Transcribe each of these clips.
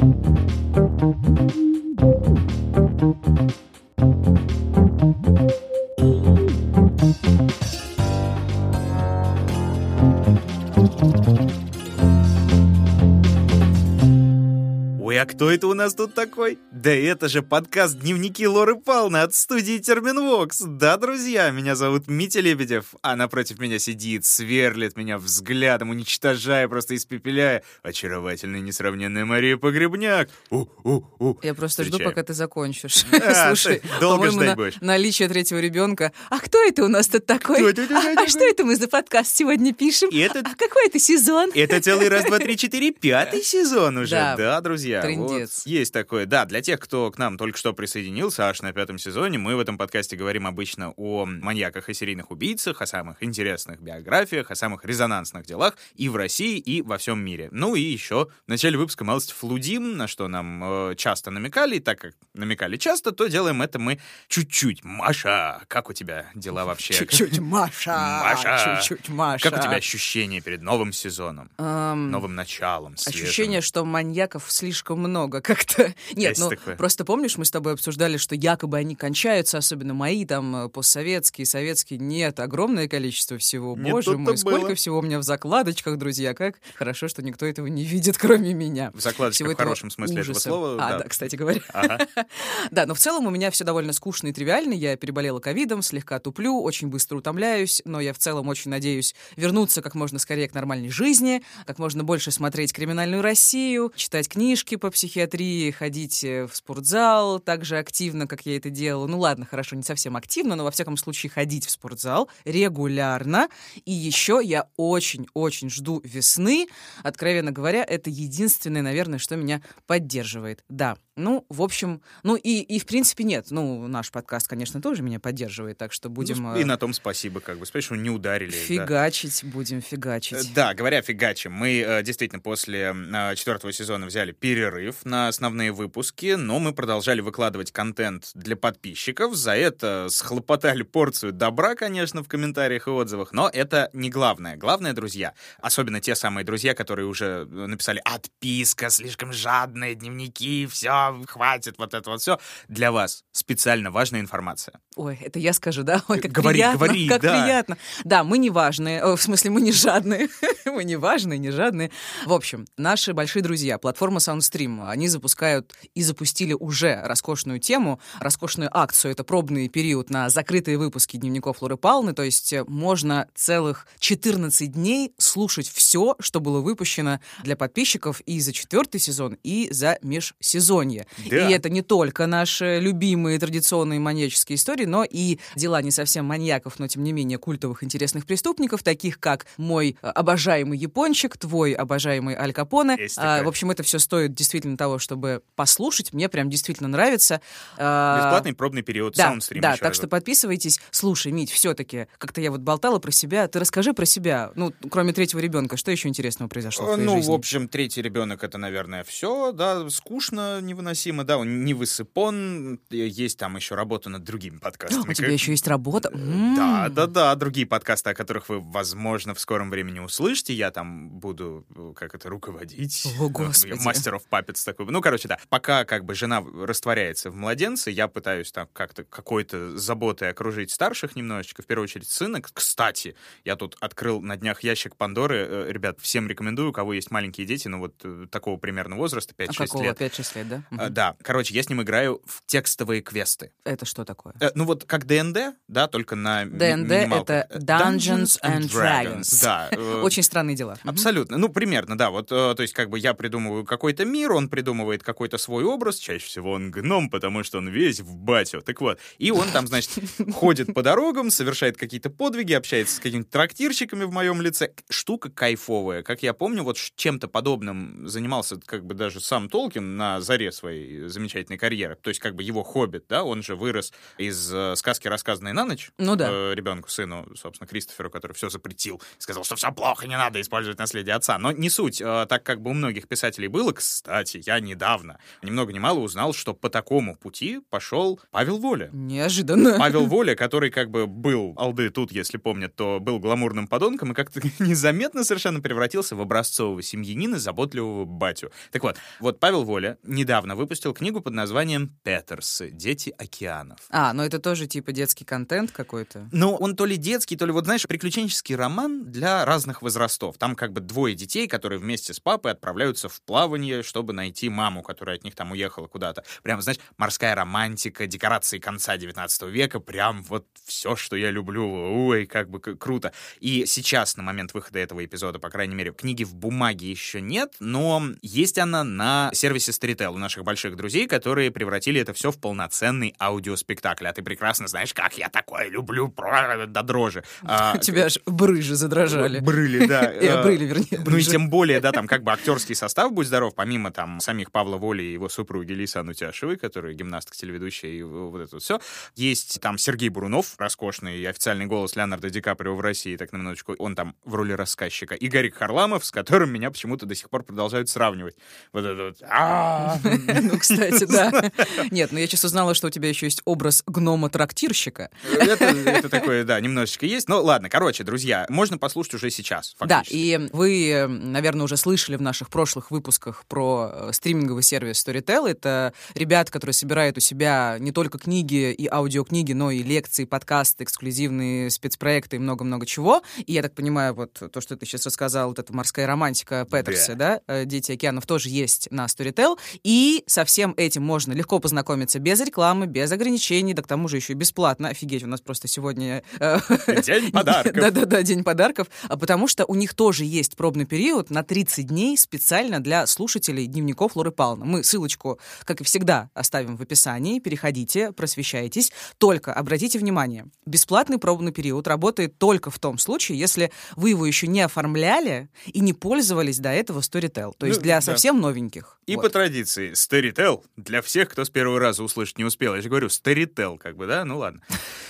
Ой, а кто это у нас тут такой? Да это же подкаст «Дневники Лоры Палны» от студии Терминвокс. Да, друзья, меня зовут Митя Лебедев, а напротив меня сидит, сверлит меня взглядом, уничтожая, просто испепеляя очаровательная несравненная Мария Погребняк. Я просто жду, пока ты закончишь. А, Слушай, долго ждать по-моему, будешь. наличие третьего ребенка. А кто это у нас тут такой? А что это мы за подкаст сегодня пишем? А какой это сезон? Это целый раз, два, три, четыре, пятый сезон уже. Да, друзья. Трындец. Вот есть такое. Да, для тех, кто к нам только что присоединился, аж на 5-м сезоне, мы в этом подкасте говорим обычно о маньяках и серийных убийцах, о самых интересных биографиях, о самых резонансных делах и в России, и во всем мире. Ну и еще в начале выпуска малость флудим, на что нам часто намекали, и так как намекали часто, то делаем это мы чуть-чуть. Маша, как у тебя дела вообще? Чуть-чуть, Маша. Чуть-чуть, Маша. Как у тебя ощущения перед новым сезоном? Новым началом, свежим? Ощущение, что маньяков слишком много как-то. Нет, Есть такое. просто помнишь, мы с тобой обсуждали, что якобы они кончаются, особенно мои, там, постсоветские, советские. Нет, огромное количество всего. Не Боже тут-то мой, сколько было. всего у меня в закладочках, друзья. Как хорошо, что никто этого не видит, кроме меня. В закладочках Всего в хорошем этого смысле этого ужаса. слова. Да, кстати говоря. Ага. Да, но в целом у меня все довольно скучно и тривиально. Я переболела ковидом, слегка туплю, очень быстро утомляюсь, но я в целом очень надеюсь вернуться как можно скорее к нормальной жизни, как можно больше смотреть «Криминальную Россию», читать книжки по психиатрии, ходить в спортзал так же активно, как я это делала. Ну ладно, хорошо, не совсем активно, но во всяком случае ходить в спортзал регулярно. И еще я очень-очень жду весны. Откровенно говоря, это единственное, наверное, что меня поддерживает. Да. Ну, в общем, и в принципе нет. Ну, наш подкаст, конечно, тоже меня поддерживает, так что будем... И на том спасибо, как бы. Смотришь, что не ударили. Фигачить, да. Будем фигачить. Да, говоря фигачим, мы действительно после 4-го сезона взяли перерыв на основные выпуски, но мы продолжали выкладывать контент для подписчиков. За это схлопотали порцию добра, конечно, в комментариях и отзывах, но это не главное. Главное, друзья, особенно те самые друзья, которые уже написали «отписка, слишком жадные дневники, все, хватит, вот это вот все». Для вас специально важная информация. Ой, это я скажу, да? Ой, как Говори, как да. приятно. Да, мы не важные, в смысле, мы не жадные. Мы не важные, не жадные. В общем, наши большие друзья, платформа SoundStream, они запускают и запустили уже роскошную тему, роскошную акцию. Это пробный период на закрытые выпуски дневников Лоры Палны, то есть можно целых 14 дней слушать все, что было выпущено для подписчиков и за 4-й сезон, и за межсезонье. Да. И это не только наши любимые традиционные маньяческие истории, но и дела не совсем маньяков, но тем не менее культовых интересных преступников, таких как мой обожаемый Япончик, твой обожаемый Аль Капоне. В общем, это все стоит действительно того, чтобы послушать. Мне прям действительно нравится. Бесплатный пробный период SoundStream. Да, так что подписывайтесь. Слушай, Мить, все-таки, как-то я вот болтала про себя. Ты расскажи про себя. Ну, кроме третьего ребенка, что еще интересного произошло в твоей жизни? Ну, в общем, третий ребенок — это, наверное, все, да, скучно, невыносимо, да, он не высыпан, есть там еще работа над другими подкастами. У тебя еще есть работа? Да, другие подкасты, о которых вы, возможно, в скором времени услышите, я там буду, руководить. О, Господи. Master of Puppets такой. Ну, короче, да, пока как бы жена растворяется в младенце, я пытаюсь там как-то какой-то заботой окружить старших немножечко, в первую очередь сына. Кстати, я тут открыл на днях ящик Пандоры. Ребят, всем рекомендую, у кого есть маленькие дети, ну вот такого примерно возраста, 5-6 какого? лет. 5-6 лет, да? Да, короче, я с ним играю в текстовые квесты. Это что такое? Ну вот как ДНД, да, только на ДНД — минималках. это Dungeons and Dragons. Да. Очень странные дела. Абсолютно. Ну, примерно, да. Вот, то есть, как бы я придумываю какой-то мир, он придумывает какой-то свой образ. Чаще всего он гном, потому что он весь в батю. Так вот. И он там, значит, ходит по дорогам, совершает какие-то подвиги, общается с какими-то трактирщиками в моем лице. Штука кайфовая. Как я помню, вот чем-то подобным занимался как бы даже сам Толкин на заре своей замечательной карьеры. То есть как бы его «Хоббит», да, он же вырос из сказки, рассказанной на ночь, Ну да. Ребенку, сыну, собственно, Кристоферу, который все запретил, сказал, что все плохо, не надо использовать наследие отца. Но не суть. Так как бы у многих писателей было, кстати, я недавно, ни много ни мало узнал, что по такому пути пошел Павел Воля. Неожиданно. Павел Воля, который как бы был, алды тут, если помнят, то был гламурным подонком и как-то незаметно совершенно превратился в образцового семьянина, заботливого батю. Так вот Павел Воля недавно выпустил книгу под названием «Петерсы. Дети океанов». Ну это тоже типа детский контент какой-то? Ну, он то ли детский, то ли, вот знаешь, приключенческий роман для разных возрастов. Там как бы двое детей, которые вместе с папой отправляются в плавание, чтобы найти маму, которая от них там уехала куда-то. Прям, знаешь, морская романтика, декорации конца 19 века, прям вот все, что я люблю. Ой, как бы круто. И сейчас, на момент выхода этого эпизода, по крайней мере, книги в бумаге еще нет, но есть она на сервисе Storytel у наших больших друзей, которые превратили это все в полноценный аудиоспектакль. А ты прекрасно знаешь, как я такое люблю, до дрожи. У тебя аж брыжи задрожали. Брыли, да. Брыли, вернее. Ну и тем более, да, там как бы актерский состав, будь здоров, помимо там самих Павла Воли и его супруги Лейсан Утяшевой, которая гимнастка, телеведущая и вот это вот все. Есть там Сергей Бурунов, роскошный официальный голос Леонардо Ди Каприо в России, так на минуточку, он там в роли рассказчика. И Гарик Харламов, с которым меня почему-то до сих пор продолжают сравнивать. Вот это вот. Ну, кстати, да. Нет, но я сейчас узнала, что у тебя еще есть образ гнома-трактирщика. Это такое, да, немножечко есть. Ну, ладно, короче, друзья, можно послушать уже сейчас, фактически. Да, и вы, наверное, уже слышали в наших прошлых выпусках про стриминговый сервис Storytel. Это ребята, которые собирают у себя не только книги и аудиокниги, но и лекции, подкасты, эксклюзивные спецпроекты и много-много чего. И я так понимаю, вот то, что ты сейчас рассказал, вот эта морская романтика Петерса, да, «Дети океанов» тоже есть на Storytel. И со всем этим можно легко познакомиться без рекламы, без ограничений, да к тому же еще и бесплатно. Офигеть, у нас просто сегодня... День подарков. Да-да-да, день подарков. Потому что у них тоже есть пробный период на 30 дней специально для слушателей дневников Лоры Палны. Мы ссылочку, как и всегда, оставим в описании. Переходите, просвещайтесь. Только обратите внимание, бесплатный пробный период работает только в том случае, если вы его еще не оформляли и не пользовались до этого Storytel. То есть для совсем новеньких. И по традиции, Storytel для всех, кто с первого раза услышать не успел. Я же говорю, Storytel, как бы, да? Ну ладно.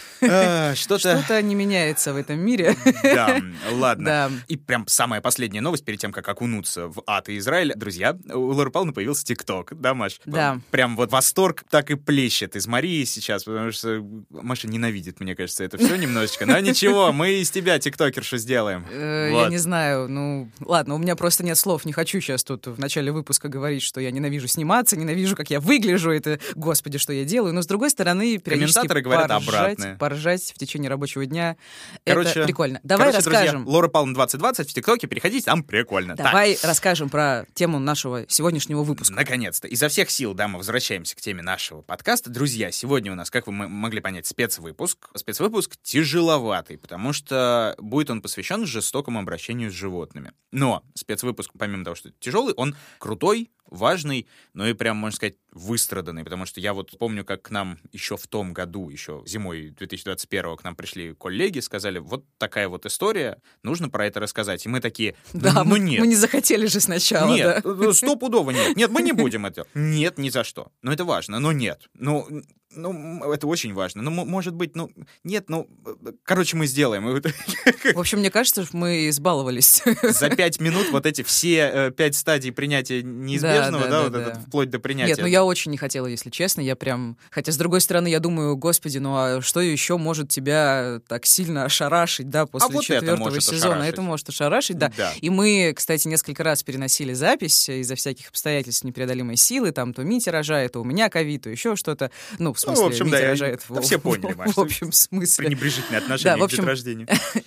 Что-то не меняется в этом мире. Да, ладно. Да. И прям самая последняя новость перед тем, как окунуться в ад и Израиль. Друзья, у Лоры Павловны появился ТикТок, да, Маш? Да. Прям вот восторг так и плещет из Марии сейчас, потому что Маша ненавидит, мне кажется, это все немножечко. Но ничего, мы из тебя тиктокершу сделаем. Я не знаю, ну, ладно, у меня просто нет слов. Не хочу сейчас тут в начале выпуска говорить, что я ненавижу сниматься, ненавижу, как я выгляжу, это, господи, что я делаю. Но, с другой стороны, периодически комментаторы говорят обратное. Поржать в течение рабочего дня. Короче, это прикольно. Давай расскажем. Друзья, Лора Павловна 2020 в ТикТоке, переходите, там прикольно. Давай расскажем про тему нашего сегодняшнего выпуска. Наконец-то. Изо всех сил, да, мы возвращаемся к теме нашего подкаста. Друзья, сегодня у нас, как вы могли понять, спецвыпуск. Спецвыпуск тяжеловатый, потому что будет он посвящен жестокому обращению с животными. Но спецвыпуск, помимо того, что тяжелый, он крутой, важный, но и прям, можно сказать, выстраданный, потому что я вот помню, как к нам еще в том году, еще зимой 2021-го к нам пришли коллеги, сказали, вот такая вот история, нужно про это рассказать. И мы такие, да, ну нет. Мы не захотели же сначала. Нет, да? стопудово нет. Нет, мы не будем это. Нет, ни за что. Но это важно, но нет. Ну, это очень важно. Ну, может быть, нет, короче, мы сделаем. В общем, мне кажется, что мы избаловались. За 5 минут вот эти все 5 стадий принятия неизбежного, да, вплоть до принятия. Нет, я очень не хотела, если честно, я прям... Хотя, с другой стороны, я думаю, господи, а что еще может тебя так сильно ошарашить, да, после 4-го сезона? Это может ошарашить, да. И мы, кстати, несколько раз переносили запись из-за всяких обстоятельств непреодолимой силы, там то Митя рожает, то у меня ковид, то еще что-то. Ну, в смысле, в общем, Митя рожает. Все поняли, Маш. В общем смысле. Пренебрежительное отношение к деторождению.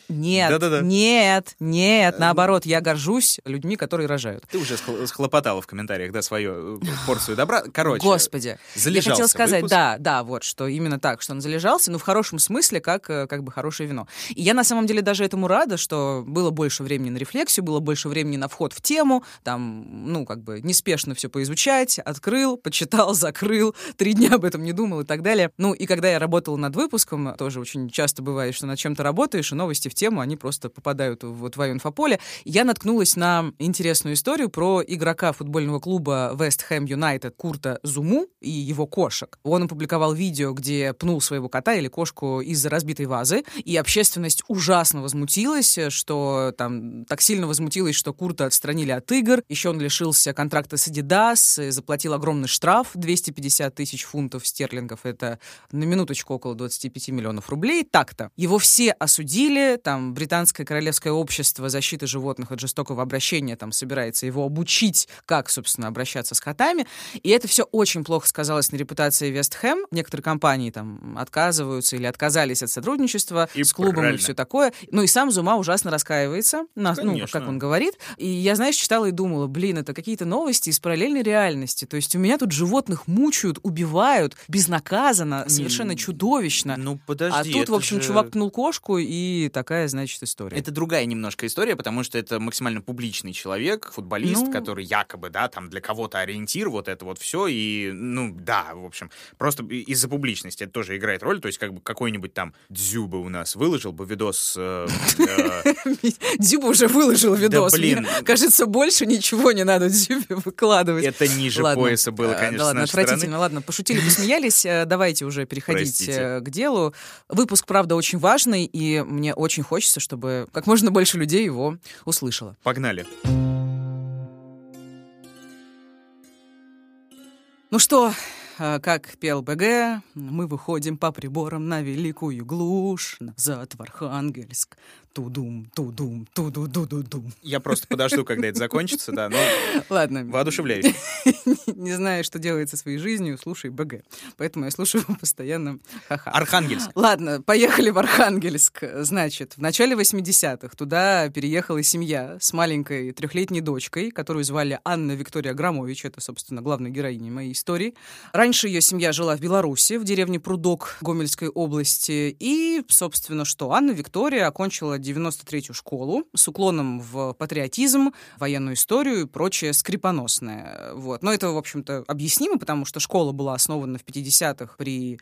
Нет, наоборот, я горжусь людьми, которые рожают. Ты уже схлопотала в комментариях, да, свою порцию добра. Короче, господи, залежался я хотела сказать, выпуск. да, вот, что именно так, что он залежался, но в хорошем смысле, как бы хорошее вино. И я, на самом деле, даже этому рада, что было больше времени на рефлексию, было больше времени на вход в тему, там, как бы неспешно все поизучать, открыл, почитал, закрыл, 3 дня об этом не думал, и так далее. Ну, и когда я работала над выпуском, тоже очень часто бывает, что над чем-то работаешь, и новости в тему, они просто попадают в твое инфополе. Я наткнулась на интересную историю про игрока футбольного клуба West Ham United Курта Зуму и его кошек. Он опубликовал видео, где пнул своего кота или кошку из-за разбитой вазы, и общественность ужасно возмутилась, что там так сильно возмутилась, что Курта отстранили от игр. Еще он лишился контракта с Adidas, заплатил огромный штраф 250 тысяч фунтов стерлингов. Это на минуточку около 25 миллионов рублей. Так-то. Его все осудили. Там Британское королевское общество защиты животных от жестокого обращения там собирается его обучить, как, собственно, обращаться с котами. И это все очень плохо сказалось на репутации Вест Хэм. Некоторые компании там отказываются или отказались от сотрудничества с клубом правильно. И все такое. Ну и сам Зума ужасно раскаивается, ну, как он говорит. И я, знаешь, читала и думала, блин, это какие-то новости из параллельной реальности. То есть у меня тут животных мучают, убивают безнаказанно, совершенно чудовищно. Ну, подожди. А тут, в общем, чувак пнул кошку, и такая, значит, история. Это другая немножко история, потому что это максимально публичный человек, футболист, который якобы, да, там для кого-то ориентир, вот это вот все, и, ну, да, в общем, просто из-за публичности это тоже играет роль, то есть как бы какой-нибудь там Дзюба у нас выложил бы видос... Дзюба уже выложил видос. Да, блин. Мне кажется, больше ничего не надо Дзюбе выкладывать. Это ниже пояса было, конечно, да, ладно, с нашей отвратительно. стороны. Ладно, пошутили, посмеялись. Давайте уже переходить Простите. к делу. Выпуск, правда, очень важный, и мне очень хочется, чтобы как можно больше людей его услышало. Погнали. Ну что, как пел БГ, мы выходим по приборам на великую глушь, назад в Архангельск. Тудум, тудум, туду-ду-ду-дум. Я просто подожду, когда это закончится, да, но Ладно. воодушевляюсь. Не знаю, что делает со своей жизнью, слушай БГ. Поэтому я слушаю его постоянно. Ха-ха. Архангельск. Ладно, поехали в Архангельск. Значит, в начале 80-х туда переехала семья с маленькой 3-летней дочкой, которую звали Анна Виктория Громович. Это, собственно, главная героиня моей истории. Раньше ее семья жила в Беларуси, в деревне Прудок Гомельской области. И, собственно, что Анна Виктория окончила 93-ю школу с уклоном в патриотизм, военную историю и прочее скрипоносное. Вот. Но это, в общем-то, объяснимо, потому что школа была основана в 50-х при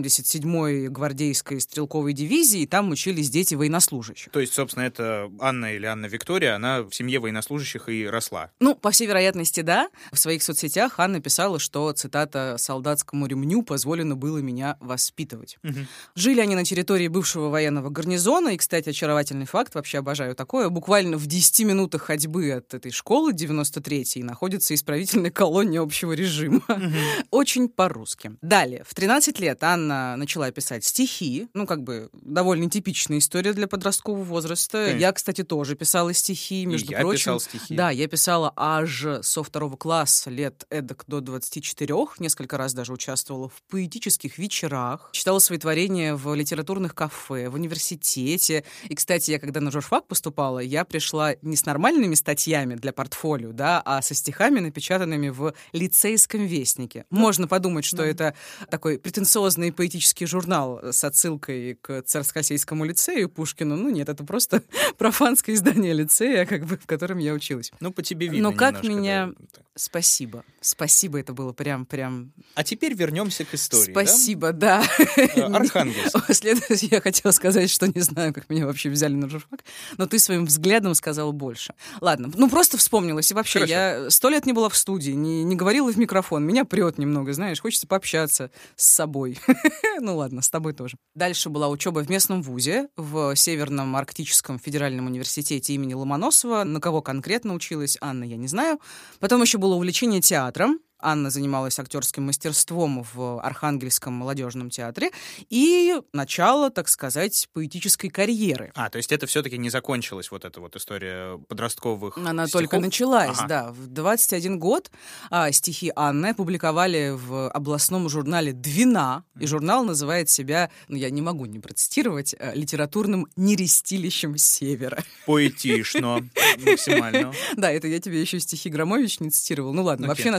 77-й гвардейской стрелковой дивизии, и там учились дети военнослужащих. То есть, собственно, это Анна или Анна Виктория, она в семье военнослужащих и росла. Ну, по всей вероятности, да. В своих соцсетях Анна писала, что, цитата, «солдатскому ремню позволено было меня воспитывать». Жили они на территории бывшего военного гарнизона, и, кстати, очаровательный факт, вообще обожаю такое, буквально в 10 минутах ходьбы от этой школы 93-й находится исправительная колония общего режима. Очень по-русски. Далее, в 13 лет Анна начала писать стихи, ну, как бы, довольно типичная история для подросткового возраста. Конечно. Я, кстати, тоже писала стихи, между прочим. Я писал стихи. Да, я писала аж со 2 класса, лет эдак до 24, несколько раз даже участвовала в поэтических вечерах, читала свои творения в литературных кафе, в университете. И, кстати, я когда на журфак поступала, я пришла не с нормальными статьями для портфолио, да, а со стихами, напечатанными в лицейском вестнике. Можно подумать, что это такой претенциозный поэтический журнал с отсылкой к Царско-сельскому лицею Пушкину. Ну нет, это просто профанское издание лицея, как бы, в котором я училась. Ну, по тебе видно. Но как немножко, меня... да. Спасибо. Спасибо, это было прям... А теперь вернемся к истории. Спасибо, да. Архангельск. Следующее, я хотела сказать, что не знаю, как меня вообще взяли на журфак, но ты своим взглядом сказал больше. Ладно, ну просто вспомнилась. И вообще, Хорошо. я 100 лет не была в студии, не говорила в микрофон. Меня прет немного, знаешь, хочется пообщаться с собой. Ну ладно, с тобой тоже. Дальше была учеба в местном вузе, в Северном Арктическом федеральном университете имени Ломоносова. На кого конкретно училась Анна, я не знаю. Потом еще было увлечение театром. Анна занималась актерским мастерством в Архангельском молодежном театре и начало, так сказать, поэтической карьеры. То есть это все-таки не закончилась вот эта вот история подростковых Она стихов? только началась, Ага. да. В 21 год стихи Анны опубликовали в областном журнале «Двина», и журнал называет себя, ну, я не могу не процитировать, литературным нерестилищем Севера. Поэтично, максимально. Да, это я тебе еще стихи Громович не цитировал. Ну ладно, Окей. вообще, на самом деле, я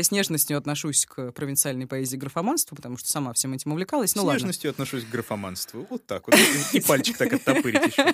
с нежностью отношусь к провинциальной поэзии графоманства, потому что сама всем этим увлекалась. Ну, с ладно. нежностью отношусь к графоманству. Вот так вот. И пальчик так оттопырить еще.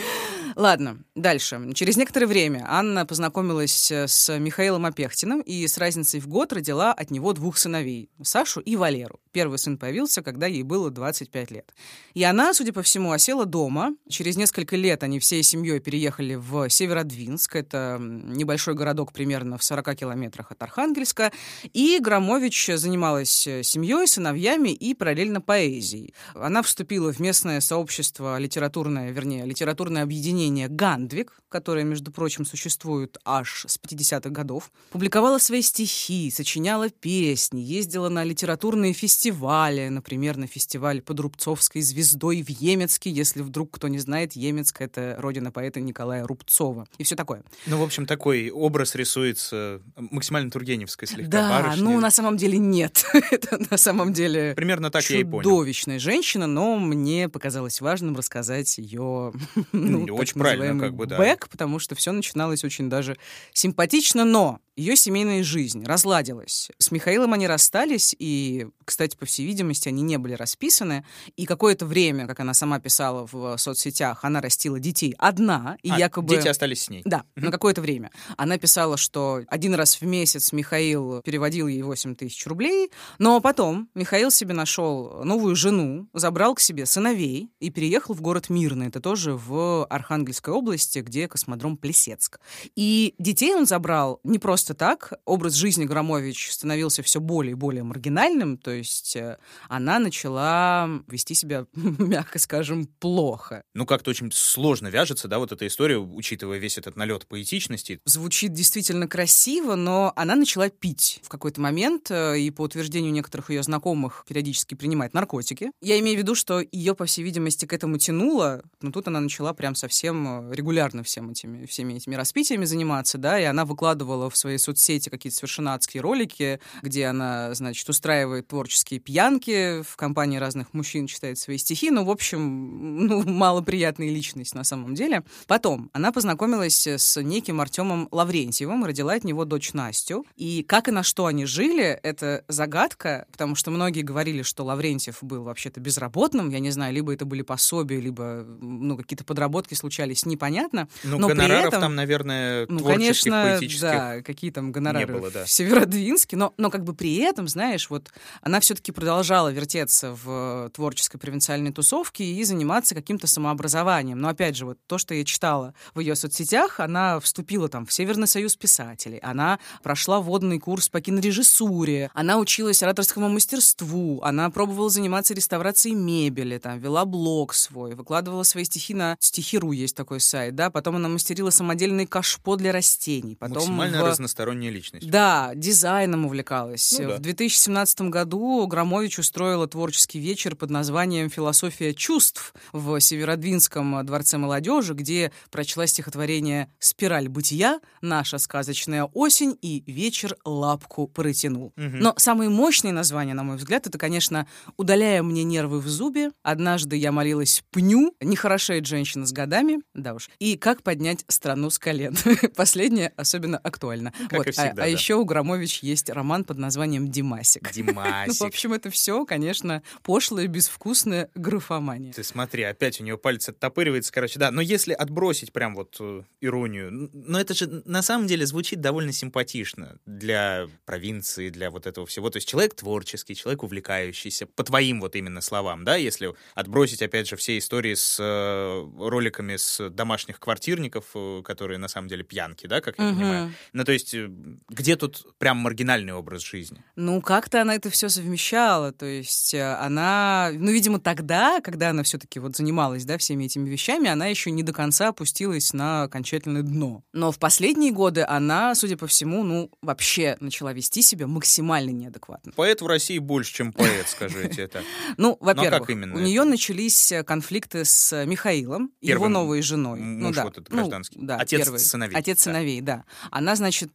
Ладно, дальше. Через некоторое время Анна познакомилась с Михаилом Опехтиным и с разницей в год родила от него 2 сыновей — Сашу и Валеру. Первый сын появился, когда ей было 25 лет. И она, судя по всему, осела дома. Через несколько лет они всей семьей переехали в Северодвинск. Это небольшой городок примерно в 40 километрах от Архангельска. И Громович занималась семьей, сыновьями и параллельно поэзией. Она вступила в местное сообщество литературное объединение «Гандвик», которое, между прочим, существует аж с 50-х годов. Публиковала свои стихи, сочиняла песни, ездила на литературные фестивали, например, на фестиваль под Рубцовской звездой в Емецке, если вдруг кто не знает, Емецк — это родина поэта Николая Рубцова. И все такое. Ну, в общем, такой образ рисуется максимально тургеневской слегка Да, барышни. ну, на самом деле нет. Это на самом деле примерно так я и понял. Чудовищная женщина, но мне показалось важным рассказать ее, очень правильно, как бы, да. бэк, потому что все начиналось очень даже симпатично, но ее семейная жизнь разладилась. С Михаилом они расстались, и, кстати, по всей видимости, они не были расписаны. И какое-то время, как она сама писала в соцсетях, она растила детей одна, и якобы... дети остались с ней. Да, на какое-то время. Она писала, что 1 раз в месяц Михаил переводил ей 8 тысяч рублей, но потом Михаил себе нашел новую жену, забрал к себе сыновей и переехал в город Мирный. Это тоже в Архангельской области, где космодром Плесецк. И детей он забрал не просто так. Образ жизни Громович становился все более и более маргинальным, то есть она начала вести себя, мягко скажем, плохо. Ну, как-то очень сложно вяжется, да, вот эта история, учитывая весь этот налет поэтичности. Звучит действительно красиво, но она начала пить в какой-то момент, и по утверждению некоторых ее знакомых периодически принимать наркотики. Я имею в виду, что ее, по всей видимости, к этому тянуло, но тут она начала прям совсем регулярно всеми этими распитиями заниматься, да, и она выкладывала в своей соцсети какие-то совершенно адские ролики, где она, значит, устраивает творческие пьянки, в компании разных мужчин читает свои стихи, в общем, малоприятная личность на самом деле. Потом она познакомилась с неким Артемом Лаврентьевым, родила от него дочь Настю, и как и на что они жили, это загадка, потому что многие говорили, что Лаврентьев был вообще-то безработным, я не знаю, либо это были пособия, либо, какие-то подработки случались, непонятно. Но гонораров при этом, там, наверное, творческих, конечно, поэтических да, какие там гонорары не было, да. в Северодвинске, но как бы при этом, знаешь, вот она все-таки продолжала вертеться в творческой провинциальной тусовке и заниматься каким-то самообразованием. Но опять же, вот то, что я читала в ее соцсетях, она вступила там в Северный союз писателей, она прошла вводный курс по кинорежиссуре, она училась ораторскому мастерству, она пробовала заниматься реставрацией мебели, там, вела блог свой, выкладывала свои стихи на Стихи.ру, есть такой сайт, да, потом она мастерила самодельный кашпо для растений. Потом максимально разносторонняя личность. Да, дизайном увлекалась. Да. В 2017 году Громович устроила творческий вечер под названием «Философия чувств» в Северодвинском дворце молодежи, где прочла стихотворение «Спираль бытия», «Наша сказочная осень» и «Вечер лапку протянул». Угу. Но самые мощные названия, на мой взгляд, это, конечно, «Удаляя мне нервы в зубе», «Однажды я молилась пню», «Не хорошеет женщина с годами», да уж, и «Как поднять страну с колен». Последнее особенно актуально. Как и всегда, да. еще у Громович есть роман под названием «Димасик». Димасик. В общем, это все, конечно, пошлая, безвкусная графомания. Ты смотри, опять у нее палец оттопыривается, короче, да. Но если отбросить прям вот иронию, но это же на самом деле звучит довольно симпатично для провинции, для вот этого всего. То есть человек творческий, человек увлекающийся, по твоим вот именно словам, да, если отбросить, опять же, все истории с роликами с домашних квартирников, которые на самом деле пьянки, да, как я понимаю. Ну, то есть где тут прям маргинальный образ жизни? Ну, как-то она это все совмещала, то есть она, видимо, тогда, когда она все-таки вот занималась, да, всеми этими вещами, она еще не до конца опустилась на окончательное дно. Но в последние годы она, судя по всему, вообще начала вести себя максимально неадекватно. Поэт в России больше, чем поэт, скажите это. Ну, во-первых, у нее начались конфликты с Михаилом, его новой женой. Муж вот этот гражданский. Да, отец сыновей. Отец сыновей, да. Она, значит,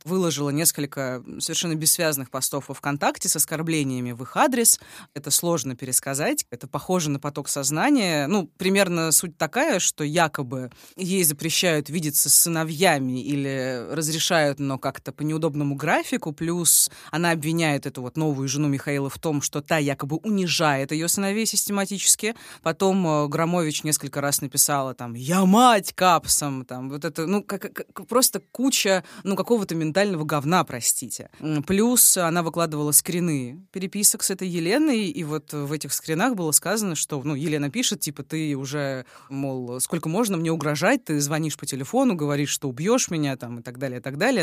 выложила несколько совершенно бессвязных постов во ВКонтакте с оскорблениями в их адрес. Это сложно пересказать. Это похоже на поток сознания. Примерно суть такая, что якобы ей запрещают видеться с сыновьями или разрешают, но как-то по неудобному графику. Плюс она обвиняет эту вот новую жену Михаила в том, что та якобы унижает ее сыновей систематически. Потом Громович несколько раз написала там «Я мать капсом». Там, вот это, просто куча, какого-то ментального говна, простите. Плюс она выкладывала скрины переписок с этой Еленой, и вот в этих скринах было сказано, что, Елена пишет, типа, ты уже, мол, сколько можно мне угрожать, ты звонишь по телефону, говоришь, что убьешь меня, там, и так далее, и так далее.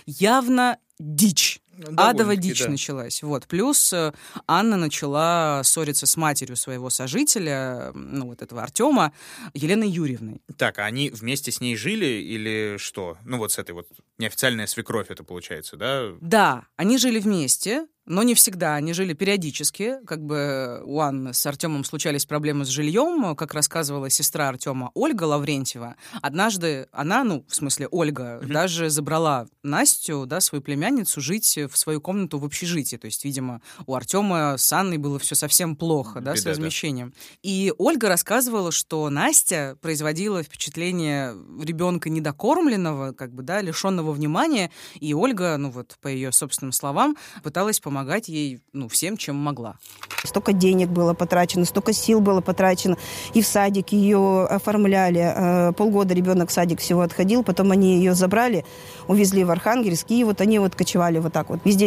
Явно дичь. Адова дичь началась. Вот. Плюс Анна начала ссориться с матерью своего сожителя, этого Артема, Еленой Юрьевной. Так, а они вместе с ней жили или что? С этой вот неофициальная свекровь это получается, да? Да, они жили вместе, но не всегда. Они жили периодически. Как бы у Анны с Артемом случались проблемы с жильем. Как рассказывала сестра Артема Ольга Лаврентьева, однажды она, Ольга, даже забрала Настю, свою племянницу, жить в свою комнату в общежитии. То есть, видимо, у Артема с Анной было все совсем плохо, с размещением. Да. И Ольга рассказывала, что Настя производила впечатление ребенка недокормленного, лишенного внимания. И Ольга, по ее собственным словам, пыталась помогать ей, всем, чем могла. Столько денег было потрачено, столько сил было потрачено. И в садик ее оформляли. Полгода ребенок в садик всего отходил, потом они ее забрали, увезли в Архангельск, и они кочевали вот так вот. Везде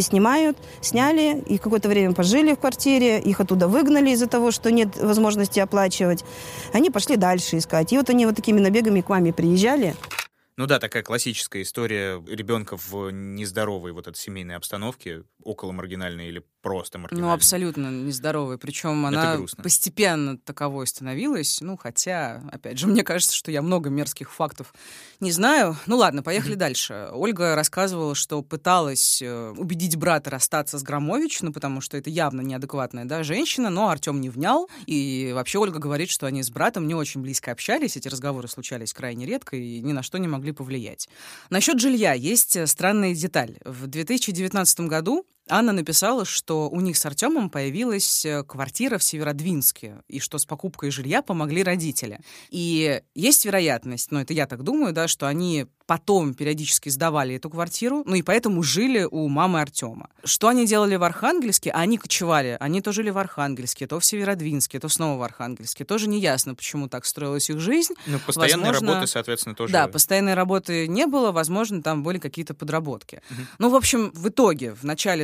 сняли, и какое-то время пожили в квартире, их оттуда выгнали из-за того, что нет возможности оплачивать. Они пошли дальше искать. И они такими набегами к маме приезжали. Такая классическая история ребенка в нездоровой этой семейной обстановке, около маргинальной или просто маргинальной. Абсолютно нездоровой. Причем она постепенно таковой становилась. Хотя, опять же, мне кажется, что я много мерзких фактов не знаю. Ладно, поехали дальше. Ольга рассказывала, что пыталась убедить брата расстаться с Громович, потому что это явно неадекватная, женщина, но Артем не внял. И вообще Ольга говорит, что они с братом не очень близко общались, эти разговоры случались крайне редко и ни на что не могли повлиять. Насчет жилья есть странная деталь. В 2019 году Анна написала, что у них с Артемом появилась квартира в Северодвинске, и что с покупкой жилья помогли родители. И есть вероятность, это я так думаю, что они потом периодически сдавали эту квартиру, и поэтому жили у мамы Артема. Что они делали в Архангельске? Они кочевали. Они то жили в Архангельске, то в Северодвинске, то снова в Архангельске. Тоже неясно, почему так строилась их жизнь. Постоянной работы, соответственно, тоже... Да, постоянной работы не было, возможно, там были какие-то подработки. В общем, в итоге, в начале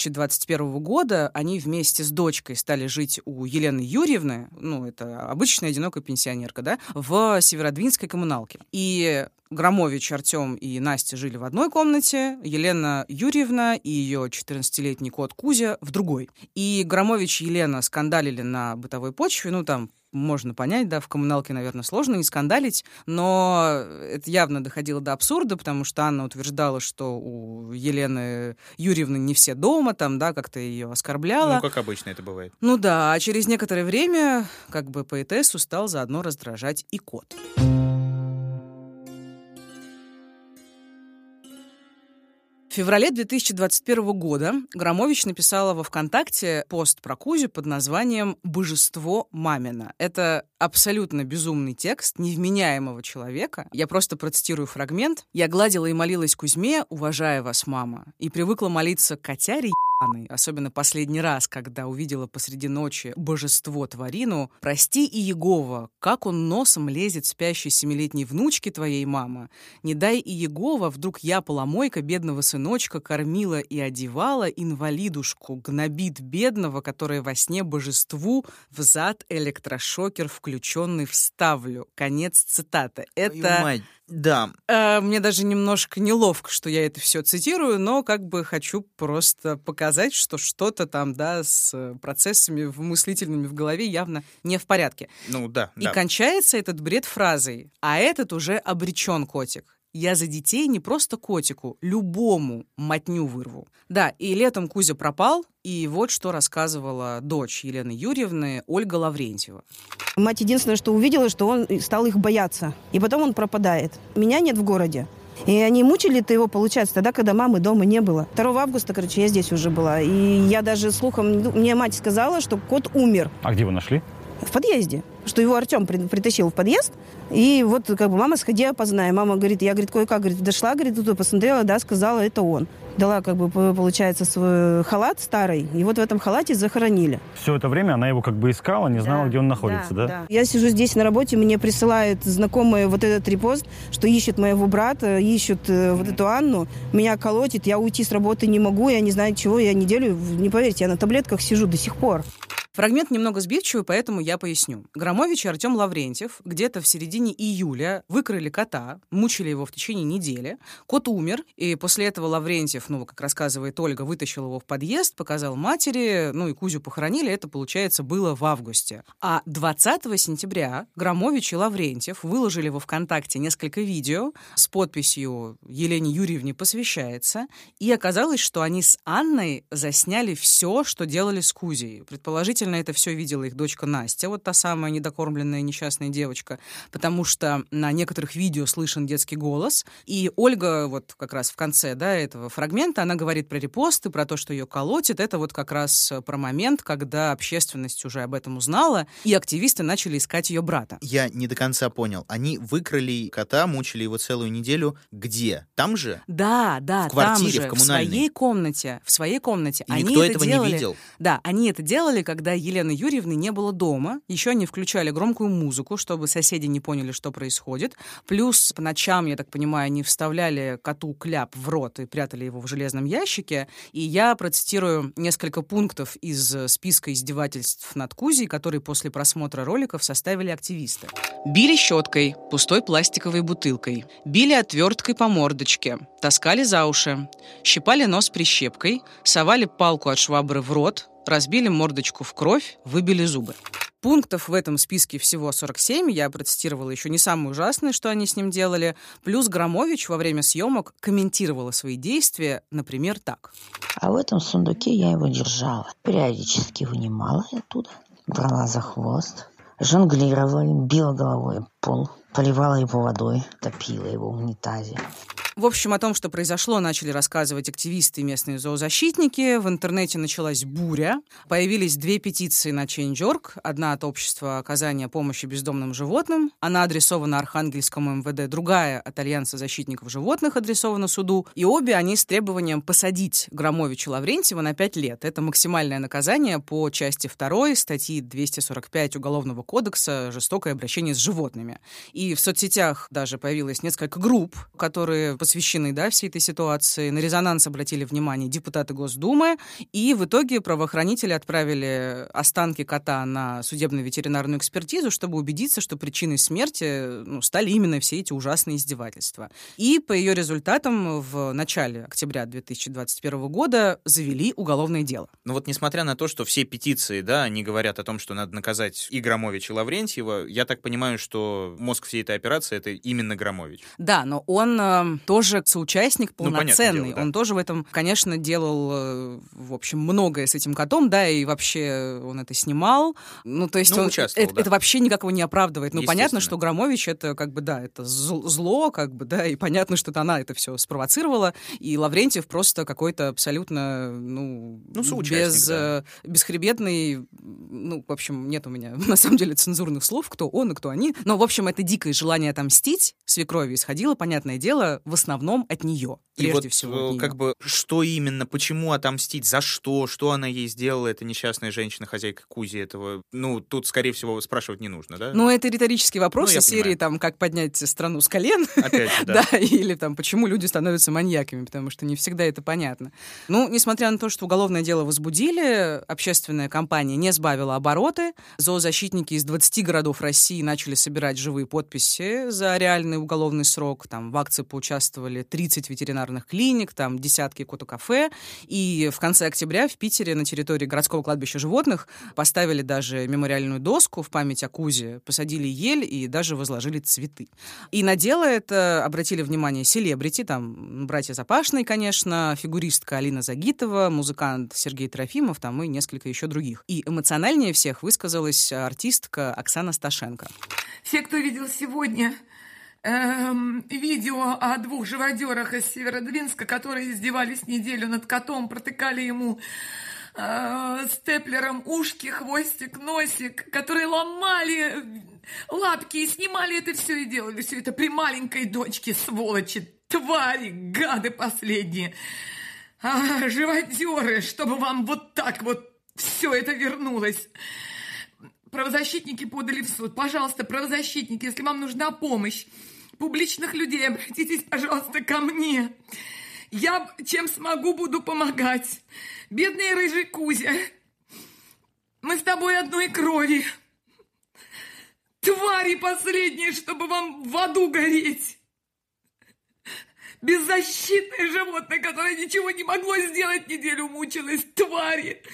2021 года они вместе с дочкой стали жить у Елены Юрьевны, это обычная одинокая пенсионерка, в Северодвинской коммуналке. И Громович, Артем и Настя жили в одной комнате, Елена Юрьевна и ее 14-летний кот Кузя в другой. И Громович и Елена скандалили на бытовой почве, можно понять, в коммуналке, наверное, сложно не скандалить, но это явно доходило до абсурда, потому что Анна утверждала, что у Елены Юрьевны не все дома, как-то ее оскорбляла. Как обычно это бывает. А через некоторое время, поэтессу стал заодно раздражать и кот. В феврале 2021 года Громович написала во ВКонтакте пост про Кузю под названием «Божество мамино». Это абсолютно безумный текст невменяемого человека. Я просто процитирую фрагмент. «Я гладила и молилась Кузьме, уважая вас, мама, и привыкла молиться котяре ебаной, особенно последний раз, когда увидела посреди ночи божество Тварину. Прости и Егова, как он носом лезет спящей 7-летней внучке твоей, мама. Не дай и Егова, вдруг я, поломойка, бедного сыночка, кормила и одевала инвалидушку, гнобит бедного, которая во сне божеству в зад электрошокер включенный вставлю». Конец цитаты. Это... Да. Мне даже немножко неловко, что я это все цитирую, но хочу просто показать, что что-то там, с процессами мыслительными в голове явно не в порядке. И кончается этот бред фразой: «А этот уже обречен, котик. Я за детей не просто котику, любому мотню вырву». Да, и летом Кузя пропал, и вот что рассказывала дочь Елены Юрьевны Ольга Лаврентьева. Мать единственное, что увидела, что он стал их бояться. И потом он пропадает. Меня нет в городе. И они мучили-то его, получается, тогда, когда мамы дома не было. 2 августа, я здесь уже была. И я даже слухом... Мне мать сказала, что кот умер. А где вы нашли? В подъезде. Что его Артем притащил в подъезд. И вот мама, сходи, опознай. Мама говорит, я, кое-как, дошла, тут посмотрела, да, сказала, это он. Дала, получается, свой халат старый, и вот в этом халате захоронили. Все это время она его искала, не знала, где он находится, да? Я сижу здесь на работе, мне присылают знакомые вот этот репост, что ищут моего брата, ищут вот эту Анну, меня колотит, я уйти с работы не могу, я не знаю чего, я неделю, не поверите, я на таблетках сижу до сих пор. Фрагмент немного сбивчивый, поэтому я поясню. Громович и Артем Лаврентьев где-то в середине июля выкрали кота, мучили его в течение недели. Кот умер, и после этого Лаврентьев, как рассказывает Ольга, вытащил его в подъезд, показал матери, и Кузю похоронили. Это, получается, было в августе. А 20 сентября Громович и Лаврентьев выложили во ВКонтакте несколько видео с подписью «Елене Юрьевне посвящается», и оказалось, что они с Анной засняли все, что делали с Кузей. Предположительно, это все видела их дочка Настя, вот та самая недокормленная несчастная девочка, потому что на некоторых видео слышен детский голос. И Ольга вот как раз в конце этого фрагмента, она говорит про репосты, про то, что ее колотит. Это вот как раз про момент, когда общественность уже об этом узнала, и активисты начали искать ее брата. Я не до конца понял. Они выкрали кота, мучили его целую неделю. Где? Там же? Да, в квартире, там же, в коммунальной. В своей комнате. И никто этого не видел? Да, они это делали, когда Елены Юрьевны не было дома. Еще они включали громкую музыку, чтобы соседи не поняли, что происходит. Плюс по ночам, я так понимаю, они вставляли коту кляп в рот и прятали его в железном ящике. И я процитирую несколько пунктов из списка издевательств над Кузей, которые после просмотра роликов составили активисты. Били щеткой, пустой пластиковой бутылкой. Били отверткой по мордочке. Таскали за уши. Щипали нос прищепкой. Совали палку от швабры в рот. Разбили мордочку в кровь, выбили зубы. Пунктов в этом списке всего 47. Я процитировала еще не самое ужасное, что они с ним делали. Плюс Громович во время съемок комментировала свои действия, например, так. А в этом сундуке я его держала. Периодически вынимала оттуда, брала за хвост, жонглировали, била головой об пол, поливала его водой, топила его в унитазе. В общем, о том, что произошло, начали рассказывать активисты и местные зоозащитники. В интернете началась буря. Появились 2 петиции на Change.org. Одна от общества оказания помощи бездомным животным. Она адресована Архангельскому МВД. Другая от Альянса защитников животных адресована суду. И обе они с требованием посадить Громовича Лаврентьева на 5 лет. Это максимальное наказание по части 2 статьи 245 Уголовного кодекса «Жестокое обращение с животными». И в соцсетях даже появилось несколько групп, которые посвящены всей этой ситуации. На резонанс обратили внимание депутаты Госдумы, и в итоге правоохранители отправили останки кота на судебно-ветеринарную экспертизу, чтобы убедиться, что причиной смерти стали именно все эти ужасные издевательства. И по ее результатам в начале октября 2021 года завели уголовное дело. Несмотря на то, что все петиции, они говорят о том, что надо наказать и Громовича, и Лаврентьева, я так понимаю, что мозг всей этой операции — это именно Громович. Да, но он тоже соучастник полноценный. Дело, да. Он тоже в этом, конечно, делал, в общем, многое с этим котом, и вообще он это снимал. То есть он участвовал, это вообще никак его не оправдывает. Понятно, что Громович это это зло, и понятно, что она это все спровоцировала, и Лаврентьев просто какой-то абсолютно, бесхребетный, в общем, нет у меня на самом деле цензурных слов, кто он и кто они. Но, в общем, это дикое желание отомстить свекрови исходило, понятное дело, в основном от нее. Прежде всего от нее. Что именно, почему отомстить, за что она ей сделала, эта несчастная женщина, хозяйка Кузи этого, тут, скорее всего, спрашивать не нужно, да? Это риторический вопрос из серии, как поднять страну с колен. Опять же, да. Или почему люди становятся маньяками, потому что не всегда это понятно. Несмотря на то, что уголовное дело возбудили, общественная кампания не сбавила обороты. Зоозащитники из 20 городов России начали собирать живые подписи за реальный уголовный срок. В акции поучаствовали 30 ветеринарных клиник, десятки кото-кафе. И в конце октября в Питере на территории городского кладбища животных поставили даже мемориальную доску в память о Кузе, посадили ель и даже возложили цветы. И на дело это обратили внимание селебрити, братья Запашные, конечно, фигуристка Алина Загитова, музыкант Сергей Трофимов, и несколько еще других. И эмоциональнее всех высказалась артистка Оксана Сташенко. Все, кто видел сегодня видео о 2 живодерах из Северодвинска, которые издевались неделю над котом, протыкали ему степлером ушки, хвостик, носик, которые ломали лапки и снимали это все и делали все это при маленькой дочке, сволочи, твари, гады последние. Живодеры, чтобы вам вот так вот все это вернулось. Правозащитники подали в суд. Пожалуйста, правозащитники, если вам нужна помощь публичных людей, обратитесь, пожалуйста, ко мне. Я чем смогу, буду помогать. Бедный рыжий Кузя, мы с тобой одной крови. Твари последние, чтобы вам в аду гореть. Беззащитное животное, которое ничего не могло сделать, неделю мучилось. Твари.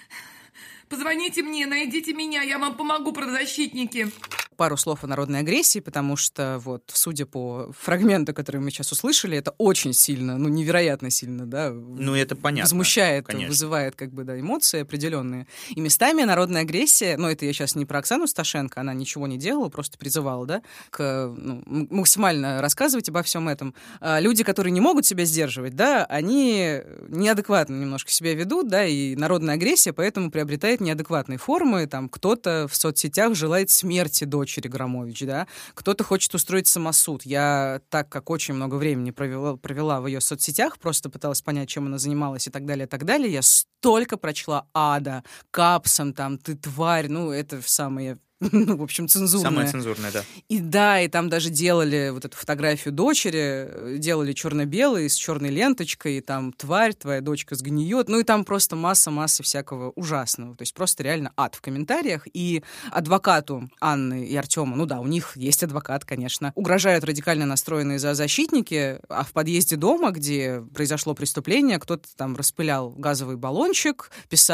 Позвоните мне, найдите меня, я вам помогу, правозащитники. Пару слов о народной агрессии, потому что, вот, судя по фрагменту, который мы сейчас услышали, это очень сильно, ну, невероятно сильно, да, это понятно, возмущает, конечно. Вызывает, как бы, да, эмоции определенные. И местами народная агрессия, это я сейчас не про Оксану Сташенко, она ничего не делала, просто призывала, да, к максимально рассказывать обо всем этом. Люди, которые не могут себя сдерживать, да, они неадекватно немножко себя ведут, да, и народная агрессия поэтому приобретает неадекватные формы, там, кто-то в соцсетях желает смерти дочери Громович, да, кто-то хочет устроить самосуд. Я, так как очень много времени провела в ее соцсетях, просто пыталась понять, чем она занималась и так далее, я столько прочла ада, капсом, там, ты тварь, это самое... в общем, цензурная. Самая цензурная, да. И там даже делали вот эту фотографию дочери, делали черно-белый с черной ленточкой, и там тварь, твоя дочка сгниет. И там просто масса всякого ужасного. То есть просто реально ад в комментариях. И адвокату Анны и Артема, у них есть адвокат, конечно, угрожают радикально настроенные зоозащитники, а в подъезде дома, где произошло преступление, кто-то там распылял газовый баллончик,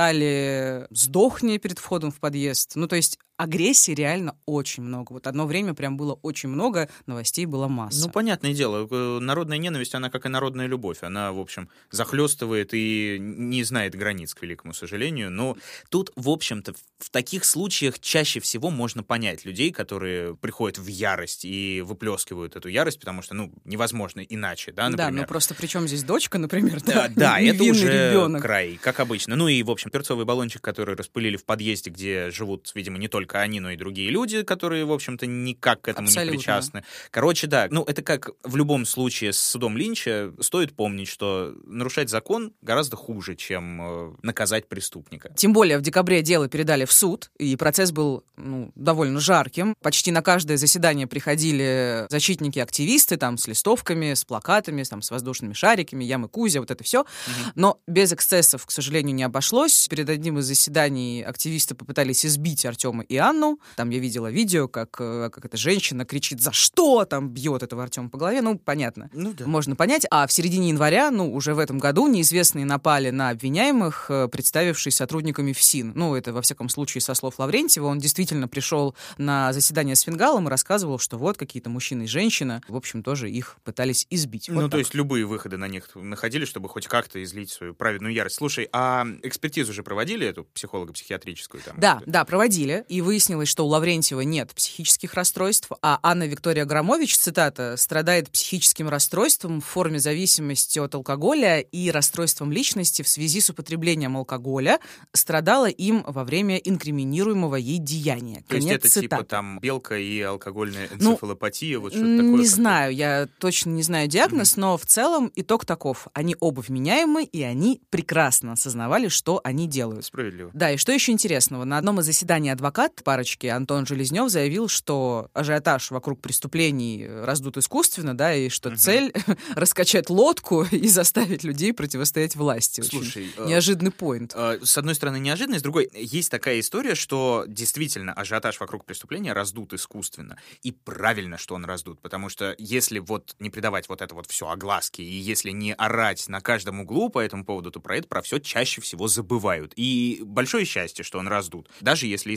писали «сдохни» перед входом в подъезд. То есть агрессии реально очень много. Вот одно время прям было очень много, новостей была масса. Понятное дело, народная ненависть, она как и народная любовь. Она, в общем, захлестывает и не знает границ, к великому сожалению. Но тут, в общем-то, в таких случаях чаще всего можно понять людей, которые приходят в ярость и выплескивают эту ярость, потому что, невозможно иначе, да, например. Да, просто при чем здесь дочка, например, да, это уже ребенок. Край, как обычно. И, в общем, перцовый баллончик, который распылили в подъезде, где живут, видимо, не только они, но и другие люди, которые, в общем-то, никак к этому Абсолютно. не причастны. Короче, да, это как в любом случае с судом Линча, стоит помнить, что нарушать закон гораздо хуже, чем наказать преступника. Тем более в декабре дело передали в суд, и процесс был, довольно жарким. Почти на каждое заседание приходили защитники-активисты, там, с листовками, с плакатами, там, с воздушными шариками, ямы Кузя, вот это все. Но без эксцессов, к сожалению, не обошлось. Перед одним из заседаний активисты попытались избить Артема и Анну. Там я видела видео, как эта женщина кричит «За что?» Там бьет этого Артема по голове. Понятно. Да. Можно понять. А в середине января, уже в этом году, неизвестные напали на обвиняемых, представившись сотрудниками ФСИН. Это, во всяком случае, со слов Лаврентьева. Он действительно пришел на заседание с фингалом и рассказывал, что вот какие-то мужчина и женщина, в общем, тоже их пытались избить. То есть любые выходы на них находили, чтобы хоть как-то излить свою праведную ярость. Слушай, а экспертизу же проводили, эту психолого-психиатрическую? Да, проводили. И выяснилось, что у Лаврентьева нет психических расстройств, а Анна Виктория Громович, цитата, страдает психическим расстройством в форме зависимости от алкоголя и расстройством личности в связи с употреблением алкоголя, страдала им во время инкриминируемого ей деяния. То есть это цитаты. типа там белка и алкогольная энцефалопатия, вот что-то такое? Не знаю, я точно не знаю диагноз, но в целом итог таков. Они оба вменяемы, и они прекрасно осознавали, что они делают. Справедливо. Да, и что еще интересного? На одном из заседаний адвокат парочки Антон Железнев заявил, что ажиотаж вокруг преступлений раздут искусственно, да, и что цель раскачать лодку и заставить людей противостоять власти. Слушай, очень неожиданный поинт. С одной стороны, неожиданно, с другой, есть такая история, что действительно ажиотаж вокруг преступления раздут искусственно. И правильно, что он раздут, потому что если не придавать вот это все огласке, и если не орать на каждом углу по этому поводу, то про все чаще всего забывают. И большое счастье, что он раздут, даже если искусственно.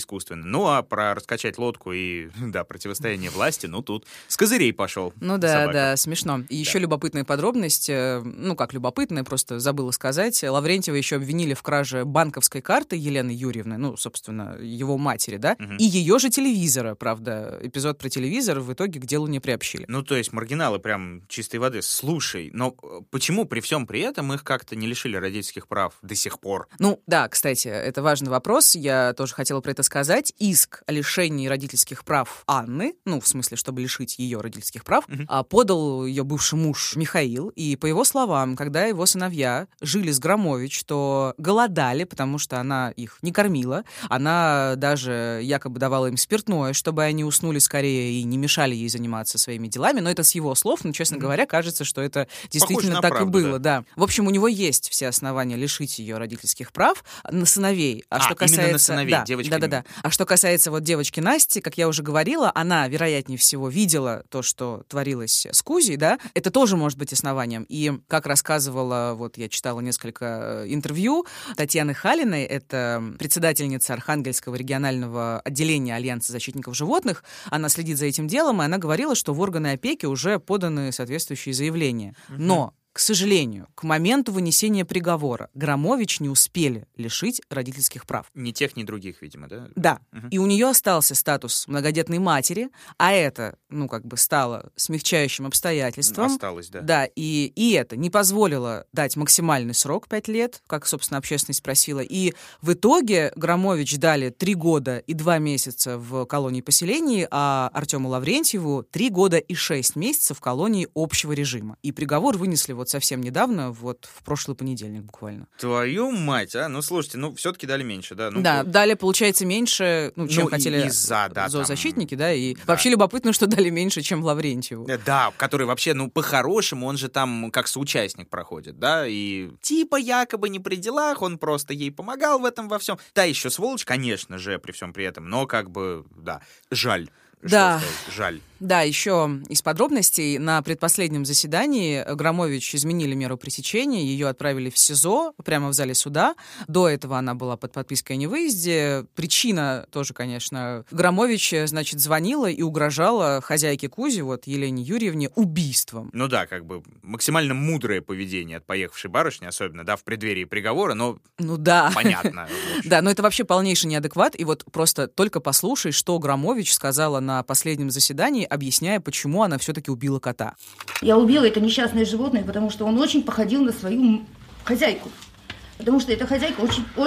Ну, а про раскачать лодку и, да, противостояние власти, ну, тут с козырей пошел. Ну да, смешно. И еще любопытная подробность, ну, как любопытная, просто забыла сказать. Лаврентьева еще обвинили в краже банковской карты Елены Юрьевны, ну, собственно, его матери, да, и ее же телевизора, правда. Эпизод про телевизор в итоге к делу не приобщили. Ну, то есть маргиналы прям чистой воды. Слушай, но почему при всем при этом их как-то не лишили родительских прав до сих пор? Ну, да, кстати, это важный вопрос. Я тоже хотела про это сказать. Иск о лишении родительских прав Анны, ну, в смысле, чтобы лишить ее родительских прав, подал ее бывший муж Михаил. И по его словам, когда его сыновья жили с Громович, то голодали, потому что она их не кормила. Она даже якобы давала им спиртное, чтобы они уснули скорее и не мешали ей заниматься своими делами. Но это с его слов, но, честно говоря, кажется, что это действительно так правду, и было. Да. В общем, у него есть все основания лишить ее родительских прав на сыновей. Что касается... именно на сыновей, девочки. Да. А что касается вот девочки Насти, как я уже говорила, она, вероятнее всего, видела то, что творилось с Кузей, да, это тоже может быть основанием. И, как рассказывала, вот я читала несколько интервью Татьяны Халиной, это председательница Архангельского регионального отделения Альянса защитников животных, она следит за этим делом, и она говорила, что в органы опеки уже поданы соответствующие заявления. Но к сожалению, к моменту вынесения приговора Громович не успели лишить родительских прав. Ни тех, ни других, видимо, да? Да. И у нее остался статус многодетной матери, а это, ну, как бы стало смягчающим обстоятельством. Осталось, да. Да, и это не позволило дать максимальный срок 5 лет, как, собственно, общественность просила. И в итоге Громович дали 3 года и 2 месяца в колонии поселений, а Артему Лаврентьеву 3 года и 6 месяцев в колонии общего режима. И приговор вынесли вот совсем недавно, вот в прошлый понедельник буквально. Твою мать, а? Ну, слушайте, ну, все-таки дали меньше, да? Ну, да, дали, получается, меньше, ну, чем хотели зоозащитники, да, и вообще любопытно, что дали меньше, чем Лаврентьеву. Да, который вообще, ну, по-хорошему, он же там как соучастник проходит, да, и типа якобы не при делах, он просто ей помогал в этом во всем. Да, еще сволочь, конечно же, при всем при этом, но как бы, да, жаль. Да. Жаль. Да, еще из подробностей. На предпоследнем заседании Громович изменили меру пресечения, ее отправили в СИЗО, прямо в зале суда. До этого она была под подпиской о невыезде. Причина тоже, конечно, Громович, значит, звонила и угрожала хозяйке Кузи, вот Елене Юрьевне, убийством. Ну да, как бы максимально мудрое поведение от поехавшей барышни, особенно, да, в преддверии приговора, но ну да. Понятно. Да, но это вообще полнейший неадекват. И вот просто только послушай, что Громович сказала на последнем заседании, объясняя, почему она все-таки убила кота. Я убила это несчастное животное, потому что он очень походил на свою хозяйку. Потому что эта хозяйка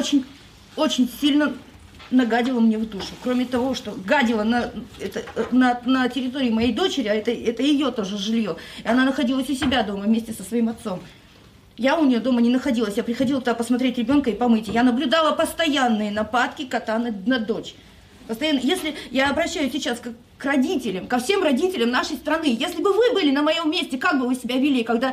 очень сильно нагадила мне в душу. Кроме того, что гадила на территории моей дочери, а это ее тоже жилье. И она находилась у себя дома вместе со своим отцом. Я у нее дома не находилась. Я приходила туда посмотреть ребенка и помыть. Я наблюдала постоянные нападки кота на дочь. Постоянно. Если я обращаюсь сейчас к родителям, ко всем родителям нашей страны, если бы вы были на моем месте, как бы вы себя вели, когда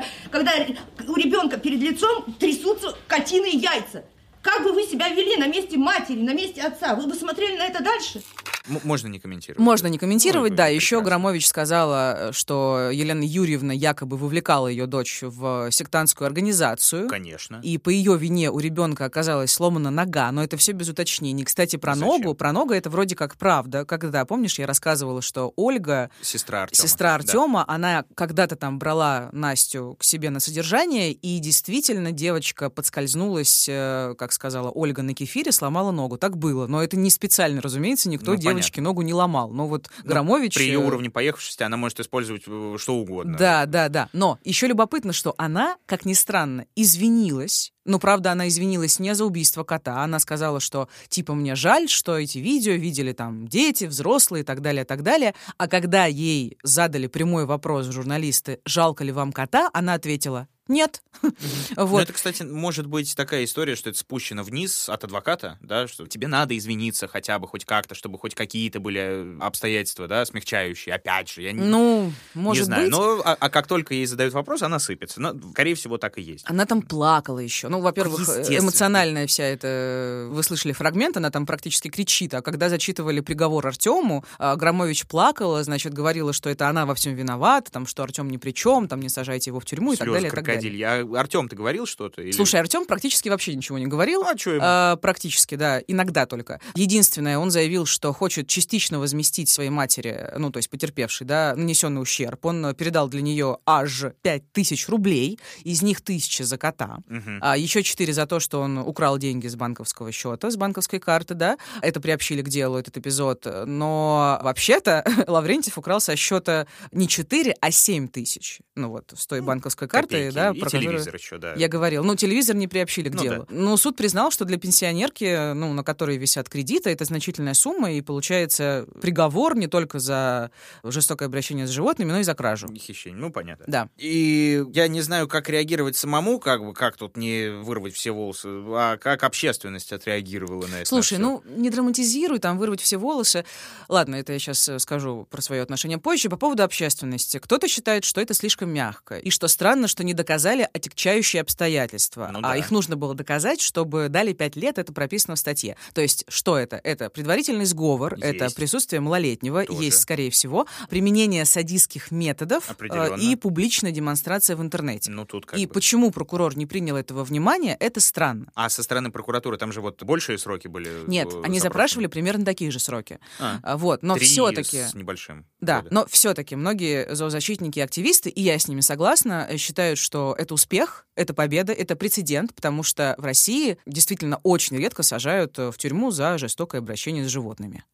у ребенка перед лицом трясутся котиные яйца? Как бы вы себя вели на месте матери, на месте отца? Вы бы смотрели на это дальше? Можно не комментировать. Можно не комментировать, да. Еще Громович сказала, что Елена Юрьевна якобы вовлекала ее дочь в сектантскую организацию. Конечно. И по ее вине у ребенка оказалась сломана нога, но это все без уточнений. Кстати, про ногу это вроде как правда. Когда, помнишь, я рассказывала, что Ольга, сестра Артема, да. Она когда-то там брала Настю к себе на содержание, и действительно девочка подскользнулась, как сказала Ольга, на кефире, сломала ногу. Так было. Но это не специально, разумеется, никто девочке ногу не ломал. Но вот Громович... При ее уровне поехавшести она может использовать что угодно. Да. Но еще любопытно, что она, как ни странно, извинилась. Но, правда, она извинилась не за убийство кота. Она сказала, что, типа, мне жаль, что эти видео видели там дети, взрослые и так далее, так далее. А когда ей задали прямой вопрос журналисты, жалко ли вам кота, она ответила: нет. Вот. Это, кстати, может быть такая история, что это спущено вниз от адвоката, да, что тебе надо извиниться хотя бы хоть как-то, чтобы хоть какие-то были обстоятельства, да, смягчающие. Опять же, я не знаю. Но как только ей задают вопрос, она сыпется. Но, скорее всего, так и есть. Она там плакала еще. Ну, во-первых, эмоциональная вся эта... Вы слышали фрагмент, она там практически кричит. А когда зачитывали приговор Артему, Громович плакала, значит, говорила, что это она во всем виновата, там, что Артем ни при чем, там, не сажайте его в тюрьму и так далее, и так далее. ходили. Артем, ты говорил что-то? Или... Слушай, Артем практически вообще ничего не говорил. А что ему? Практически, да, иногда только. Единственное, он заявил, что хочет частично возместить своей матери, ну, то есть потерпевшей, да, нанесенный ущерб. Он передал для нее аж 5000 рублей, из них 1000 за кота, а еще 4 за то, что он украл деньги с банковского счета, с банковской карты, да. Это приобщили к делу, этот эпизод. Но вообще-то Лаврентьев украл со счета не 4, а 7 тысяч. Ну вот, с той банковской карты, копейки. да. И телевизор еще, да. Я говорил. Ну, телевизор не приобщили к делу. Да. Но суд признал, что для пенсионерки, ну, на которой висят кредиты, это значительная сумма, и получается приговор не только за жестокое обращение с животными, но и за кражу. И хищение, ну, понятно. Да. И я не знаю, как реагировать самому, как тут не вырвать все волосы, а как общественность отреагировала на это. Слушай, ну, не драматизируй, там, вырвать все волосы. Ладно, это я сейчас скажу про свое отношение позже. По поводу общественности. Кто-то считает, что это слишком мягко, и что странно, что не доказали отягчающие обстоятельства. Ну, а да. их нужно было доказать, чтобы дали 5 лет, это прописано в статье. То есть, что это? Это предварительный сговор, Есть. это присутствие малолетнего, Тоже. есть, скорее всего, применение садистских методов и публичная демонстрация в интернете. Ну, тут как и бы. почему прокурор не принял этого внимания, это странно. А со стороны прокуратуры там же вот большие сроки были? Нет, они запрашивали примерно такие же сроки. Вот, но 3 все-таки... с небольшим. Да, года. но все-таки многие зоозащитники и активисты, и я с ними согласна, считают, что это успех, это победа, это прецедент, потому что в России действительно очень редко сажают в тюрьму за жестокое обращение с животными.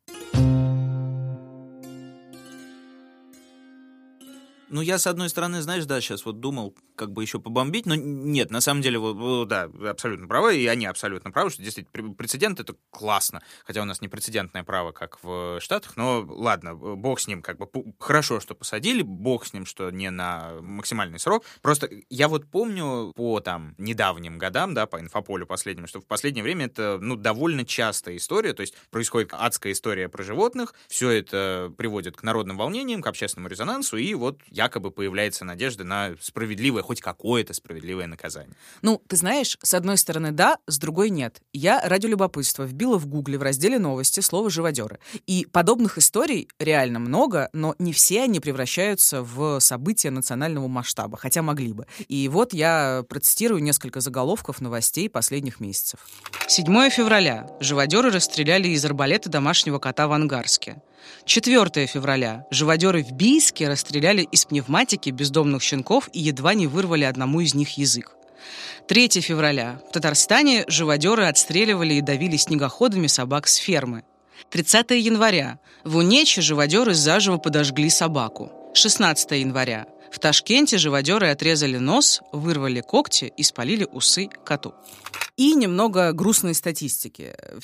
Ну, я, с одной стороны, знаешь, да, сейчас вот думал, как бы еще побомбить, но нет, на самом деле, вот, да, абсолютно правы, и они абсолютно правы, что действительно прецедент — это классно, хотя у нас не прецедентное право, как в Штатах, но ладно, бог с ним, как бы хорошо, что посадили, бог с ним, что не на максимальный срок. Просто я вот помню по там недавним годам, да, по инфополю последнему, что в последнее время это, ну, довольно частая история, то есть происходит адская история про животных, все это приводит к народным волнениям, к общественному резонансу, и вот якобы появляется надежда на справедливое, хоть какое-то справедливое наказание. Ну, ты знаешь, с одной стороны да, с другой нет. Я ради любопытства вбила в Гугле в разделе новости слово «живодеры». И подобных историй реально много, но не все они превращаются в события национального масштаба, хотя могли бы. И вот я процитирую несколько заголовков новостей последних месяцев. 7 февраля. Живодеры расстреляли из арбалета домашнего кота в Ангарске. 4 февраля. Живодеры в Бийске расстреляли из пневматики бездомных щенков и едва не вырвали одному из них язык. 3 февраля. В Татарстане живодеры отстреливали и давили снегоходами собак с фермы. 30 января. В Унече живодеры заживо подожгли собаку. 16 января. В Ташкенте живодеры отрезали нос, вырвали когти и спалили усы коту. И немного грустной статистики. В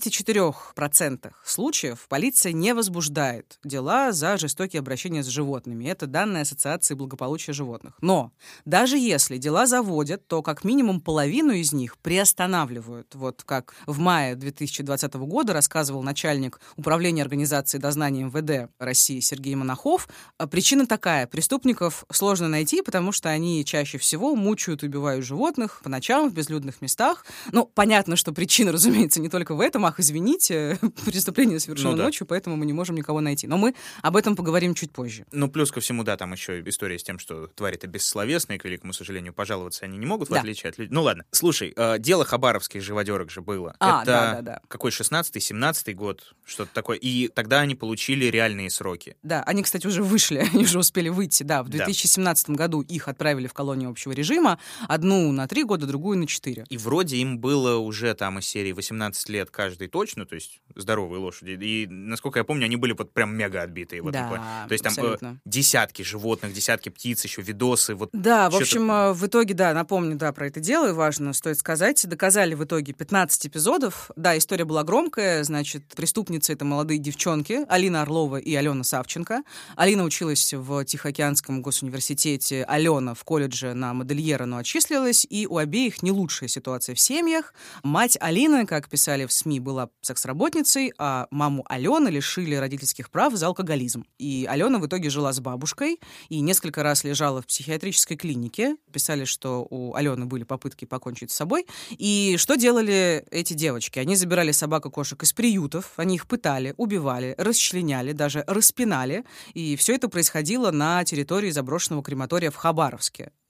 74% случаев полиция не возбуждает дела за жестокие обращения с животными. Это данные Ассоциации благополучия животных. Но даже если дела заводят, то как минимум половину из них приостанавливают. Вот как в мае 2020 года рассказывал начальник управления организации дознания МВД России Сергей Монахов. Причина такая. Преступников сложно найти, потому что они чаще всего мучают и убивают животных по ночам в безлюдных местах. Ну, понятно, что причина, разумеется, не только в этом. Ах, извините, преступление совершено ночью, поэтому мы не можем никого найти. Но мы об этом поговорим чуть позже. Ну, плюс ко всему, да, там еще история с тем, что твари-то бессловесные, к великому сожалению, пожаловаться они не могут, в отличие от людей. Ну, ладно. Слушай, дело хабаровских живодерок же было. Это да. Какой, 16-й, 17-й год? Что-то такое. И тогда они получили реальные сроки. Да, они, кстати, уже вышли, они уже успели выйти. Да, в 2017 году их отправили в колонию общего режима. Одну на 3 года, другую на 4. И вроде им было уже там из серии 18 лет каждый точно, то есть здоровые лошади. И, насколько я помню, они были вот прям мега отбитые в этом плане. То есть там десятки животных, десятки птиц, еще видосы. Вот да, в общем, в итоге, да, напомню, да, про это дело, и важно, стоит сказать, доказали в итоге 15 эпизодов. Да, история была громкая, значит, преступницы — это молодые девчонки, Алина Орлова и Алена Савченко. Алина училась в Тихоокеанском госуниверситете, Алена в колледже на модельера, но отчислилась, и у обеих не лучшая ситуация в семьях. Мать Алины, как писали в СМИ, была секс-работницей, а маму Алены лишили родительских прав за алкоголизм. И Алена в итоге жила с бабушкой и несколько раз лежала в психиатрической клинике. Писали, что у Алены были попытки покончить с собой. И что делали эти девочки? Они забирали собак и кошек из приютов, они их пытали, убивали, расчленяли, даже распинали. И все это происходило на территории заброшенного крематория в Хабаровске.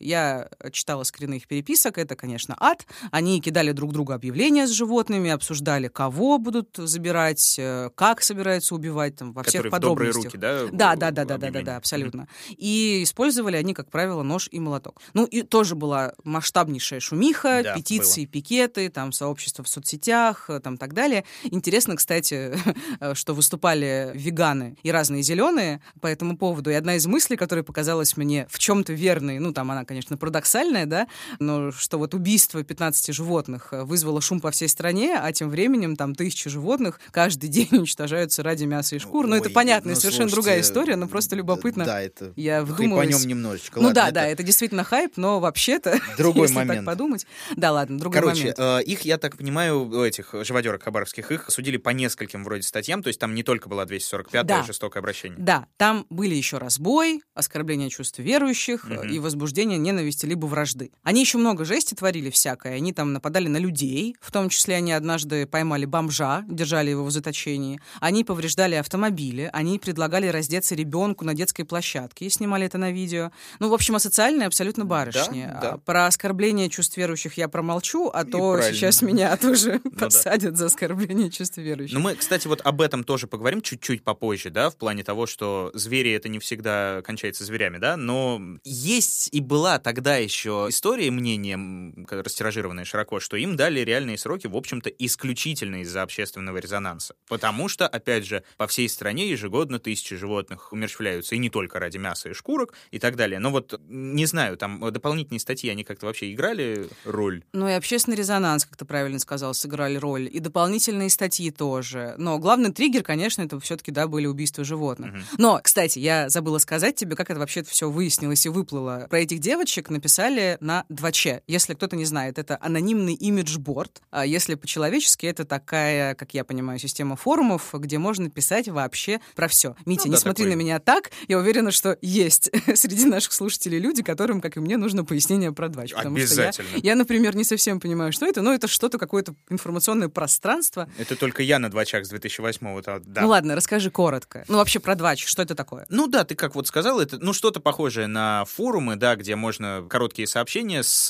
Я читала скрины их переписок, это, конечно, ад. Они кидали друг другу объявления с животными, обсуждали, кого будут забирать, как собираются убивать, там, во всех подробностях. В добрые руки, да? Да, абсолютно. И использовали они, как правило, нож и молоток. Ну, и тоже была масштабнейшая шумиха, петиции, пикеты, там, сообщества в соцсетях, там, так далее. Интересно, кстати, что выступали веганы и разные зеленые по этому поводу. И одна из мыслей, которая показалась мне в чем-то верной, ну, там она, конечно, парадоксальная, да, но что вот убийство 15 животных вызвало шум по всей стране, а тем временем там тысячи животных каждый день уничтожаются ради мяса и шкур. Ну, это понятно, совершенно другая история, но просто любопытно. Да, это я вдумалась. Хайпанем немножечко. Ну ладно, да, это действительно хайп, но вообще-то, другой если момент. так подумать... Да, ладно, другой момент. Их, я так понимаю, этих живодерок хабаровских, их судили по нескольким вроде статьям, то есть там не только была 245-я жестокое обращение. Да, там были еще разбой, оскорбление чувств верующих и возбуждение ненависти либо вражды. Они еще много жести творили всякое, они там нападали на людей, в том числе они однажды поймали бомжа, держали его в заточении, они повреждали автомобили, они предлагали раздеться ребенку на детской площадке и снимали это на видео. Ну, в общем, асоциальные абсолютно барышни. Да. Про оскорбление чувств верующих я промолчу, а то сейчас меня тоже подсадят за оскорбление чувств верующих. Ну, мы, кстати, вот об этом тоже поговорим чуть-чуть попозже, да, в плане того, что звери — это не всегда кончается зверями, да, но есть и была тогда еще история, мнением, растиражированная широко, что им дали реальные сроки, в общем-то, исключительно из-за общественного резонанса. Потому что, опять же, по всей стране ежегодно тысячи животных умерщвляются, и не только ради мяса и шкурок, и так далее. Но вот, не знаю, там дополнительные статьи, они как-то вообще играли роль? Ну и общественный резонанс, как ты правильно сказал, сыграли роль, и дополнительные статьи тоже. Но главный триггер, конечно, это все-таки, да, были убийства животных. Но, кстати, я забыла сказать тебе, как это вообще все выяснилось и выплыло. Про этих девочек написали на 2Ч. Если кто-то не знает, это анонимный имиджборд. А если по-человечески, это такая, как я понимаю, система форумов, где можно писать вообще про все. Митя, не смотри на меня так. Я уверена, что есть среди наших слушателей люди, которым, как и мне, нужно пояснение про 2Ч. Обязательно. Что я, например, не совсем понимаю, что это, но это что-то, какое-то информационное пространство. Это только я на 2Чах с 2008-го. Да. Ну ладно, расскажи коротко. Ну вообще про 2Ч, что это такое? Ну да, ты как вот сказал, это что-то похожее на форумы, да, где можно короткие сообщения с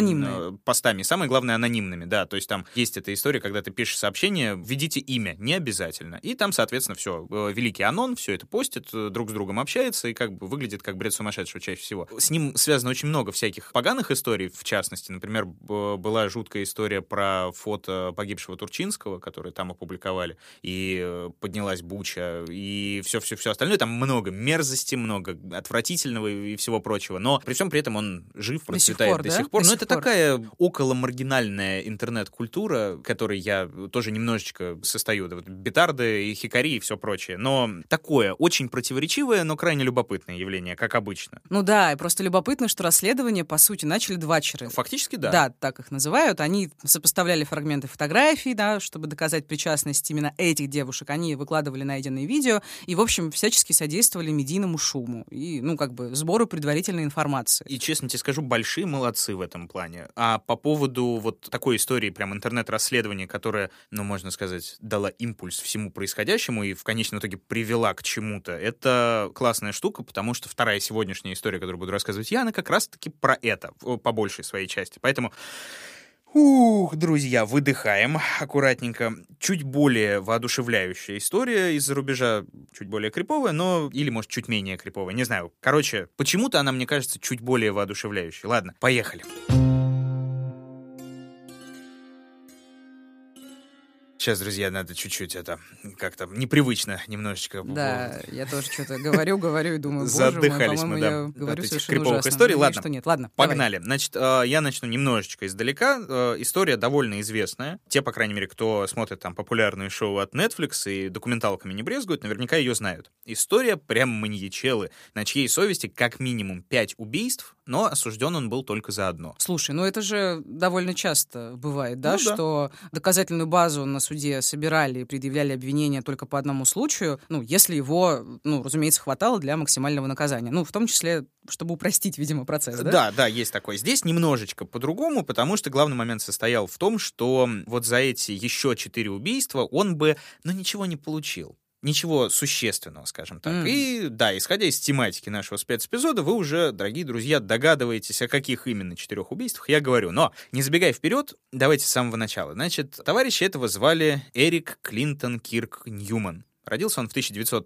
постами, самое главное, анонимными, да, то есть там есть эта история, когда ты пишешь сообщение, введите имя, не обязательно, и там, соответственно, все, великий анон, все это постит, друг с другом общается, и как бы выглядит как бред сумасшедшего чаще всего. С ним связано очень много всяких поганых историй, в частности, например, была жуткая история про фото погибшего Турчинского, который там опубликовали, и поднялась буча, и все остальное, там много мерзости, много отвратительного и всего прочего, но при всем при этом он жив, процветает до сих пор. Но это такая околомаргинальная интернет-культура, которой я тоже немножечко состою. Вот бетарды и хикари и все прочее. Но такое очень противоречивое, но крайне любопытное явление, как обычно. Ну да, и просто любопытно, что расследование, по сути, начали двачеры. Фактически, да. Да, так их называют. Они сопоставляли фрагменты фотографий, да, чтобы доказать причастность именно этих девушек. Они выкладывали найденные видео и, в общем, всячески содействовали медийному шуму и, сбору предварительной информации. И, честно тебе скажу, большие молодцы в этом плане. А по поводу вот такой истории, прям интернет-расследования, которая, можно сказать, дала импульс всему происходящему и в конечном итоге привела к чему-то, это классная штука, потому что вторая сегодняшняя история, которую буду рассказывать я, она как раз-таки про это, по большей своей части. Поэтому... друзья, выдыхаем аккуратненько. Чуть более воодушевляющая история из-за рубежа, чуть более криповая, или, может, чуть менее криповая, не знаю. Короче, почему-то она, мне кажется, чуть более воодушевляющей. Ладно, поехали. Сейчас, друзья, надо чуть-чуть как-то непривычно немножечко. Да, я тоже что-то говорю и думаю, боже задыхались мой, мы, я да, говорю от этих совершенно криповых ужасно. историй. Надеюсь, что нет. Ладно, погнали. Давай. Значит, я начну немножечко издалека. История довольно известная. Те, по крайней мере, кто смотрит там популярные шоу от Netflix и документалками не брезгуют, наверняка ее знают. История прям маньячелы, на чьей совести как минимум 5 убийств, но осужден он был только за одно. Слушай, это же довольно часто бывает, да, что доказательную базу на суде собирали и предъявляли обвинения только по одному случаю, если его, разумеется, хватало для максимального наказания. В том числе, чтобы упростить, видимо, процесс, да? Да, есть такое. Здесь немножечко по-другому, потому что главный момент состоял в том, что вот за эти еще 4 убийства он бы, ничего не получил. ничего существенного, скажем так. И да, исходя из тематики нашего спецэпизода, вы уже, дорогие друзья, догадываетесь, о каких именно 4 убийствах я говорю. Но, не забегая вперед, давайте с самого начала. Значит, товарища этого звали Эрик Клинтон Кирк Ньюман. Родился он в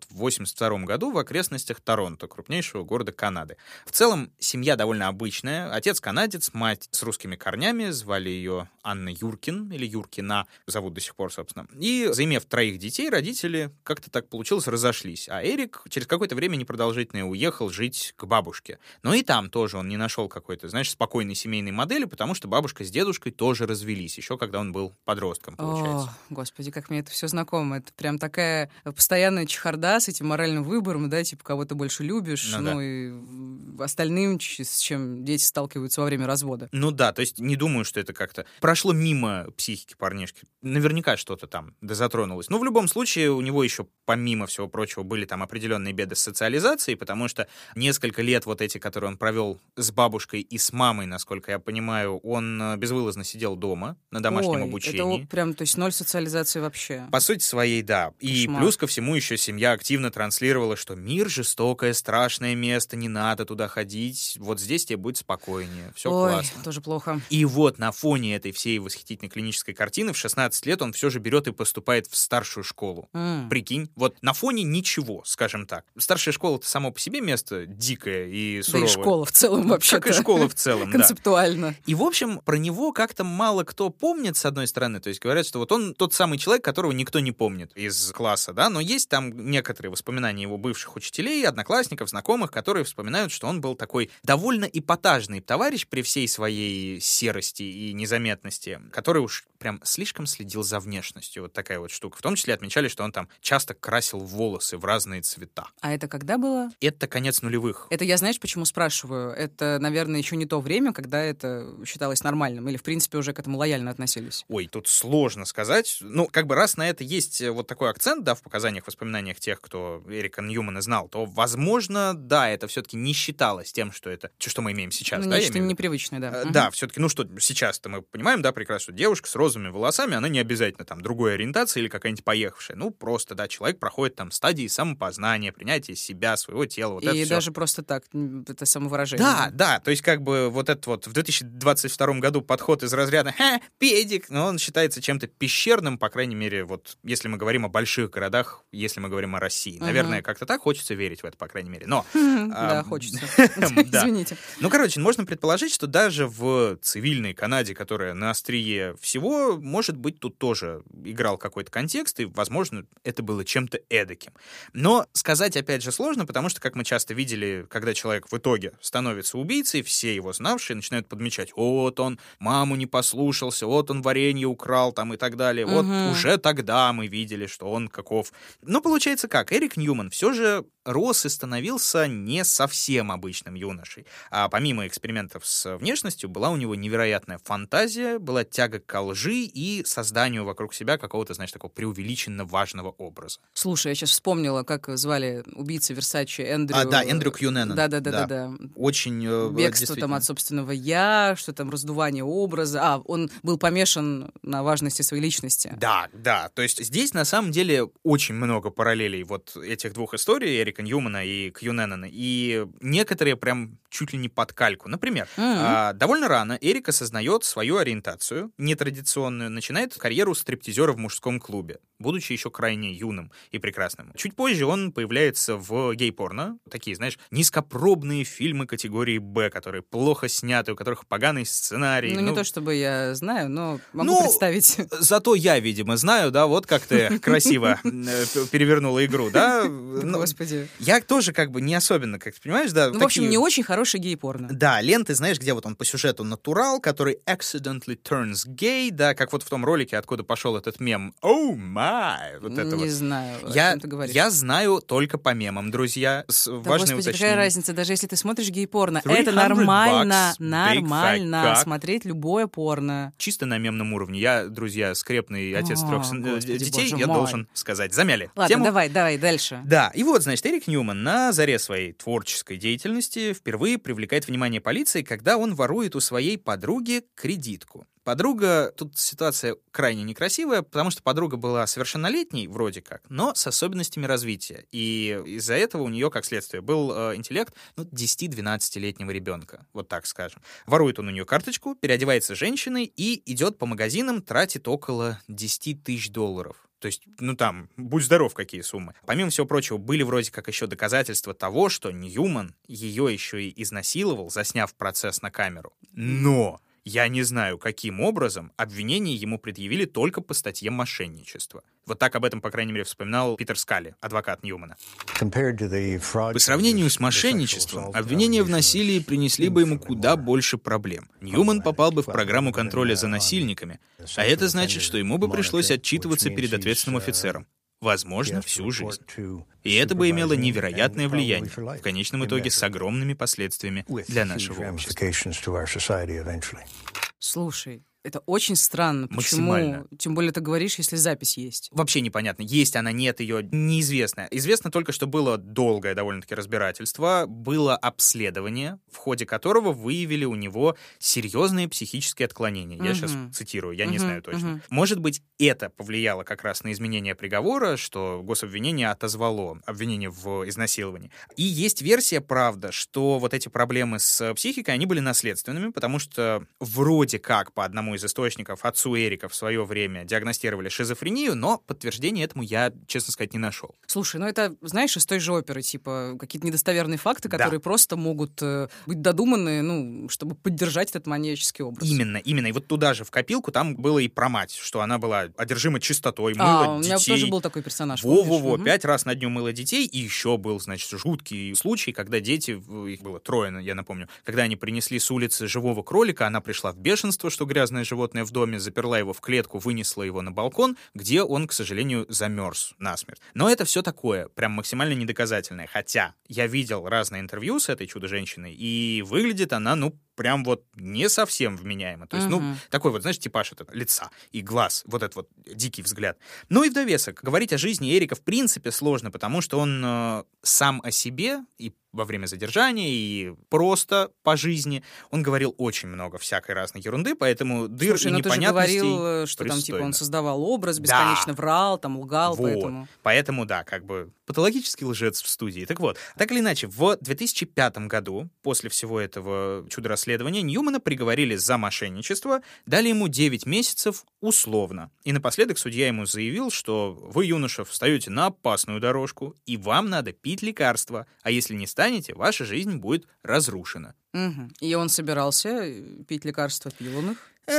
1982 году в окрестностях Торонто, крупнейшего города Канады. В целом, семья довольно обычная. Отец канадец, мать с русскими корнями, звали ее Анна Юркин, или Юркина, зовут до сих пор, собственно. И, заимев 3 детей, родители, как-то так получилось, разошлись. А Эрик через какое-то время непродолжительное уехал жить к бабушке. Но и там тоже он не нашел какой-то, знаешь, спокойной семейной модели, потому что бабушка с дедушкой тоже развелись, еще когда он был подростком, получается. О, господи, как мне это все знакомо. Это прям такая постоянная чехарда с этим моральным выбором, да, типа, кого ты больше любишь, и остальным, с чем дети сталкиваются во время развода. Ну да, то есть не думаю, что это как-то прошло мимо психики парнишки. Наверняка что-то там затронулось. Но в любом случае у него еще, помимо всего прочего, были там определенные беды с социализацией, потому что несколько лет вот эти, которые он провел с бабушкой и с мамой, насколько я понимаю, он безвылазно сидел дома на домашнем обучении. Это прям, то есть 0 социализации вообще. По сути своей, да. И плюс ко всему еще семья активно транслировала, что мир — жестокое, страшное место, не надо туда ходить, вот здесь тебе будет спокойнее, все классно. Тоже плохо. И вот на фоне этой всей восхитительной клинической картины в 16 лет он все же берет и поступает в старшую школу. Прикинь, вот на фоне ничего, скажем так. Старшая школа — это само по себе место дикое и суровое. Да и школа в целом вообще-то. Как и школа в целом, да. Концептуально. И, в общем, про него как-то мало кто помнит, с одной стороны. То есть говорят, что вот он тот самый человек, которого никто не помнит из класса, да, но есть там некоторые воспоминания его бывших учителей, одноклассников, знакомых, которые вспоминают, что он был такой довольно эпатажный товарищ при всей своей серости и незаметности, который уж прям слишком следил за внешностью. Вот такая вот штука. В том числе отмечали, что он там часто красил волосы в разные цвета. А это когда было? Это конец нулевых. Это я, знаешь, почему спрашиваю? Это, наверное, еще не то время, когда это считалось нормальным, или, в принципе, уже к этому лояльно относились? Ой, тут сложно сказать. Ну, как бы раз на это есть вот такой акцент, да, в показаниях, воспоминаниях тех, кто Эрика Ньюмана знал, то, возможно, да, это все-таки не считалось тем, что это, что мы имеем сейчас. Ну, да, нечто непривычное, да. Да, все-таки, ну что, сейчас-то мы понимаем, да, прекрасно, что девушка с розовыми волосами, она не обязательно там другой ориентации или какая-нибудь поехавшая. Ну, просто, да, человек проходит там стадии самопознания, принятия себя, своего тела, вот это и все. даже просто так, это самовыражение. Да, то есть как бы вот этот вот в 2022 году подход из разряда педик, но он считается чем-то пещерным, по крайней мере, вот если мы говорим о больших городах, если мы говорим о России. Наверное, как-то так хочется верить в это, по крайней мере. Но да, хочется. Извините. Ну, короче, можно предположить, что даже в цивильной Канаде, которая на острие всего, может быть, тут тоже играл какой-то контекст, и, возможно, это было чем-то эдаким. Но сказать, опять же, сложно, потому что, как мы часто видели, когда человек в итоге становится убийцей, все его знавшие начинают подмечать: вот он маму не послушался, вот он варенье украл там и так далее. Вот уже тогда мы видели, что он каков. Но получается как? Эрик Ньюман все же рос и становился не совсем обычным юношей. А помимо экспериментов с внешностью, была у него невероятная фантазия, была тяга к лжи и созданию вокруг себя какого-то, знаешь, такого преувеличенно важного образа. Слушай, я сейчас вспомнила, как звали убийцу Версачи, Эндрю... Да, Эндрю Кьюненен. Да. Очень... Бегство там от собственного «я», что там раздувание образа. Он был помешан на важности своей личности. Да. То есть здесь, на самом деле, очень много параллелей вот этих двух историй, Эрика Ньюмана и Кьюненена, и некоторые прям чуть ли не под кальку. Например, довольно рано Эрик осознает свою ориентацию, нетрадиционную, начинает карьеру стриптизера в мужском клубе, будучи еще крайне юным и прекрасным. Чуть позже он появляется в гей-порно, такие, знаешь, низкопробные фильмы категории «Б», которые плохо сняты, у которых поганый сценарий. Не то чтобы я знаю, но могу представить. Зато я, видимо, знаю, да, вот как ты красиво перевернула игру, да? Господи. Я тоже как бы не особенно, как ты понимаешь, да. В общем, не очень хороший гей-порно. Да, ленты, знаешь, где вот он по сюжету натурал, который accidentally turns gay, да, как вот в том ролике, откуда пошел этот мем. Oh my! Вот это не вот. знаю, о чем ты говоришь. Я знаю только по мемам, друзья. Важное уточнение. Какая разница, даже если ты смотришь гей-порно, это нормально, смотреть любое порно. Чисто на мемном уровне. Я, друзья, скрепный отец 3 детей, я должен сказать. Замяли. Ладно, давай дальше. Да, и вот, значит, Эрик Ньюман на заре своей творческой деятельности впервые привлекает внимание полиции, когда он ворует у своей подруги кредитку. Подруга, тут ситуация крайне некрасивая, потому что подруга была совершеннолетней, вроде как, но с особенностями развития. И из-за этого у нее, как следствие, был интеллект 10-12-летнего ребенка, вот так скажем. Ворует он у нее карточку, переодевается женщиной и идет по магазинам, тратит около $10 тысяч. То есть, будь здоров, какие суммы. Помимо всего прочего, были вроде как еще доказательства того, что Ньюман ее еще и изнасиловал, засняв процесс на камеру. Но я не знаю, каким образом обвинение ему предъявили только по статье мошенничества. Вот так об этом, по крайней мере, вспоминал Питер Скалли, адвокат Ньюмана. По сравнению с мошенничеством, обвинения в насилии принесли бы ему куда больше проблем. Ньюман попал бы в программу контроля за насильниками, а это значит, что ему бы пришлось отчитываться перед ответственным офицером. Возможно, всю жизнь. И это бы имело невероятное влияние, в конечном итоге с огромными последствиями для нашего общества. Слушай, это очень странно. Максимально. Почему? Тем более ты говоришь, если запись есть. Вообще непонятно, есть она, нет ее, неизвестно. Известно только, что было долгое довольно-таки разбирательство, было обследование, в ходе которого выявили у него серьезные психические отклонения. Я сейчас цитирую, я не знаю точно. Может быть, это повлияло как раз на изменение приговора, что гособвинение отозвало обвинение в изнасиловании. И есть версия, правда, что вот эти проблемы с психикой, они были наследственными, потому что вроде как по одному из источников отцу Эрика в свое время диагностировали шизофрению, но подтверждения этому я, честно сказать, не нашел. Слушай, это, знаешь, из той же оперы, типа, какие-то недостоверные факты, которые просто могут быть додуманы, чтобы поддержать этот маньяческий образ. Именно. И вот туда же, в копилку, там было и про мать, что она была одержима чистотой, мыла детей. У меня тоже был такой персонаж. Во-во-во, 5 раз на дню мыла детей, и еще был, значит, жуткий случай, когда дети, их было 3, я напомню, когда они принесли с улицы живого кролика, она пришла в бешенство, что грязное животное в доме, заперла его в клетку, вынесла его на балкон, где он, к сожалению, замерз насмерть. Но это все такое, прям максимально недоказательное. Хотя я видел разные интервью с этой чудо-женщиной, и выглядит она, прям вот не совсем вменяемо. То есть, такой вот, знаешь, типаж этого лица и глаз, вот этот вот дикий взгляд. Ну и в довесок, говорить о жизни Эрика в принципе сложно, потому что он сам о себе и во время задержания, и просто по жизни он говорил очень много всякой разной ерунды, поэтому дыр и непонятностей. Ты же говорил, что там типа он создавал образ, бесконечно врал, лгал, вот. Поэтому, патологический лжец в студии. Так вот, так или иначе, в 2005 году, после всего этого чудо-расследования, Ньюмана приговорили за мошенничество, дали ему 9 месяцев условно. И напоследок судья ему заявил, что вы, юноша, встаете на опасную дорожку, и вам надо пить лекарства, а если не станете, ваша жизнь будет разрушена. И он собирался пить лекарства, пил он их?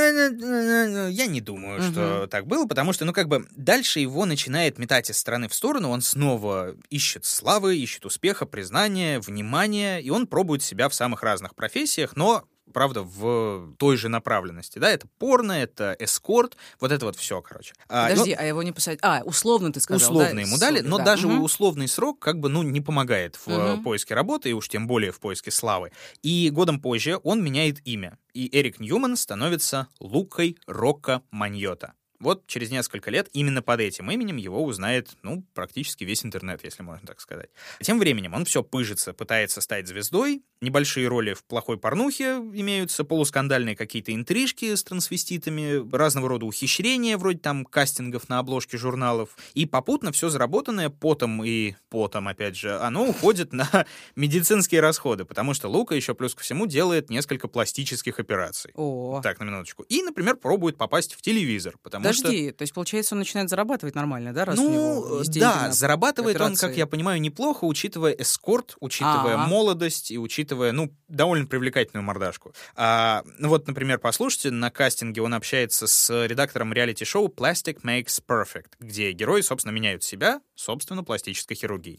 Я не думаю, что так было, потому что, дальше его начинает метать из стороны в сторону, он снова ищет славы, ищет успеха, признания, внимания, и он пробует себя в самых разных профессиях, но правда, в той же направленности. Да, это порно, это эскорт, вот это вот все, короче. Подожди, а его не посадили? Условно ты сказал, условно ему дали, но даже условный срок не помогает в поиске работы, и уж тем более в поиске славы. И годом позже он меняет имя, и Эрик Ньюман становится Лукой Рокко Маньотто. Вот через несколько лет именно под этим именем его узнает, практически весь интернет, если можно так сказать. Тем временем он все пыжится, пытается стать звездой, небольшие роли в плохой порнухе имеются, полускандальные какие-то интрижки с трансвеститами, разного рода ухищрения, вроде там кастингов на обложке журналов, и попутно все заработанное потом, опять же, оно уходит на медицинские расходы, потому что Лука еще плюс ко всему делает несколько пластических операций. Так, на минуточку. И, например, пробует попасть в телевизор, потому Подожди, то есть, получается, он начинает зарабатывать нормально, да, раз у него есть деньги на зарабатывает операции. Он, как я понимаю, неплохо, учитывая эскорт, учитывая молодость и учитывая, довольно привлекательную мордашку. Например, послушайте, на кастинге он общается с редактором реалити-шоу Plastic Makes Perfect, где герои, собственно, меняют себя, собственно, пластической хирургией.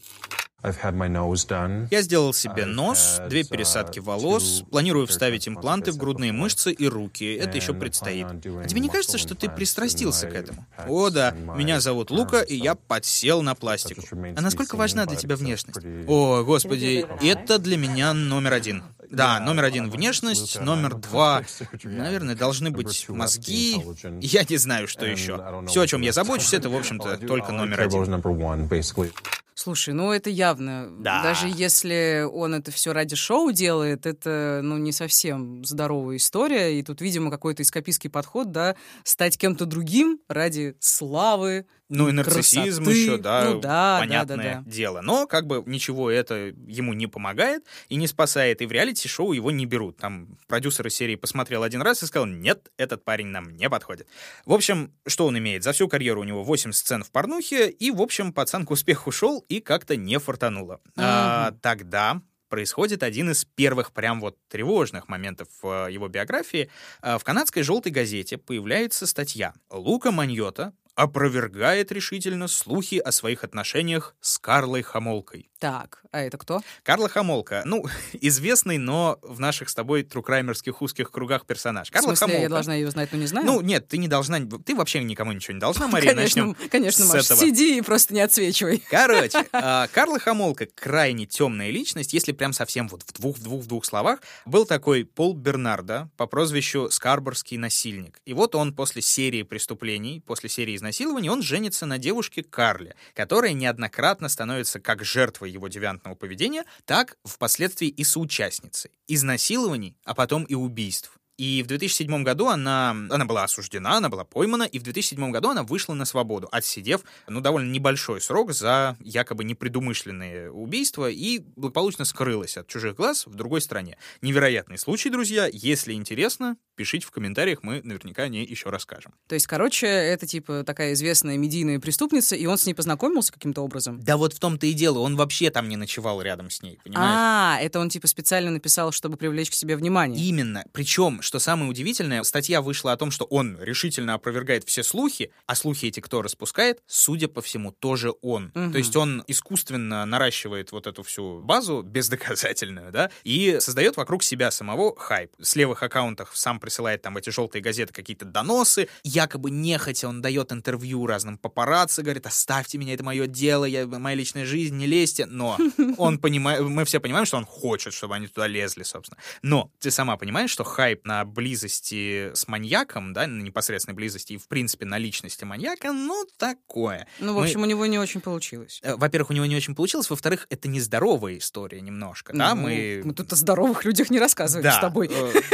Я сделал себе нос, 2 пересадки волос, планирую вставить импланты в грудные мышцы и руки. Это еще предстоит. А тебе не кажется, что ты пристрастился к этому? О, да. Меня зовут Лука, и я подсел на пластику. А насколько важна для тебя внешность? О, господи, это для меня номер 1. Да, номер 1 — внешность, номер 2, наверное, должны быть мозги. Я не знаю, что еще. Все, о чем я забочусь, это, в общем-то, только номер 1. Слушай, ну это явно. Да. Даже если он это все ради шоу делает, это, не совсем здоровая история. И тут, видимо, какой-то эскапистский подход, да, стать кем-то другим ради славы, и нарциссизм красоты. еще, да, понятное дело. Но ничего это ему не помогает и не спасает. И в реалити-шоу его не берут. Там продюсер из серии посмотрел один раз и сказал: нет, этот парень нам не подходит. В общем, что он имеет? За всю карьеру у него 8 сцен в порнухе, и, в общем, пацан к успеху шел и как-то не фартануло. Тогда происходит один из первых прям тревожных моментов в его биографии. В канадской «Желтой газете» появляется статья «Лука Маньотта опровергает решительно слухи о своих отношениях с Карлой Хамолкой». Так, а это кто? Карла Хамолка. Известный, но в наших с тобой трукраймерских узких кругах персонаж. Карла в смысле, Хамолка. Я должна ее знать, но не знаю? Нет, ты не должна. Ты вообще никому ничего не должна, Мария. Конечно, Маш, сиди и просто не отсвечивай. Короче, Карла Хамолка крайне темная личность, если прям совсем в двух словах. Был такой Пол Бернардо по прозвищу Скарборский насильник. И он после серии преступлений, после серии изнасилований, он женится на девушке Карле, которая неоднократно становится как жертвой его девиантного поведения, так впоследствии и соучастницей изнасилований, а потом и убийств. И в 2007 году она была осуждена, она была поймана, и в 2007 году она вышла на свободу, отсидев довольно небольшой срок за якобы непредумышленные убийства, и благополучно скрылась от чужих глаз в другой стране. Невероятный случай, друзья. Если интересно, пишите в комментариях, мы наверняка о ней еще расскажем. То есть, это типа такая известная медийная преступница, и он с ней познакомился каким-то образом? Да в том-то и дело, он вообще там не ночевал рядом с ней, понимаешь? Это он типа специально написал, чтобы привлечь к себе внимание? Именно. Причем, что самое удивительное, статья вышла о том, что он решительно опровергает все слухи, а слухи эти кто распускает? Судя по всему, тоже он. Угу. То есть он искусственно наращивает эту всю базу, бездоказательную, да, и создает вокруг себя самого хайп. С левых аккаунтов сам присылает там в эти желтые газеты какие-то доносы, якобы нехотя он дает интервью разным папарацци, говорит: оставьте меня, это мое дело, моя личная жизнь, не лезьте. Но он понимает, мы все понимаем, что он хочет, чтобы они туда лезли, собственно. Но ты сама понимаешь, что хайп на близости с маньяком, да, на непосредственной близости и, в принципе, на личности маньяка, такое. В общем, у него не очень получилось. Во-первых, у него не очень получилось, во-вторых, это нездоровая история немножко, да, мы тут о здоровых людях не рассказываем с тобой.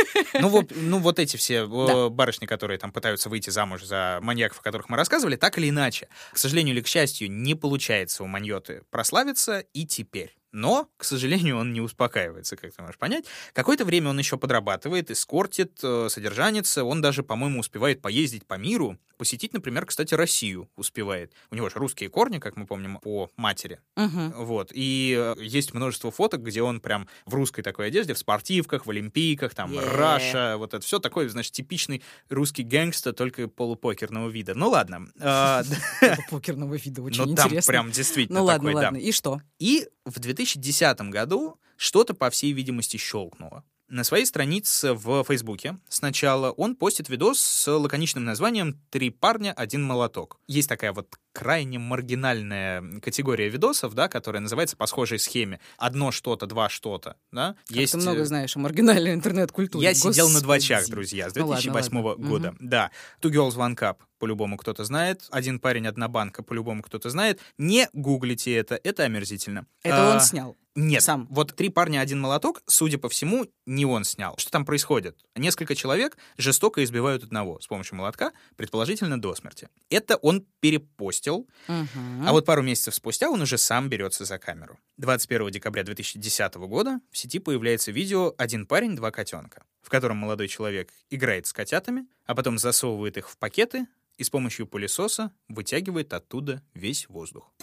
Эти все барышни, которые там пытаются выйти замуж за маньяков, о которых мы рассказывали, так или иначе, к сожалению или к счастью, не получается у Маньотты прославиться и теперь. Но, к сожалению, он не успокаивается, как ты можешь понять. Какое-то время он еще подрабатывает, эскортит, содержанится. Он даже, по-моему, успевает поездить по миру, посетить, например, кстати, Россию успевает. У него же русские корни, как мы помним, по матери. Угу. И есть множество фоток, где он прям в русской такой одежде, в спортивках, в олимпийках, там, Раша, это все такое, значит, типичный русский гэнгстер, только полупокерного вида. Ладно. Полупокерного вида, очень интересно. Там прям действительно такой, ладно. И что? И в 2010 году что-то, по всей видимости, щелкнуло. На своей странице в Фейсбуке сначала он постит видос с лаконичным названием «3 парня, 1 молоток». Есть такая крайне маргинальная категория видосов, да, которая называется по схожей схеме. Одно что-то, два что-то. Да? Ты много знаешь о маргинальной интернет-культуре. Я сидел на 2 чах, друзья, с 2008 года. Угу. Да. Two Girls, One Cup по-любому кто-то знает. 1 парень, 1 банка по-любому кто-то знает. Не гуглите это омерзительно. Это он снял? Нет. Сам. 3 парня, 1 молоток, судя по всему, не он снял. Что там происходит? Несколько человек жестоко избивают одного с помощью молотка, предположительно до смерти. Это он перепостил, а пару месяцев спустя он уже сам берется за камеру. 21 декабря 2010 года в сети появляется видео «1 парень, 2 котенка», в котором молодой человек играет с котятами, а потом засовывает их в пакеты и с помощью пылесоса вытягивает оттуда весь воздух.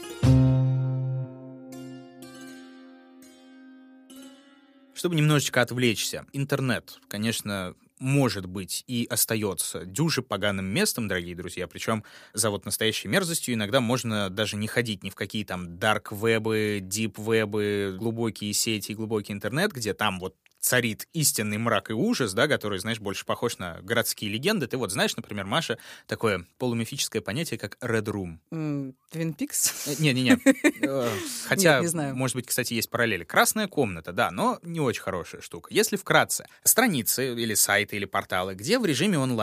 Чтобы немножечко отвлечься, интернет, конечно, может быть и остается дюже поганым местом, дорогие друзья, причем за настоящей мерзостью иногда можно даже не ходить ни в какие там дарк-вебы, дип-вебы, глубокие сети, глубокий интернет, где там царит истинный мрак и ужас, да, который, знаешь, больше похож на городские легенды. Ты знаешь, например, Маша, такое полумифическое понятие, как Red Room. Twin Peaks? Не. Хотя, нет, не знаю. Может быть, кстати, есть параллели. Красная комната, да, но не очень хорошая штука. Если вкратце, страницы или сайты или порталы, где в режиме онлайн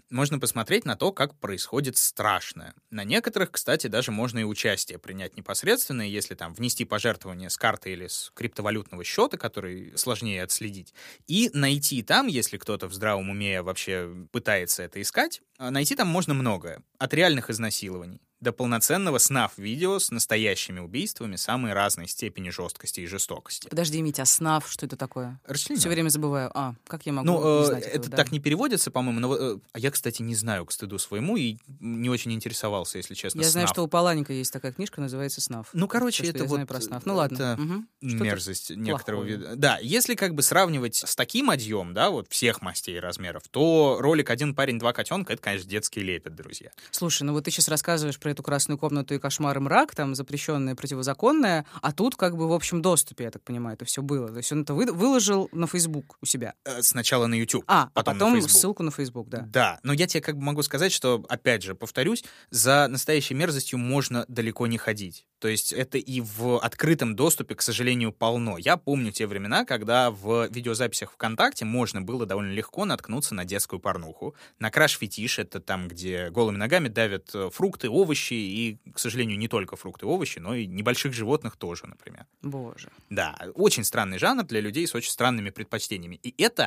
можно посмотреть на то, как происходит страшное. На некоторых, кстати, даже можно и участие принять непосредственно, если там внести пожертвование с карты или с криптовалютного счета, который сложнее отследить, и найти там, если кто-то в здравом уме вообще пытается это искать, найти там можно многое. От реальных изнасилований до полноценного СНАФ-видео с настоящими убийствами самой разной степени жесткости и жестокости. Подожди, Митя, а СНАФ, что это такое? Расчленение. Все время забываю. Как я могу не знать этого, это да? так не переводится, по-моему, но я, кстати, не знаю, к стыду своему, и не очень интересовался, если честно, Я знаю, СНАФ. что у Паланика есть такая книжка, называется «СНАФ». Ну, короче, Всё, это что я вот... знаю про СНАФ. Ну, ладно. Это Что-то мерзость некоторого плохое. вида. Да, если как бы сравнивать с таким одъем, да, вот всех мастей и размеров, то ролик «Один парень, два котенка» — это, конечно, детский лепет, друзья. Слушай, ну вот ты сейчас рассказываешь про эту красную комнату и кошмар и мрак, там запрещенное, противозаконное, а тут как бы в общем доступе, я так понимаю, это все было. То есть он это выложил на Facebook у себя. Сначала на YouTube, потом на Facebook. ссылку на Facebook, да. Да, но я тебе как бы могу сказать, что, опять же, повторюсь, за настоящей мерзостью можно далеко не ходить. То есть это и в открытом доступе, к сожалению, полно. Я помню те времена, когда в видеозаписях ВКонтакте можно было довольно легко наткнуться на детскую порнуху. На краш-фетиш — это там, где голыми ногами давят фрукты, овощи и, к сожалению, не только фрукты и овощи, но и небольших животных тоже, например. Боже. Да, очень странный жанр для людей с очень странными предпочтениями. И это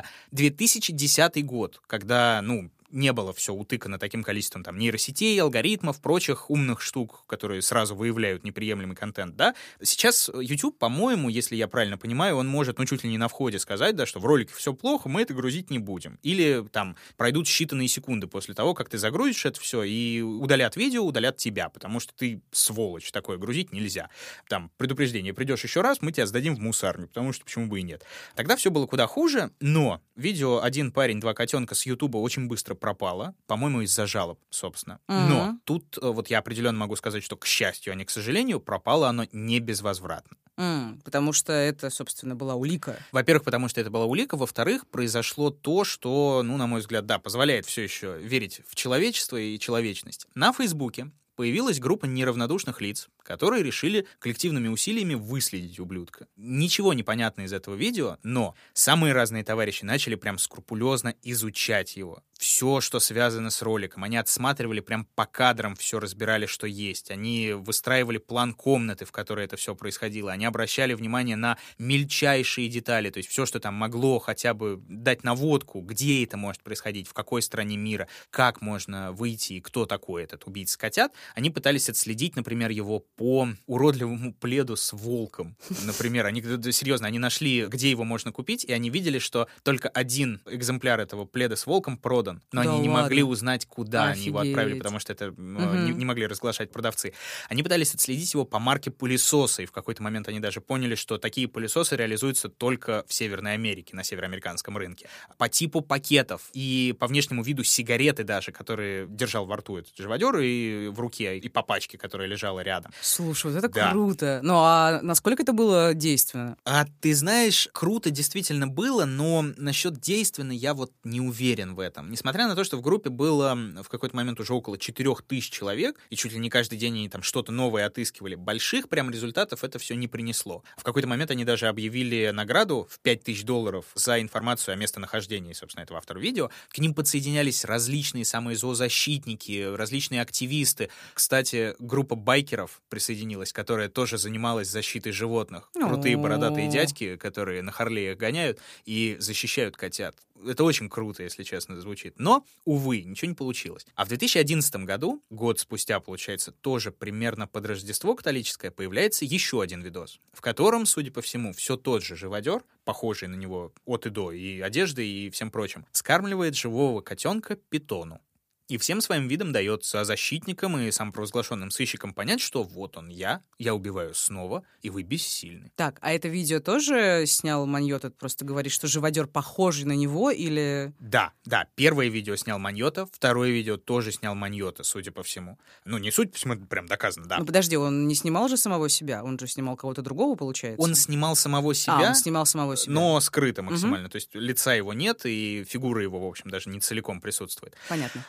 2010 год, когда, не было все утыкано таким количеством там нейросетей, алгоритмов, прочих умных штук, которые сразу выявляют неприемлемый контент, да. Сейчас YouTube, по-моему, если я правильно понимаю, он может, чуть ли не на входе сказать, да, что в ролике все плохо, мы это грузить не будем. Или там пройдут считанные секунды после того, как ты загрузишь это все, и удалят видео, удалят тебя, потому что ты сволочь, такое грузить нельзя. Там предупреждение: придешь еще раз, мы тебя сдадим в мусарню, потому что почему бы и нет. Тогда все было куда хуже, но видео «Один парень, два котенка» с YouTube очень быстро пропало, по-моему, из-за жалоб, собственно. Но тут вот я определенно могу сказать, что, к счастью, а не к сожалению, пропало оно не безвозвратно. Потому что это, собственно, была улика. Во-первых, потому что это была улика. Во-вторых, произошло то, что, на мой взгляд, да, позволяет все еще верить в человечество и человечность. На Фейсбуке появилась группа неравнодушных лиц, которые решили коллективными усилиями выследить ублюдка. Ничего не понятно из этого видео, но самые разные товарищи начали прям скрупулезно изучать его. Все, что связано с роликом. Они отсматривали прям по кадрам, все разбирали, что есть. Они выстраивали план комнаты, в которой это все происходило. Они обращали внимание на мельчайшие детали, то есть все, что там могло хотя бы дать наводку, где это может происходить, в какой стране мира, как можно выйти и кто такой этот убийца котят. Они пытались отследить, например, его по уродливому пледу с волком. Например, серьезно, они нашли, где его можно купить, и они видели, что только один экземпляр этого пледа с волком продан. Но Да они не ладно? могли узнать, куда они его отправили, Офигеть. потому что это не могли разглашать продавцы. Они пытались отследить его по марке пылесоса, и в какой-то момент они даже поняли, что такие пылесосы реализуются только в Северной Америке, на североамериканском рынке. По типу пакетов и по внешнему виду сигареты даже, которые держал во рту этот живодер, и в руке, и по пачке, которая лежала рядом. Слушай, вот это Да. круто. Ну, а насколько это было действенно? А ты знаешь, круто действительно было, но насчет действенно я вот не уверен в этом. Несмотря на то, что в группе было в какой-то момент уже около 4000 человек, и чуть ли не каждый день они там что-то новое отыскивали, больших прям результатов это все не принесло. В какой-то момент они даже объявили награду в $5000 за информацию о местонахождении, собственно, этого автора видео. К ним подсоединялись различные самые зоозащитники, различные активисты. Кстати, группа байкеров присоединилась, которая тоже занималась защитой животных. Крутые бородатые дядьки, которые на Харлеях гоняют и защищают котят. Это очень круто, если честно, звучит. Но, увы, ничего не получилось. А в 2011 году, год спустя, получается, тоже примерно под Рождество католическое, появляется еще один видос, в котором, судя по всему, все тот же живодер, похожий на него от и до, и одеждой, и всем прочим, скармливает живого котенка питону. И всем своим видом дает зоозащитникам и самопровозглашенным сыщикам понять, что вот он я убиваю снова, и вы бессильны. Так, а это видео тоже снял Маньота? Ты просто говоришь, что живодер похожий на него, или... Да, первое видео снял Маньота, второе видео тоже снял Маньота, судя по всему. Не судя по всему, это прям доказано, да. Ну, подожди, он не снимал же самого себя? Он же снимал кого-то другого, получается? Он снимал самого себя, он снимал самого себя. но скрыто максимально. То есть лица его нет, и фигура его, в общем, даже не целиком присутствует. Понятно.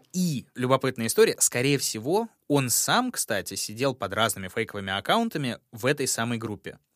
И любопытная история, скорее всего, он сам, кстати, сидел под разными фейковыми аккаунтами в этой самой группе.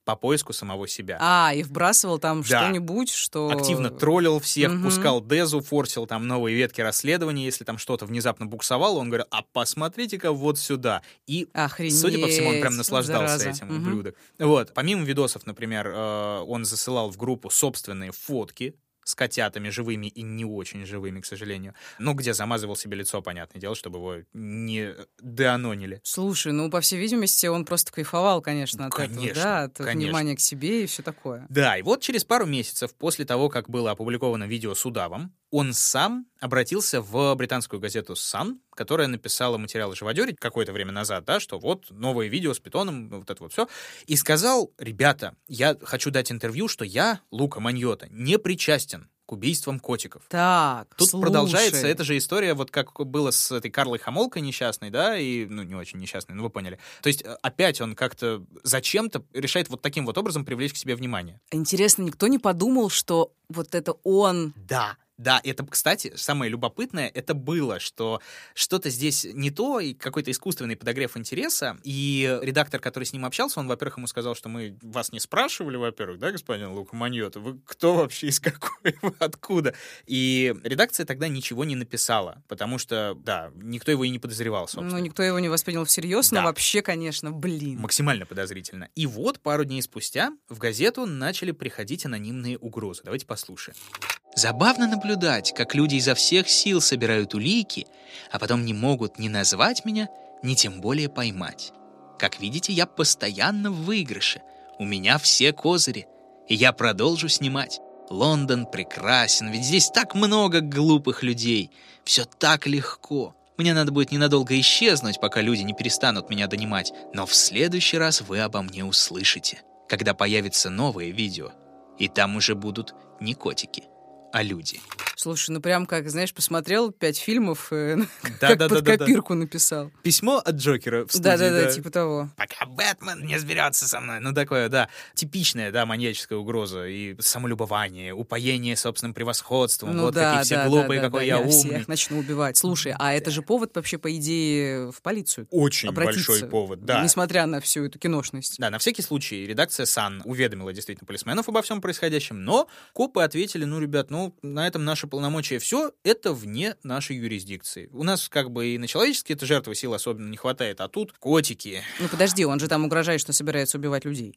по поиску самого себя. И вбрасывал там что-нибудь, что... Активно троллил всех, пускал дезу, форсил там новые ветки расследования. Если там что-то внезапно буксовало, он говорил, посмотрите-ка вот сюда. И, судя по всему, он прям наслаждался этим, ублюдок. Вот. Помимо видосов, например, он засылал в группу собственные фотки с котятами, живыми и не очень живыми, к сожалению. Где замазывал себе лицо, понятное дело, чтобы его не деанонили. Слушай, по всей видимости, он просто кайфовал, конечно, от этого, да, от внимания к себе и все такое. Да, и вот через пару месяцев после того, как было опубликовано видео с удавом, он сам обратился в британскую газету Sun, которая написала материал о живодере какое-то время назад, да, что вот новое видео с питоном, вот это вот все, и сказал: ребята, я хочу дать интервью, что я, Лука Маньотта, не причастен к убийствам котиков. Так, тут продолжается эта же история, вот как было с этой Карлой Хамолкой несчастной, да, и, не очень несчастной, но вы поняли. То есть опять он как-то зачем-то решает вот таким вот образом привлечь к себе внимание. Интересно, никто не подумал, что вот это он... Да, это, кстати, самое любопытное, это было, что что-то здесь не то, и какой-то искусственный подогрев интереса, и редактор, который с ним общался, он, во-первых, ему сказал, что мы вас не спрашивали, во-первых, да, господин Лука Маньотта, вы кто вообще, из какой, вы откуда? И редакция тогда ничего не написала, потому что, да, никто его и не подозревал, собственно. Никто его не воспринял всерьез, да. Но вообще, конечно, максимально подозрительно. И вот пару дней спустя в газету начали приходить анонимные угрозы. Давайте послушаем. Забавно наблюдать, как люди изо всех сил собирают улики, а потом не могут ни назвать меня, ни тем более поймать. Как видите, я постоянно в выигрыше. У меня все козыри, и я продолжу снимать. Лондон прекрасен, ведь здесь так много глупых людей. Все так легко. Мне надо будет ненадолго исчезнуть, пока люди не перестанут меня донимать. Но в следующий раз вы обо мне услышите, когда появится новое видео. И там уже будут не котики, а люди. Слушай, прям как, знаешь, посмотрел 5 фильмов, как под копирку написал. Письмо от Джокера в студии. Да, типа того. Пока Бэтмен не разберется со мной. Такое, да. Типичная, да, маньяческая угроза. И самолюбование, упоение собственным превосходством. Какие все глупые, какой я умный. Всех начну убивать. Слушай, это же повод вообще, по идее, в полицию очень обратиться, большой повод, да. Несмотря на всю эту киношность. Да, на всякий случай редакция Sun уведомила действительно полисменов обо всем происходящем, но копы ответили: ребят, на этом наши полномочия все, это вне нашей юрисдикции. У нас и на человеческие это жертвы сил особенно не хватает, а тут котики. Подожди, он же там угрожает, что собирается убивать людей.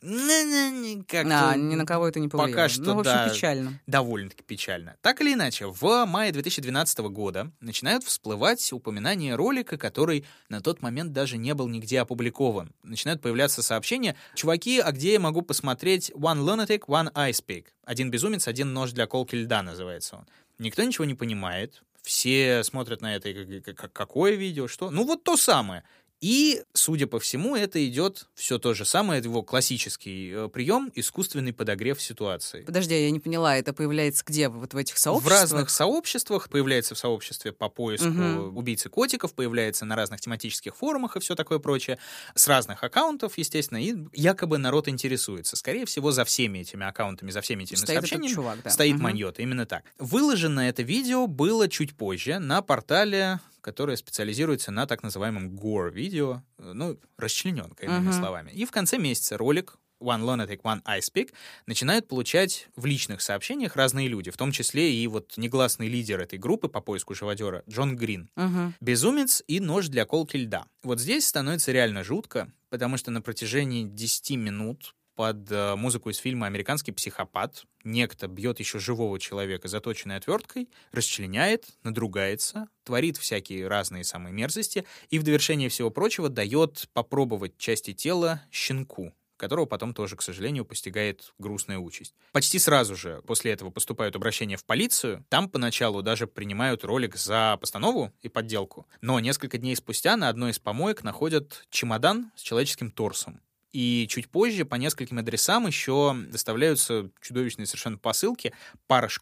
Ни на кого это не повлияло. Пока что, в общем, печально. Довольно-таки печально. Так или иначе, в мае 2012 года начинают всплывать упоминания ролика, который на тот момент даже не был нигде опубликован. Начинают появляться сообщения: чуваки, а где я могу посмотреть One Lunatic, One Ice Pick? Один безумец, один нож для колки льда, называется он. Никто ничего не понимает. Все смотрят на это, какое видео, что? Вот то самое. И, судя по всему, это идет все то же самое, это его классический прием, искусственный подогрев ситуации. Подожди, я не поняла, это появляется где? Вот в этих сообществах? В разных сообществах. Появляется в сообществе по поиску убийцы котиков, появляется на разных тематических форумах и все такое прочее. С разных аккаунтов, естественно, и якобы народ интересуется. Скорее всего, за всеми этими аккаунтами, за всеми этими сообщениями стоит Маньотта. Именно так. Выложено это видео было чуть позже на портале, которая специализируется на так называемом gore-видео, расчлененка, иными словами. И в конце месяца ролик One Lunatic, One Ice Pick начинают получать в личных сообщениях разные люди, в том числе и негласный лидер этой группы по поиску живодера Джон Грин. Безумец и нож для колки льда. Здесь становится реально жутко, потому что на протяжении 10 минут под музыку из фильма «Американский психопат» некто бьет еще живого человека заточенной отверткой, расчленяет, надругается, творит всякие разные самые мерзости и в довершение всего прочего дает попробовать части тела щенку, которого потом тоже, к сожалению, постигает грустная участь. Почти сразу же после этого поступают обращения в полицию. Там поначалу даже принимают ролик за постанову и подделку. Но несколько дней спустя на одной из помоек находят чемодан с человеческим торсом. И чуть позже по нескольким адресам еще доставляются чудовищные совершенно посылки. Пара школ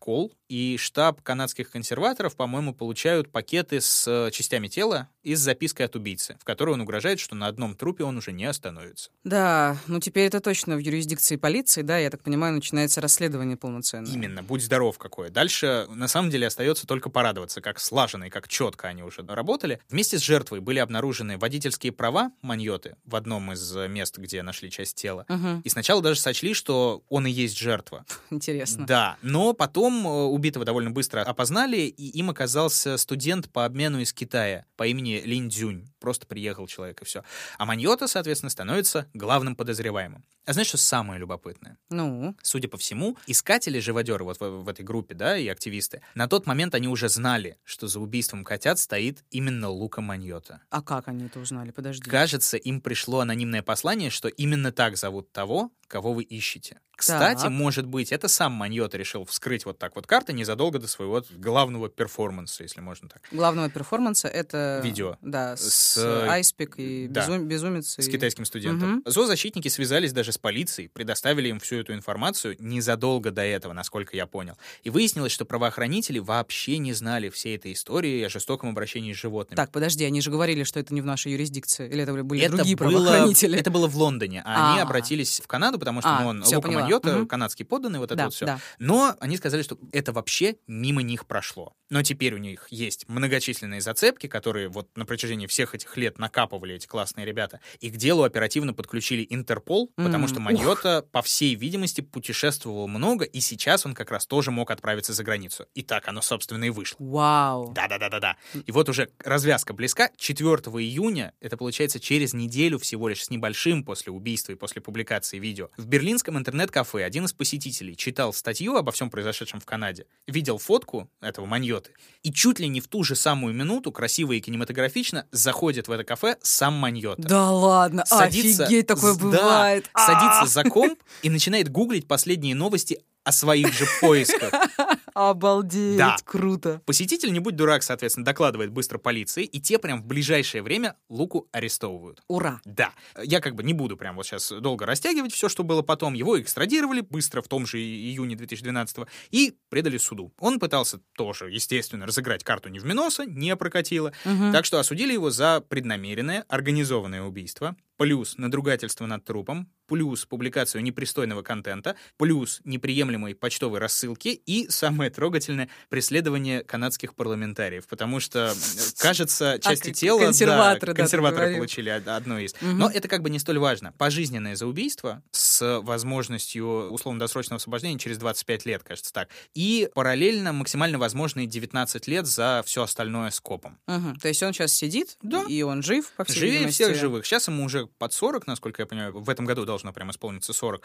и штаб канадских консерваторов, по-моему, получают пакеты с частями тела и с запиской от убийцы, в которой он угрожает, что на одном трупе он уже не остановится. Да, ну теперь это точно в юрисдикции полиции, да, я так понимаю, начинается расследование полноценное. Именно, будь здоров какое. Дальше, на самом деле, остается только порадоваться, как слаженно и как четко они уже работали. Вместе с жертвой были обнаружены водительские права Маньоты в одном из мест, где нашли часть тела. И сначала даже сочли, что он и есть жертва. Интересно. Да, но потом убитого довольно быстро опознали, и им оказался студент по обмену из Китая по имени Лин Цзюнь. Просто приехал человек, и все. А Маньота, соответственно, становится главным подозреваемым. А знаешь, что самое любопытное? Ну? Судя по всему, искатели-живодеры вот в этой группе, да, и активисты, на тот момент они уже знали, что за убийством котят стоит именно Лука Маньота. А как они это узнали? Подожди. Кажется, им пришло анонимное послание, что именно так зовут того, кого вы ищете. Кстати, может быть, это сам Маньота решил вскрыть вот так вот карты незадолго до своего главного перформанса, если можно так. Главного перформанса — это... Видео. Да, с Айспик и Безумец. С китайским студентом. Зоозащитники связались даже с полицией, предоставили им всю эту информацию незадолго до этого, насколько я понял. И выяснилось, что правоохранители вообще не знали всей этой истории о жестоком обращении с животными. Так, подожди, они же говорили, что это не в нашей юрисдикции. Или это были другие правоохранители? Это было в Лондоне, а они обратились в Канаду, потому что Лука Маньота, канадский подданный, вот это вот все. Да. Но они сказали, что это вообще мимо них прошло. Но теперь у них есть многочисленные зацепки, которые вот на протяжении всех этих лет накапывали эти классные ребята. И к делу оперативно подключили Интерпол, потому что Маньота, по всей видимости, путешествовал много, и сейчас он как раз тоже мог отправиться за границу. И так оно, собственно, и вышло. Вау! Да. И вот уже развязка близка. 4 июня, это получается через неделю всего лишь с небольшим после убийства и после публикации видео, в берлинском интернет-кафе один из посетителей читал статью обо всем произошедшем в Канаде, видел фотку этого Маньоты, и чуть ли не в ту же самую минуту, красиво и кинематографично, заходит в это кафе сам Маньота. Да ладно, офигеть, такое бывает. Да, садится за комп и начинает гуглить последние новости о своих же поисках. Обалдеть, да. Круто. Посетитель, не будь дурак, соответственно, докладывает быстро полиции, и те прям в ближайшее время Луку арестовывают. Ура! Да. Я как бы не буду прям вот сейчас долго растягивать все, что было потом. Его экстрадировали быстро в том же июне 2012-го и предали суду. Он пытался тоже, естественно, разыграть карту Невминоса, не прокатило. Так что осудили его за преднамеренное, организованное убийство, плюс надругательство над трупом, плюс публикацию непристойного контента, плюс неприемлемой почтовой рассылки и, самое трогательное, преследование канадских парламентариев. Потому что, кажется, части тела... Консерваторы получили одно из. Но это как бы не столь важно. Пожизненное за убийство с возможностью условно-досрочного освобождения через 25 лет, кажется так. И параллельно максимально возможные 19 лет за все остальное скопом. То есть он сейчас сидит, и он жив, по всей видимости. Живее всех живых. Сейчас ему уже под 40, насколько я понимаю, в этом году должно прям исполниться 40.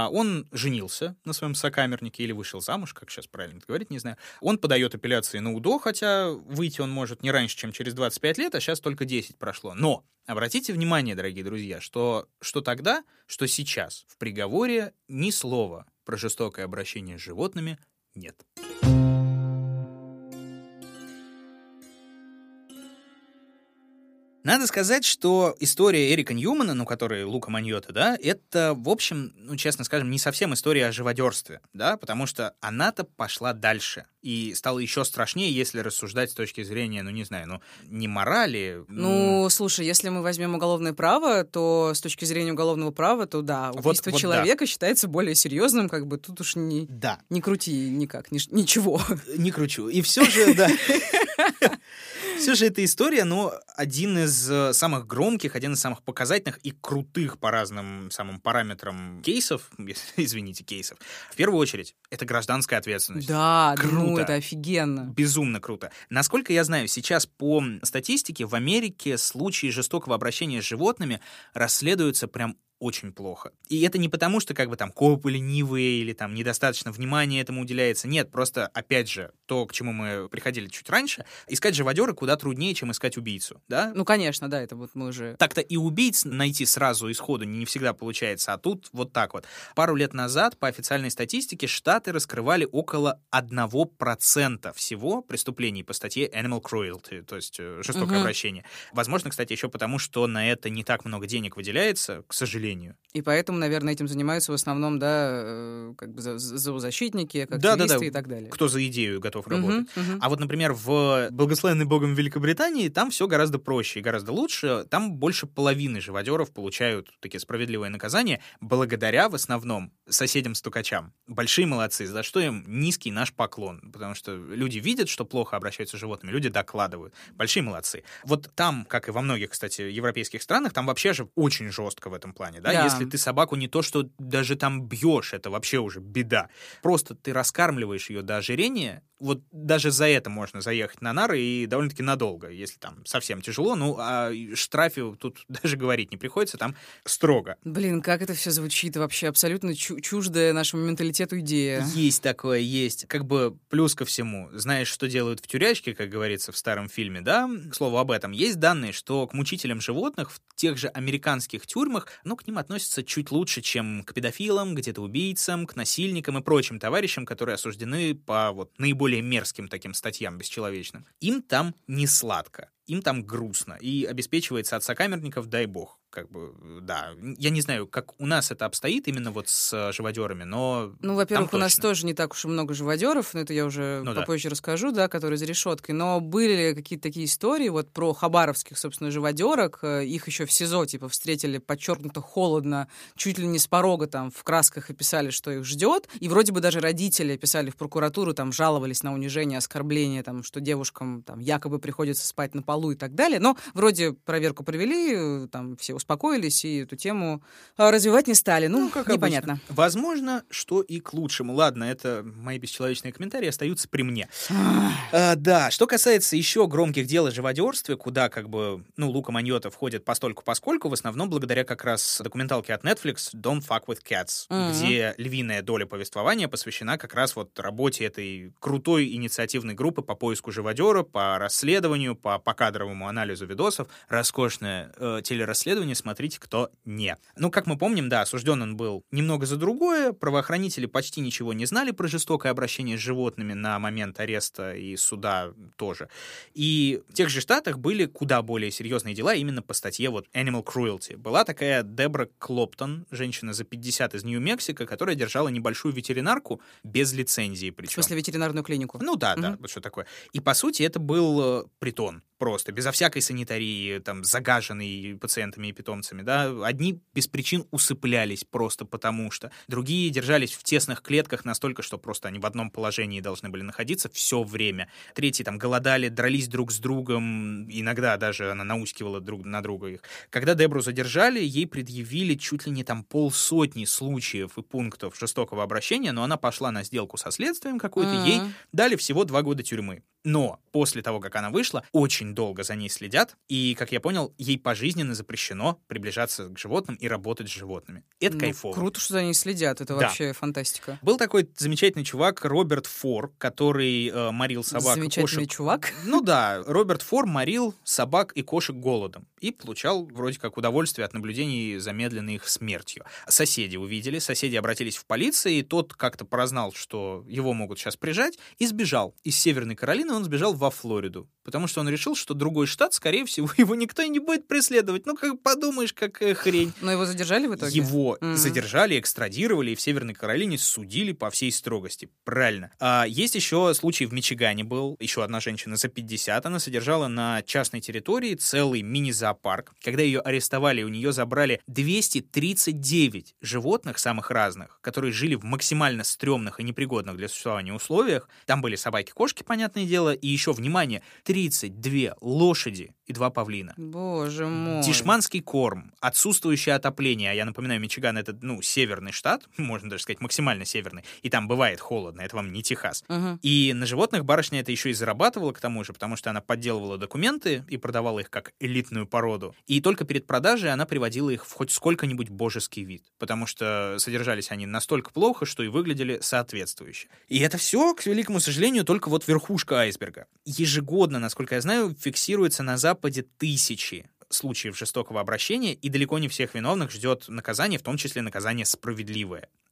Он женился на своем сокамернике или вышел замуж, как сейчас правильно говорить, не знаю. Он подает апелляции на УДО, хотя выйти он может не раньше, чем через 25 лет, а сейчас только 10 прошло. Но обратите внимание, дорогие друзья, что тогда, что сейчас в приговоре ни слова про жестокое обращение с животными нет. Надо сказать, что история Эрика Ньюмана, ну, который Лука Маньота, да, это, в общем, ну, честно скажем, не совсем история о живодерстве, да, потому что она-то пошла дальше и стала еще страшнее, если рассуждать с точки зрения, ну, не знаю, ну, не морали. Ну, слушай, если мы возьмем уголовное право, то с точки зрения уголовного права, то да, убийство человека считается более серьезным, как бы тут уж не крути никак, ничего. Не кручу. И все же, да... Все же эта история, ну, один из самых громких, один из самых показательных и крутых по разным самым параметрам кейсов, извините, кейсов. В первую очередь, это гражданская ответственность. Да, круто. Ну, это офигенно. Безумно круто. Насколько я знаю, сейчас по статистике в Америке случаи жестокого обращения с животными расследуются прям очень плохо. И это не потому, что как бы там копы ленивые или там недостаточно внимания этому уделяется. Нет, просто, опять же, то, к чему мы приходили чуть раньше, искать живодера куда труднее, чем искать убийцу, да? Ну, конечно, да, это вот мы уже... Так-то и убийц найти сразу исходу не всегда получается, а тут вот так вот. Пару лет назад, по официальной статистике, Штаты раскрывали около 1% всего преступлений по статье Animal Cruelty, то есть жестокое обращение. Возможно, кстати, еще потому, что на это не так много денег выделяется, к сожалению. И поэтому, наверное, этим занимаются в основном, да, как бы зоозащитники, активисты и так далее. Кто за идею готов работать. А вот, например, в благословенной Богом Великобритании там все гораздо проще и гораздо лучше. Там больше половины живодеров получают такие справедливые наказания благодаря в основном соседям-стукачам. Большие молодцы, за что им низкий наш поклон. Потому что люди видят, что плохо обращаются с животными, люди докладывают. Большие молодцы. Вот там, как и во многих, кстати, европейских странах, там вообще же очень жестко в этом плане, да? Если ты собаку не то, что даже там бьешь, это вообще уже беда. Просто ты раскармливаешь ее до ожирения, вот даже за это можно заехать на нары и довольно-таки надолго, если там совсем тяжело. Ну, а штрафе тут даже говорить не приходится, там строго. Блин, как это все звучит вообще абсолютно чуждая нашему менталитету идея. Есть такое, есть. Как бы плюс ко всему. Знаешь, что делают в тюрячке, как говорится в старом фильме, да? К слову об этом. Есть данные, что к мучителям животных в тех же американских тюрьмах, ну, к ним относятся чуть лучше, чем к педофилам, где-то убийцам, к насильникам и прочим товарищам, которые осуждены по вот наиболее мерзким таким статьям бесчеловечным. Им там не сладко, им там грустно, и обеспечивается от сокамерников, дай бог. Как бы, да. Я не знаю, как у нас это обстоит именно вот с живодерами, но... Ну, во-первых, у нас тоже не так уж и много живодеров, но это я уже попозже расскажу, да, которые за решеткой. Но были какие-то такие истории вот про хабаровских, собственно, живодерок. Их еще в СИЗО, типа, встретили подчеркнуто холодно, чуть ли не с порога там в красках и писали, что их ждет. И вроде бы даже родители писали в прокуратуру, там, жаловались на унижение, оскорбление, там, что девушкам там якобы приходится спать на полу и так далее. Но вроде проверку провели, там, все успокоились и эту тему развивать не стали. Ну, как непонятно. Обычно. Возможно, что и к лучшему. Ладно, это мои бесчеловечные комментарии остаются при мне. Да, что касается еще громких дел о живодерстве, куда как бы, ну, Лука Маньотто входит постольку-поскольку, в основном благодаря как раз документалке от Netflix «Don't Fuck with Cats», где львиная доля повествования посвящена как раз вот работе этой крутой инициативной группы по поиску живодера, по расследованию, по покадровому анализу видосов. Роскошное телерасследование, смотрите, кто не. Ну, как мы помним, да, осужден он был немного за другое, правоохранители почти ничего не знали про жестокое обращение с животными на момент ареста и суда тоже. И в тех же штатах были куда более серьезные дела именно по статье вот Animal Cruelty. Была такая Дебра Клоптон, женщина за 50 из Нью-Мексико, которая держала небольшую ветеринарку без лицензии причем. В смысле, ветеринарную клинику? Ну да, вот что такое. И по сути это был притон. Просто, безо всякой санитарии, там, загаженный пациентами и питомцами, да. Одни без причин усыплялись просто потому что. Другие держались в тесных клетках настолько, что просто они в одном положении должны были находиться все время. Третьи там голодали, дрались друг с другом, иногда даже она наускивала друг на друга их. Когда Дебру задержали, ей предъявили чуть ли не там 50 случаев и пунктов жестокого обращения, но она пошла на сделку со следствием какой-то, ей дали всего 2 года тюрьмы. Но после того, как она вышла, очень долго за ней следят, и, как я понял, ей пожизненно запрещено приближаться к животным и работать с животными. Это кайфово. Круто, что за ней следят, это вообще фантастика. Был такой замечательный чувак Роберт Фор, который морил собак и кошек. Замечательный чувак? Ну да, Роберт Фор морил собак и кошек голодом и получал вроде как удовольствие от наблюдений за медленной их смертью. Соседи увидели, соседи обратились в полицию, и тот как-то прознал, что его могут сейчас прижать, и сбежал из Северной Каролины. Он сбежал во Флориду, потому что он решил, что другой штат, скорее всего, его никто и не будет преследовать. Ну, как подумаешь, какая хрень. Но его задержали в итоге? Его задержали, экстрадировали, и в Северной Каролине судили по всей строгости. Правильно. А есть еще случай в Мичигане был. Еще одна женщина за 50. Она содержала на частной территории целый мини-зоопарк. Когда ее арестовали, у нее забрали 239 животных самых разных, которые жили в максимально стрёмных и непригодных для существования условиях. Там были собаки-кошки, понятное дело, и еще, внимание, 32 лошади и 2 павлина. Боже мой. Дешманский корм, отсутствующее отопление. А я напоминаю, Мичиган — это, северный штат, можно даже сказать, максимально северный, и там бывает холодно, это вам не Техас. И на животных барышня это еще и зарабатывала, к тому же, потому что она подделывала документы и продавала их как элитную породу. И только перед продажей она приводила их в хоть сколько-нибудь божеский вид, потому что содержались они настолько плохо, что и выглядели соответствующе. И это все, к великому сожалению, только вот верхушка айсберга. Ежегодно, насколько я знаю, фиксируется на Западе тысячи случаев жестокого обращения, и далеко не всех виновных ждет наказание, в том числе наказание справедливое.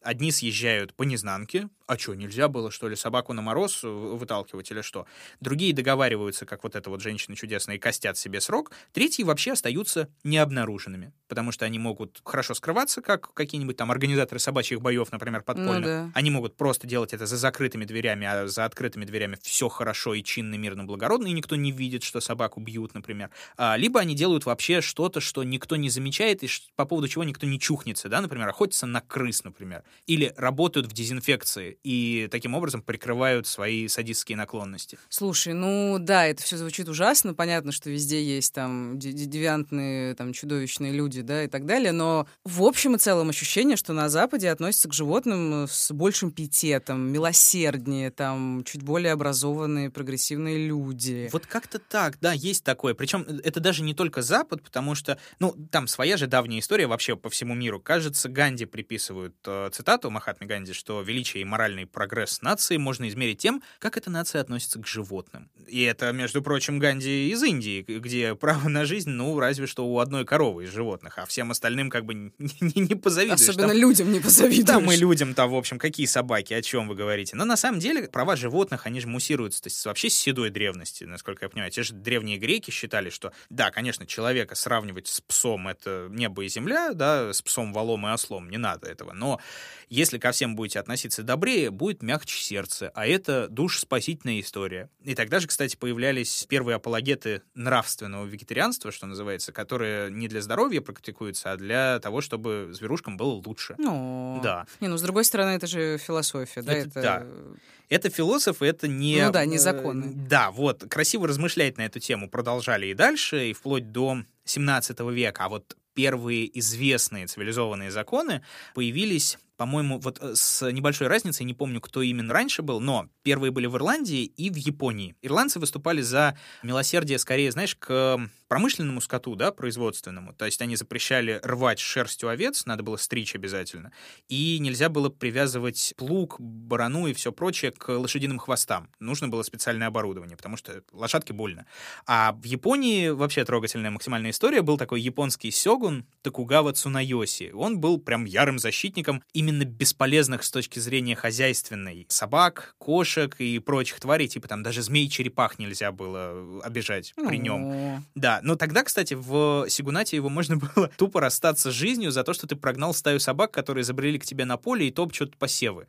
одни съезжают по незнанке, а что, нельзя было, что ли, собаку на мороз выталкивать или что? Другие договариваются, как вот эта вот женщина чудесная, и костят себе срок. Третьи вообще остаются необнаруженными, потому что они могут хорошо скрываться, как какие-нибудь там организаторы собачьих боев, например, подпольно. Да. Они могут просто делать это за закрытыми дверями, а за открытыми дверями все хорошо и чинно, мирно, благородно, и никто не видит, что собаку бьют, например. Либо они делают вообще что-то, что никто не замечает, и по поводу чего никто не чухнется, да, например, охотятся на крыс, например, или работают в дезинфекции, и таким образом прикрывают свои садистские наклонности. Слушай, ну да, это все звучит ужасно. Понятно, что везде есть там девиантные, там, чудовищные люди, да, и так далее, но в общем и целом ощущение, что на Западе относятся к животным с большим пиететом, милосерднее, там, чуть более образованные, прогрессивные люди. Вот как-то так, да, есть такое. Причем это даже не только Запад, потому что, ну, там своя же давняя история вообще по всему миру. Кажется, Ганди приписывают цитату Махатме Ганди, что величие и моральный прогресс нации можно измерить тем, как эта нация относится к животным. И это, между прочим, Ганди из Индии, где право на жизнь, ну, разве что у одной коровы из животных, а всем остальным как бы не позавидуешь. Особенно там, людям не позавидуешь. Там и людям-то, в общем, какие собаки, о чем вы говорите. Но на самом деле права животных, они же муссируются, то есть вообще с седой древности, насколько я понимаю. Те же древние греки считали, что, да, конечно, человека сравнивать с псом — это небо и земля, да, с псом, волом и ослом, не надо этого. Но если ко всем будете относиться добрее, будет мягче сердце, а это душеспасительная история. И тогда же, кстати, появлялись первые апологеты нравственного вегетарианства, что называется, которые не для здоровья практикуются, а для того, чтобы зверушкам было лучше. Ну, да. Не, ну, с другой стороны, это же философия, да? Да. Это философы, это не... Ну да, не законы. Да, вот, красиво размышлять на эту тему продолжали и дальше, и вплоть до 17 века. А вот первые известные цивилизованные законы появились, по-моему, вот с небольшой разницей, не помню, кто именно раньше был, но первые были в Ирландии и в Японии. Ирландцы выступали за милосердие, скорее, знаешь, к промышленному скоту, да, производственному. То есть они запрещали рвать шерстью овец, надо было стричь обязательно, и нельзя было привязывать плуг, барану и все прочее к лошадиным хвостам. Нужно было специальное оборудование, потому что лошадке больно. А в Японии вообще трогательная максимальная история. Был такой японский сёгун Токугава Цунайоси. Он был прям ярым защитником именно бесполезных с точки зрения хозяйственной собак, кошек и прочих тварей, типа там даже змей и черепах нельзя было обижать при нем. Да, но тогда, кстати, в сёгунате его можно было тупо расстаться с жизнью за то, что ты прогнал стаю собак, которые забрели к тебе на поле и топчут посевы.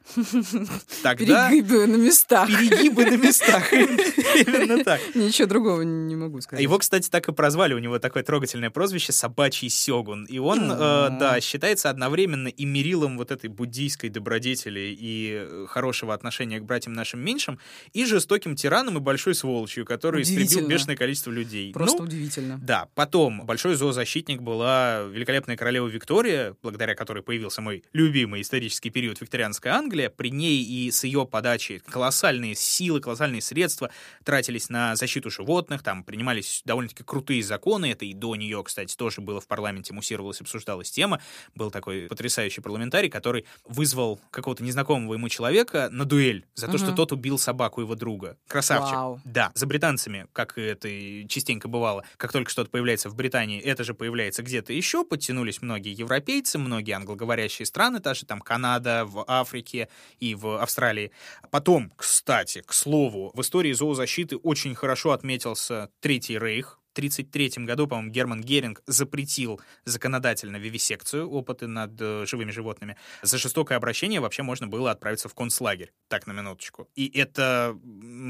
Тогда... Перегибы на местах. Перегибы на местах. Именно так. Ничего другого не могу сказать. Его, кстати, так и прозвали. У него такое трогательное прозвище — собачий сёгун. И он, да, считается одновременно и мерилом вот этой буддийской добродетели и хорошего отношения к братьям нашим меньшим, и жестоким тираном и большой сволочью, который истребил бешеное количество людей. Просто удивительно. Да, потом большой зоозащитник была великолепная королева Виктория, благодаря которой появился мой любимый исторический период викторианская Англия. При ней и с ее подачи колоссальные силы, колоссальные средства тратились на защиту животных, там принимались довольно-таки крутые законы, это и до нее, кстати, тоже было в парламенте, муссировалась, обсуждалась тема. Был такой потрясающий парламентарий, который вызвал какого-то незнакомого ему человека на дуэль за то, что тот убил собаку его друга. Красавчик. Вау. Да, за британцами, как это частенько бывало, как только что-то появляется в Британии, это же появляется где-то еще, подтянулись многие европейцы, многие англоговорящие страны, та же там Канада, в Африке и в Австралии. Потом, кстати, к слову, в истории зоозащиты очень хорошо отметился Третий Рейх. В 1933 году, по-моему, Герман Геринг запретил законодательно вивисекцию, опыты над живыми животными. За жестокое обращение вообще можно было отправиться в концлагерь. Так, на минуточку. И это...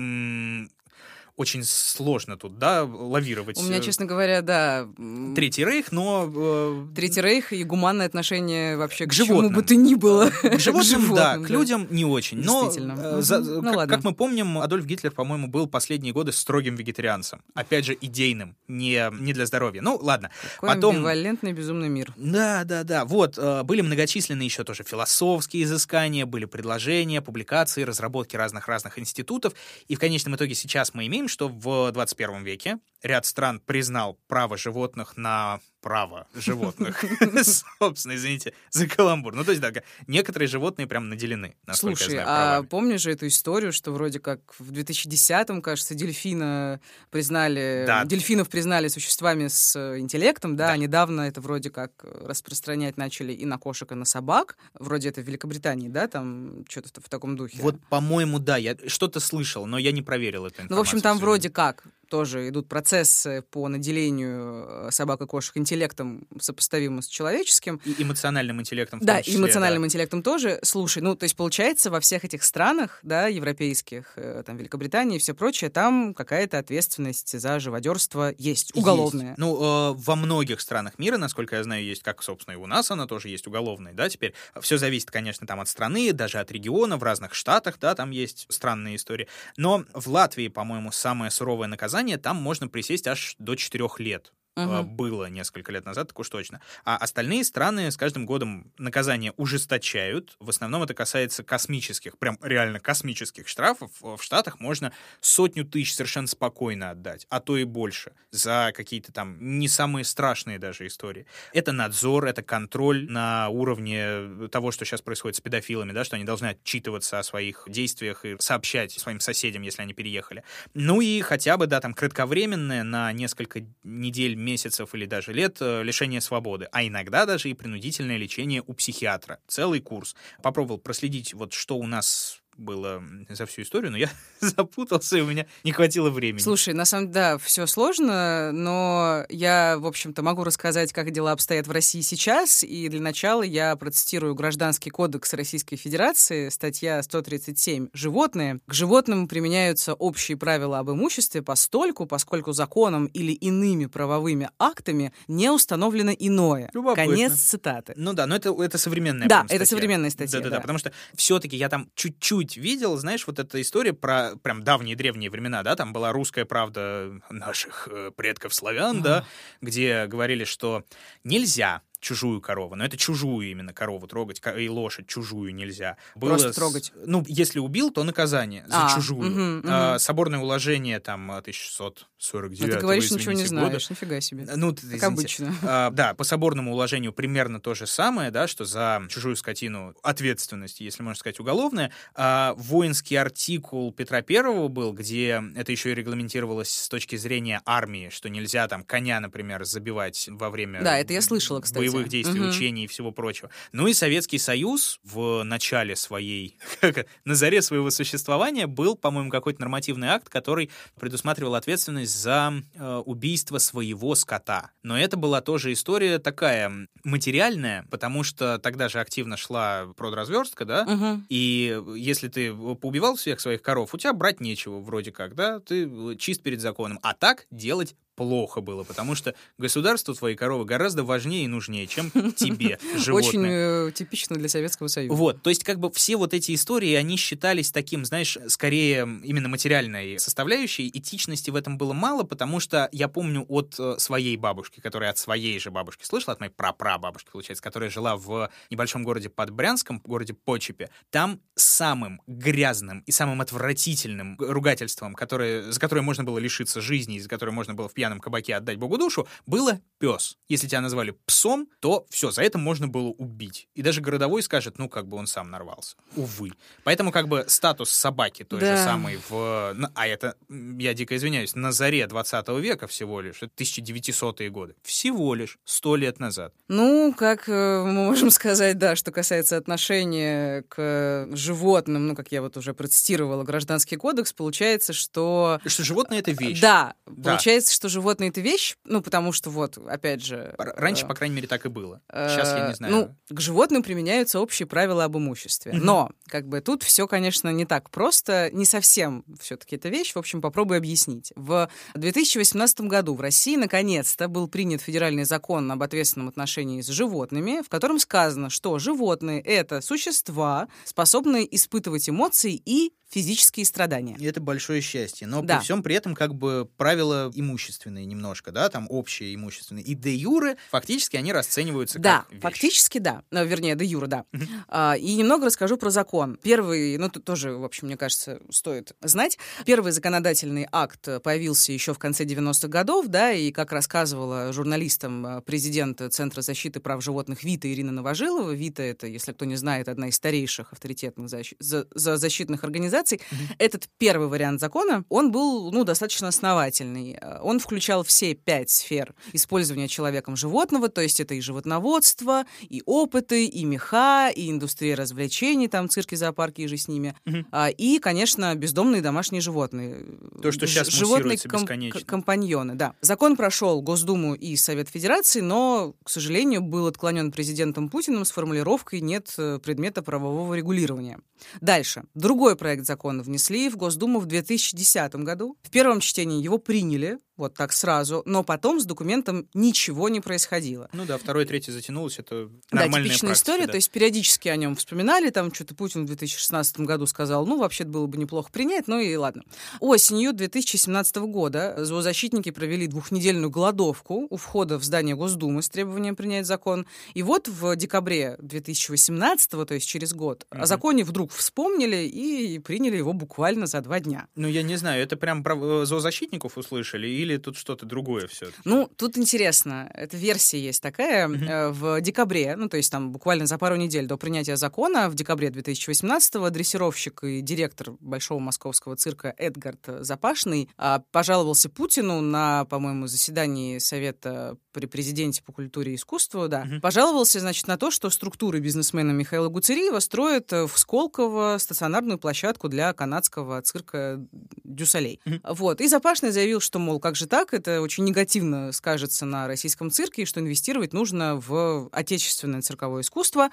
очень сложно тут, да, лавировать. У меня, честно говоря, да... Третий Рейх, но... Третий Рейх и гуманное отношение вообще к животным. чему бы то ни было. К животным, да, к людям не очень. Но, как мы помним, Адольф Гитлер, по-моему, был последние годы строгим вегетарианцем. Опять же, идейным, не для здоровья. Ну, ладно. Какой амбивалентный, безумный мир. Да. Вот, были многочисленные еще тоже философские изыскания, были предложения, публикации, разработки разных институтов. И в конечном итоге сейчас мы имеем, что в 21 веке ряд стран признал право животных на права животных. Собственно, извините за каламбур. Ну, то есть, да, некоторые животные прям наделены, насколько я знаю, правами. Помнишь же эту историю, что вроде как в 2010-м, кажется, дельфинов признали существами с интеллектом, да, а недавно это вроде как распространять начали и на кошек, и на собак. Вроде это в Великобритании, да, там что-то в таком духе. Вот, по-моему, да, я что-то слышал, но я не проверил эту информацию. Ну, в общем, там вроде как тоже идут процессы по наделению собак и кошек интеллектом, сопоставимым с человеческим. И эмоциональным интеллектом в том числе. Да, и эмоциональным интеллектом тоже. Слушай, ну, то есть, получается, во всех этих странах, да, европейских, там, Великобритании и все прочее, там какая-то ответственность за живодерство есть, уголовная. Есть. Ну, во многих странах мира, насколько я знаю, есть, как, собственно, и у нас она тоже есть уголовная, да, теперь. Все зависит, конечно, там от страны, даже от региона, в разных штатах, да, там есть странные истории. Но в Латвии, по-моему, самое суровое наказание, там можно присесть аж до 4 лет. Было несколько лет назад, так уж точно. А остальные страны с каждым годом наказания ужесточают. В основном это касается космических, прям реально космических штрафов. В Штатах можно 100 тысяч совершенно спокойно отдать, а то и больше, за какие-то там не самые страшные даже истории. Это надзор, это контроль на уровне того, что сейчас происходит с педофилами, да, что они должны отчитываться о своих действиях и сообщать своим соседям, если они переехали. Ну и хотя бы, да, там кратковременное на несколько недель, месяцев или даже лет лишения свободы, а иногда даже и принудительное лечение у психиатра. Целый курс. Попробовал проследить, вот что у нас было за всю историю, но я запутался, и у меня не хватило времени. Слушай, на самом деле, да, все сложно, но я, в общем-то, могу рассказать, как дела обстоят в России сейчас, и для начала я процитирую Гражданский кодекс Российской Федерации, статья 137 «Животные». К животным применяются общие правила об имуществе поскольку законом или иными правовыми актами не установлено иное. Любопытно. Конец цитаты. Ну да, но это современная Да, статья. это современная статья. Да, потому что все-таки я там чуть-чуть видел, знаешь, вот эта история про прям давние-древние времена, да, там была «Русская правда» наших предков славян, да, где говорили, что нельзя чужую корову, но это чужую именно корову трогать, и лошадь чужую нельзя. Просто трогать. Ну, если убил, то наказание за чужую. Соборное уложение там 1649. Ты говоришь, ничего не знаешь, нифига себе. Ну, как обычно. Да, по соборному уложению примерно то же самое, да, что за чужую скотину ответственность, если можно сказать, уголовная. Воинский артикул Петра I был, где это еще и регламентировалось с точки зрения армии, что нельзя там коня, например, забивать во время... Да, это я слышала, кстати. Боевых действий, учений и всего прочего. Ну и Советский Союз в начале своей, на заре своего существования был, по-моему, какой-то нормативный акт, который предусматривал ответственность за убийство своего скота. Но это была тоже история такая материальная, потому что тогда же активно шла продразверстка, да, и если ты поубивал всех своих коров, у тебя брать нечего вроде как, да, ты чист перед законом. А так делать плохо было, потому что государству твои коровы гораздо важнее и нужнее, чем тебе, животное. Очень типично для Советского Союза. Вот, то есть как бы все вот эти истории, они считались таким, знаешь, скорее именно материальной составляющей. Этичности в этом было мало, потому что я помню от своей бабушки, которая от своей же бабушки слышала, от моей прапрабабушки, получается, которая жила в небольшом городе под Брянском, городе Почепе. Там самым грязным и самым отвратительным ругательством, за которое можно было лишиться жизни, за которое можно было в пьяном кабаке отдать Богу душу, было пес. Если тебя назвали псом, то все, за это можно было убить. И даже городовой скажет, ну, как бы он сам нарвался. Увы. Поэтому как бы статус собаки той же самой а это, я дико извиняюсь, на заре 20 века всего лишь, это 1900-е годы. Всего лишь 100 лет назад. Ну, как мы можем сказать, да, что касается отношения к животным, ну, как я вот уже процитировала Гражданский кодекс, получается, что... Что животное — это вещь. Да, получается, что животное — это вещь, ну, потому что вот, опять же... Раньше, по крайней мере, так и было. Сейчас я не знаю. Ну, к животным применяются общие правила об имуществе. Но, как бы, тут все, конечно, не так просто. Не совсем все-таки эта вещь. В общем, попробую объяснить. В 2018 году в России, наконец-то, был принят федеральный закон об ответственном отношении с животными, в котором сказано, что животные — это существа, способные испытывать эмоции и физические страдания. И это большое счастье. Но при всем при этом как бы правила имущественные. имущественные немножко, да, там общие имущественные, и де юре фактически они расцениваются да, как вещь. фактически да. Вернее, де юре, да. И немного расскажу про закон. Первый, тут тоже, в общем, мне кажется, стоит знать. Первый законодательный акт появился еще в конце 90-х годов, да, и, как рассказывала журналистам президент Центра защиты прав животных ВИТА Ирина Новожилова. ВИТА — это, если кто не знает, одна из старейших авторитетных защитных организаций. Этот первый вариант закона, он был, достаточно основательный. Он включал все 5 сфер использования человеком животного, то есть это и животноводство, и опыты, и меха, и индустрия развлечений, там цирки, зоопарки и же с ними, и, конечно, бездомные домашние животные. То, что сейчас муссируется бесконечно. Компаньоны, да. Закон прошел Госдуму и Совет Федерации, но, к сожалению, был отклонен президентом Путиным с формулировкой «нет предмета правового регулирования». Дальше. Другой проект закона внесли в Госдуму в 2010 году. В первом чтении его приняли, вот так сразу, но потом с документом ничего не происходило. Второй, третий затянулось, это нормальная типичная практика, история, да. то есть периодически о нем вспоминали, там что-то Путин в 2016 году сказал, вообще-то было бы неплохо принять, и ладно. Осенью 2017 года зоозащитники провели 2-недельную голодовку у входа в здание Госдумы с требованием принять закон, и вот в декабре 2018, то есть через год, о законе вдруг вспомнили и приняли его буквально за 2 дня. Я не знаю, это прям про зоозащитников услышали или тут что-то другое все-таки? Тут интересно, эта версия есть такая. В декабре, то есть там буквально за пару недель до принятия закона, в декабре 2018-го дрессировщик и директор Большого московского цирка Эдгард Запашный пожаловался Путину на, по-моему, заседании Совета при президенте по культуре и искусству, пожаловался, на то, что структуры бизнесмена Михаила Гуцериева строят в Сколково стационарную площадку для канадского цирка Дю Солей. И Запашный заявил, что, мол, как же так, это очень негативно скажется на российском цирке, и что инвестировать нужно в отечественное цирковое искусство.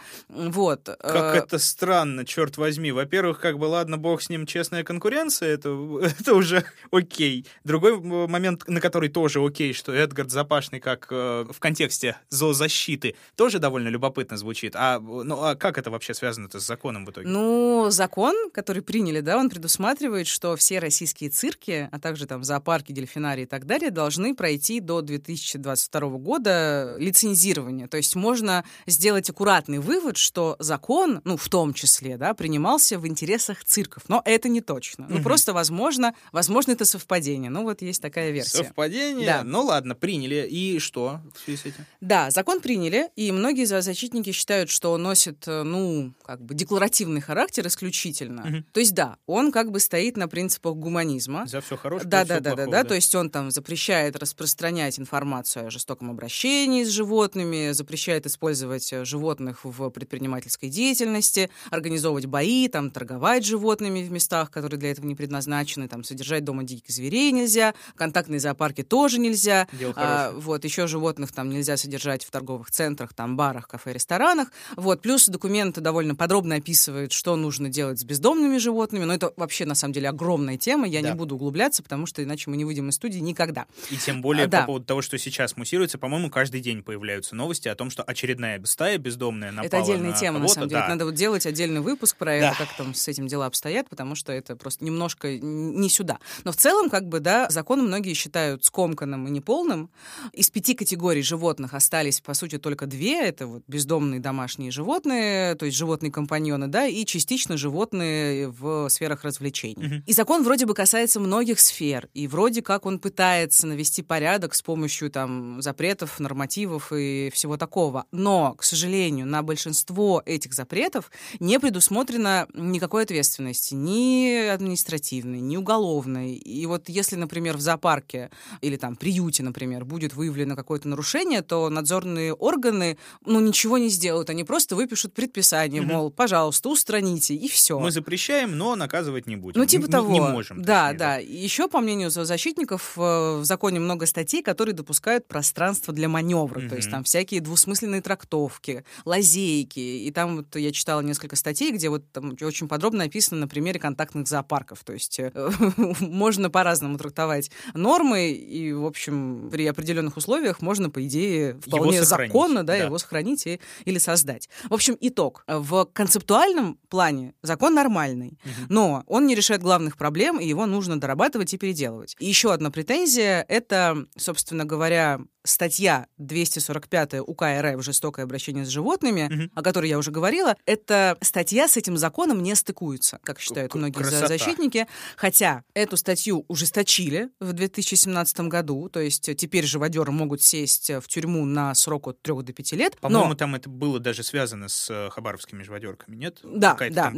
Как это странно, черт возьми. Во-первых, ладно, бог с ним, честная конкуренция, это уже окей. Другой момент, на который тоже окей, что Эдгард Запашный, как в контексте зоозащиты, тоже довольно любопытно звучит. А как это вообще связано-то с законом в итоге? Закон, который приняли, он предусматривает, что все российские цирки, а также там зоопарки, дельфинарии и так далее, должны пройти до 2022 года лицензирование. То есть можно сделать аккуратный вывод, что закон, в том числе, принимался в интересах цирков. Но это не точно. Просто возможно, это совпадение. Есть такая версия. Совпадение? Да. Ладно, приняли. И что в связи с этим? Да, закон приняли, и многие зоозащитники считают, что он носит, декларативный характер исключительно. То есть, он стоит на принципах гуманизма. За все хорошее, да, все плохое. То есть он там запрещает распространять информацию о жестоком обращении с животными, запрещает использовать животных в предпринимательской деятельности, организовывать бои, торговать животными в местах, которые для этого не предназначены, содержать дома диких зверей нельзя, контактные зоопарки тоже нельзя. Еще животных нельзя содержать в торговых центрах, барах, кафе, ресторанах. Плюс документ довольно подробно описывает, что нужно делать с бездомными животными, но это вообще, на самом деле, огромная тема, я не буду углубляться, потому что иначе мы не выйдем из студии никогда. И тем более по поводу того, что сейчас муссируется, по-моему, каждый день появляются новости о том, что очередная стая бездомная напала на это отдельная на тема, кого-то. На самом деле. Это надо делать отдельный выпуск про это, как там с этим дела обстоят, потому что это просто немножко не сюда. Но в целом, закон многие считают скомканным и неполным. Из 5 категорий животных остались, по сути, только 2. Это бездомные домашние животные, то есть животные-компаньоны, и частично животные в сферах развлечений. И закон вроде бы касается многих сфер, и вроде как он пытается навести порядок с помощью запретов, нормативов и всего такого. Но, к сожалению, на большинство этих запретов не предусмотрено никакой ответственности, ни административной, ни уголовной. И если, например, в зоопарке или приюте, например, будет выявлено какое-то нарушение, то надзорные органы, ничего не сделают. Они просто выпишут предписание, мол, пожалуйста, устраните, и все. Мы запрещаем, но наказывать не будем. Типа того. Не можем. Да. Еще, по мнению зоозащитников, в законе много статей, которые допускают пространство для маневра. То есть всякие двусмысленные трактовки, лазейки. И я читала несколько статей, где очень подробно описано на примере контактных зоопарков. То есть можно по-разному трактовать нормы, и, в общем, при определенных условиях условиях можно, по идее, вполне законно его сохранить или создать. В общем, итог. В концептуальном плане закон нормальный, но он не решает главных проблем, и его нужно дорабатывать и переделывать. И еще одна претензия — это, собственно говоря, статья 245 УК РФ «Жестокое обращение с животными», о которой я уже говорила. Эта статья с этим законом не стыкуется, как считают многие защитники. Хотя эту статью ужесточили в 2017 году, то есть теперь живодеры могут сесть в тюрьму на срок от 3 до 5 лет. По-моему, там это было даже связано с хабаровскими живодерками, нет? Да.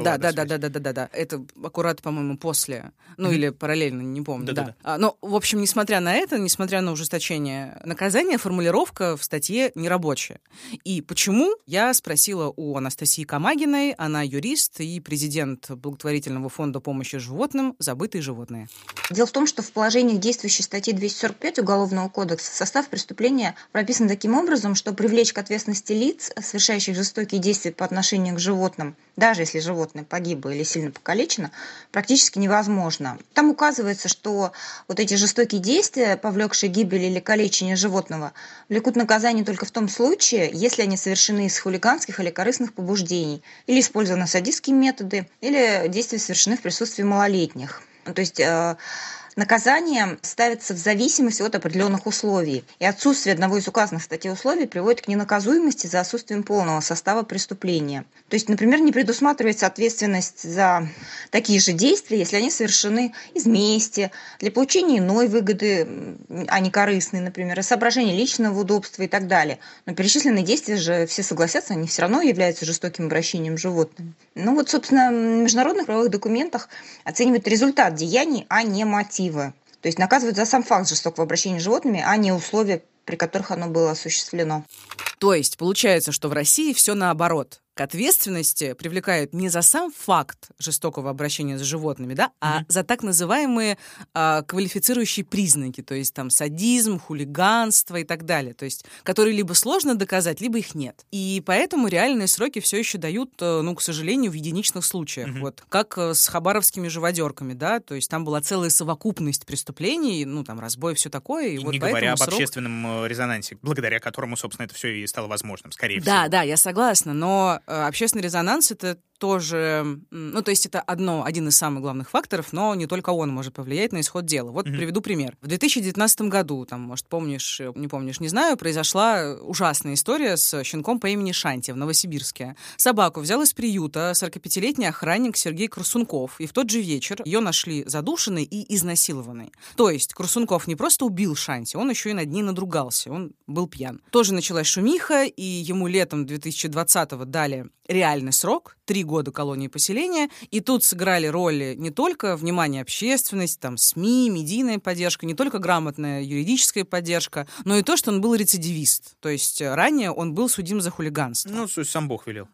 Это аккурат, по-моему, после, или параллельно, не помню. Но, в общем, несмотря на это, несмотря на ужесточение наказания, формулировка в статье нерабочая. И почему? Я спросила у Анастасии Камагиной, она юрист и президент благотворительного фонда помощи животным «Забытые животные». Дело в том, что в положениях действующей статьи 245 Уголовного кодекса состав преступления прописан таким образом, что привлечь к ответственности лиц, совершающих жестокие действия по отношению к животным, даже если животное погибло или сильно покалечено, практически невозможно. Там указывается, что вот эти жестокие действия, повлекшие гибель или калечение животного, влекут наказание только в том случае, если они совершены из хулиганских или корыстных побуждений, или использованы садистские методы, или действия совершены в присутствии малолетних. То есть наказание ставится в зависимости от определенных условий. И отсутствие одного из указанных в статье условий приводит к ненаказуемости за отсутствием полного состава преступления. То есть, например, не предусматривается ответственность за такие же действия, если они совершены из мести, для получения иной выгоды, а не корыстной, например, из соображения личного удобства и так далее. Но перечисленные действия же, все согласятся, они все равно являются жестоким обращением с животными. Собственно, в международных правовых документах оценивают результат деяний, а не мотив. То есть наказывают за сам факт жестокого обращения с животными, а не условия, при которых оно было осуществлено. То есть получается, что в России все наоборот. К ответственности привлекают не за сам факт жестокого обращения с животными, а за так называемые квалифицирующие признаки, то есть там садизм, хулиганство и так далее, то есть которые либо сложно доказать, либо их нет. И поэтому реальные сроки все еще дают, к сожалению, в единичных случаях. Вот как с хабаровскими живодерками, то есть там была целая совокупность преступлений, там разбой, все такое. И вот не говоря об общественном резонансе, благодаря которому, собственно, это все и стало возможным, скорее всего. Да, я согласна, но общественный резонанс — это тоже, то есть это один из самых главных факторов, но не только он может повлиять на исход дела. Вот приведу пример. В 2019 году, может, помнишь, не помнишь, не знаю, произошла ужасная история с щенком по имени Шанти в Новосибирске. Собаку взял из приюта 45-летний охранник Сергей Красунков, и в тот же вечер ее нашли задушенной и изнасилованной. То есть Красунков не просто убил Шанти, он еще и над ней надругался, он был пьян. Тоже началась шумиха, и ему летом 2020-го дали реальный срок, 3 года колонии поселения, и тут сыграли роли не только внимание общественности, СМИ, медийная поддержка, не только грамотная юридическая поддержка, но и то, что он был рецидивист. То есть ранее он был судим за хулиганство. Сам Бог велел.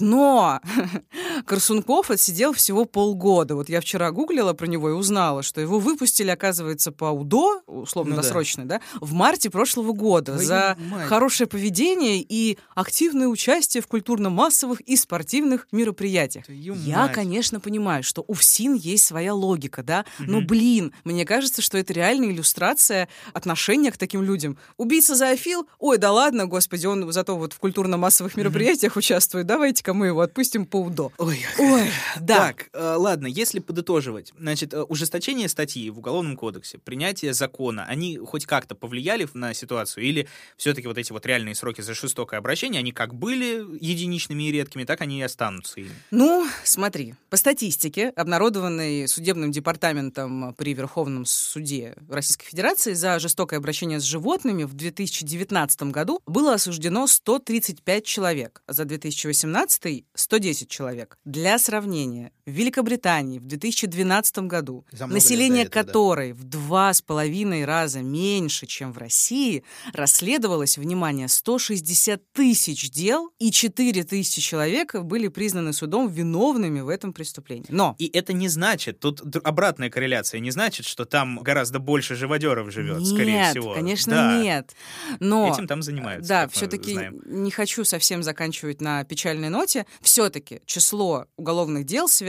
Но Красунков отсидел всего полгода. Вот я вчера гуглила про него и узнала, что его выпустили, оказывается, по УДО, условно-досрочно, в марте прошлого года за хорошее поведение и активное участие в культурно-массовых и спортивных мероприятиях. Я, конечно, понимаю, что у ФСИН есть своя логика, но, мне кажется, что это реальная иллюстрация отношения к таким людям. Убийца зоофил? Ой, да ладно, господи, он зато в культурно-массовых мероприятиях участвует. Давайте-ка мы его отпустим по УДО. Ой, да. Так, ладно, если подытоживать, значит, ужесточение статьи в Уголовном кодексе, принятие закона, они хоть как-то повлияли на ситуацию, или все-таки вот эти реальные сроки за жестокое обращение, они как были единичными и редкими, так они и останутся? Смотри, по статистике, обнародованной судебным департаментом при Верховном суде Российской Федерации за жестокое обращение с животными в 2019 году было осуждено 135 человек, а за 2018 — 110 человек. Для сравнения, в Великобритании в 2012 году население которой в 2,5 раза меньше, чем в России, расследовалось, внимание, 160 тысяч дел, и 4 тысячи человек были признаны судом виновными в этом преступлении. Но и это не значит, тут обратная корреляция, не значит, что там гораздо больше живодеров живет, скорее всего. Нет, конечно, нет. Но этим там занимаются. Да, все-таки не хочу совсем заканчивать на печальной ноте. Все-таки число уголовных дел, связанных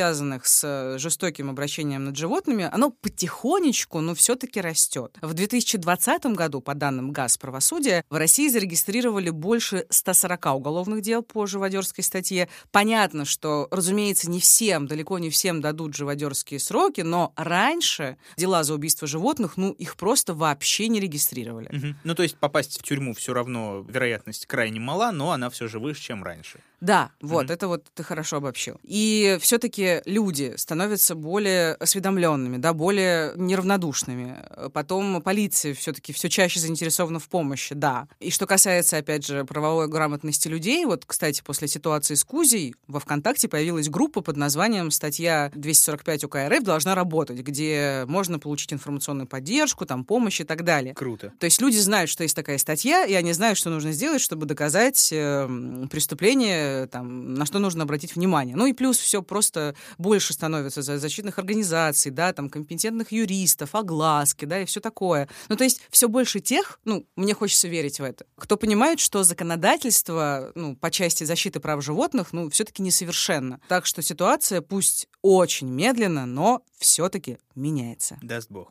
связанных с жестоким обращением над животными, оно потихонечку, но все-таки растет. В 2020 году, по данным ГАС правосудия, в России зарегистрировали больше 140 уголовных дел по живодерской статье. Понятно, что, разумеется, не всем, далеко не всем дадут живодерские сроки, но раньше дела за убийство животных, их просто вообще не регистрировали. Угу. Ну, то есть попасть в тюрьму все равно вероятность крайне мала, но она все же выше, чем раньше. Да, это вот ты хорошо обобщил. И все-таки люди становятся более осведомленными, да, более неравнодушными. Потом полиция все-таки все чаще заинтересована в помощи, да. И что касается, опять же, правовой грамотности людей, вот, кстати, после ситуации с Кузей во ВКонтакте появилась группа под названием «Статья 245 УК РФ должна работать», где можно получить информационную поддержку, там, помощь и так далее. Круто. То есть люди знают, что есть такая статья, и они знают, что нужно сделать, чтобы доказать преступление, там, на что нужно обратить внимание. Ну и плюс все просто больше становится защитных организаций, да, там, компетентных юристов, огласки, да, и все такое. Ну, то есть все больше тех, мне хочется верить в это, кто понимает, что законодательство, по части защиты прав животных, все-таки несовершенно. Так что ситуация, пусть очень медленно, но все-таки меняется. Даст Бог.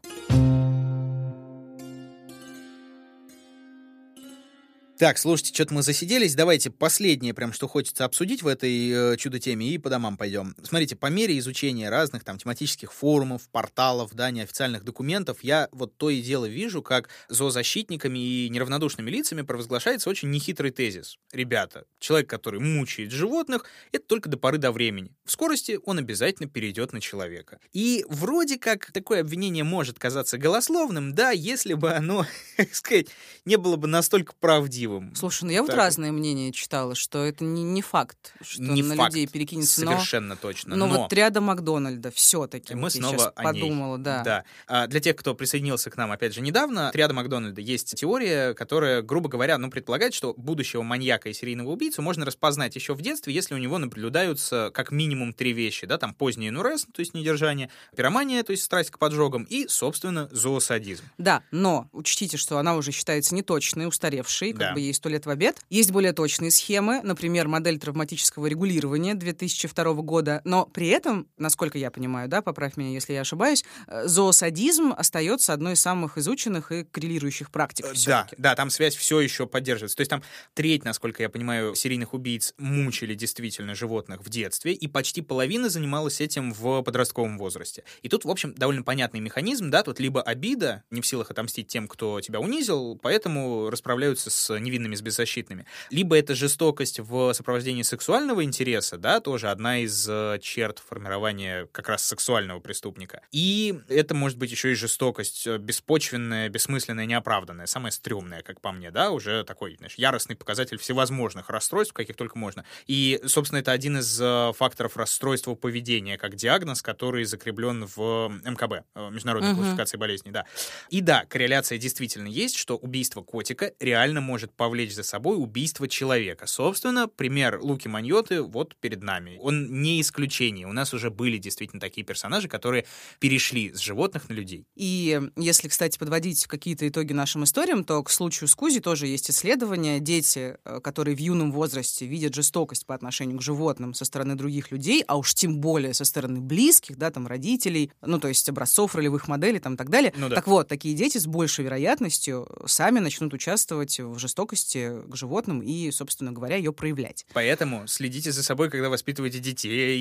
Так, слушайте, что-то мы засиделись. Давайте последнее, прям что хочется обсудить в этой чудо-теме, и по домам пойдем. Смотрите, по мере изучения разных там тематических форумов, порталов, да, неофициальных документов, я вот то и дело вижу, как зоозащитниками и неравнодушными лицами провозглашается очень нехитрый тезис. Ребята, человек, который мучает животных, это только до поры до времени. В скорости он обязательно перейдет на человека. И вроде как такое обвинение может казаться голословным, да, если бы оно, так сказать, не было бы настолько правдивым. Слушай, я вот разные мнения читала, что это не факт, что не на факт, людей перекинется. Совершенно точно. Но вот триада Макдональда все-таки. Мы вот снова сейчас о подумала, ней. Да. Для тех, кто присоединился к нам, опять же, недавно, триада Макдональда есть теория, которая, грубо говоря, предполагает, что будущего маньяка и серийного убийцу можно распознать еще в детстве, если у него наблюдаются как минимум 3 вещи, да, там поздний НРС, то есть недержание, пиромания, то есть страсть к поджогам, и, собственно, зоосадизм. Да, но учтите, что она уже считается неточной, устаревшей, как бы ей 100 лет в обед. Есть более точные схемы, например, модель травматического регулирования 2002 года, но при этом, насколько я понимаю, да, поправь меня, если я ошибаюсь, зоосадизм остается одной из самых изученных и коррелирующих практик. Да, там связь все еще поддерживается. То есть там треть, насколько я понимаю, серийных убийц мучили действительно животных в детстве, и почти половина занималась этим в подростковом возрасте. И тут, в общем, довольно понятный механизм, да, тут либо обида, не в силах отомстить тем, кто тебя унизил, поэтому расправляются с невинными, с беззащитными. Либо это жестокость в сопровождении сексуального интереса, да, тоже одна из черт формирования как раз сексуального преступника. И это может быть еще и жестокость беспочвенная, бессмысленная, неоправданная, самая стрёмная, как по мне, да, уже такой, знаешь, яростный показатель всевозможных расстройств, каких только можно. И, собственно, это один из факторов расстройства поведения, как диагноз, который закреплен в МКБ, Международной классификации болезней, да. И да, корреляция действительно есть, что убийство котика реально может повлечь за собой убийство человека. Собственно, пример Луки Маньоты вот перед нами. Он не исключение. У нас уже были действительно такие персонажи, которые перешли с животных на людей. И если, кстати, подводить какие-то итоги нашим историям, то к случаю с Кузей тоже есть исследования. Дети, которые в юном возрасте видят жестокость по отношению к животным со стороны других людей, а уж тем более со стороны близких, да, там, родителей, то есть образцов ролевых моделей, там, и так далее. Да. Так вот, такие дети с большей вероятностью сами начнут участвовать в жестокости к животным и, собственно говоря, ее проявлять. Поэтому следите за собой, когда воспитываете детей,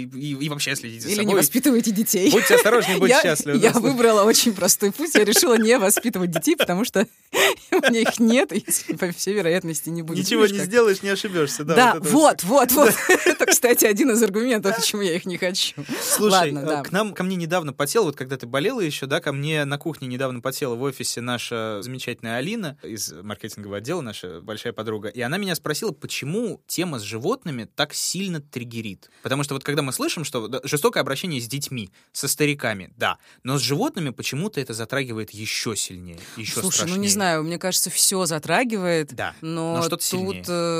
и вообще следите за собой. Или не воспитывайте детей. Будьте осторожны, будьте счастливы. Я выбрала очень простой путь. Я решила не воспитывать детей, потому что у меня их нет, и, по всей вероятности, не будет. Ничего не сделаешь, не ошибешься. Да, вот. Это, кстати, один из аргументов, почему я их не хочу. Слушай, ко мне недавно подсела, вот когда ты болела еще, да, ко мне на кухне недавно подсела в офисе наша замечательная Алина из маркетингового отдела, наша большая подруга, и она меня спросила, почему тема с животными так сильно триггерит. Потому что вот когда мы слышим, что жестокое обращение с детьми, со стариками, да, но с животными почему-то это затрагивает еще сильнее, еще страшнее. Слушай, не знаю, мне кажется, все затрагивает, да, но что-то тут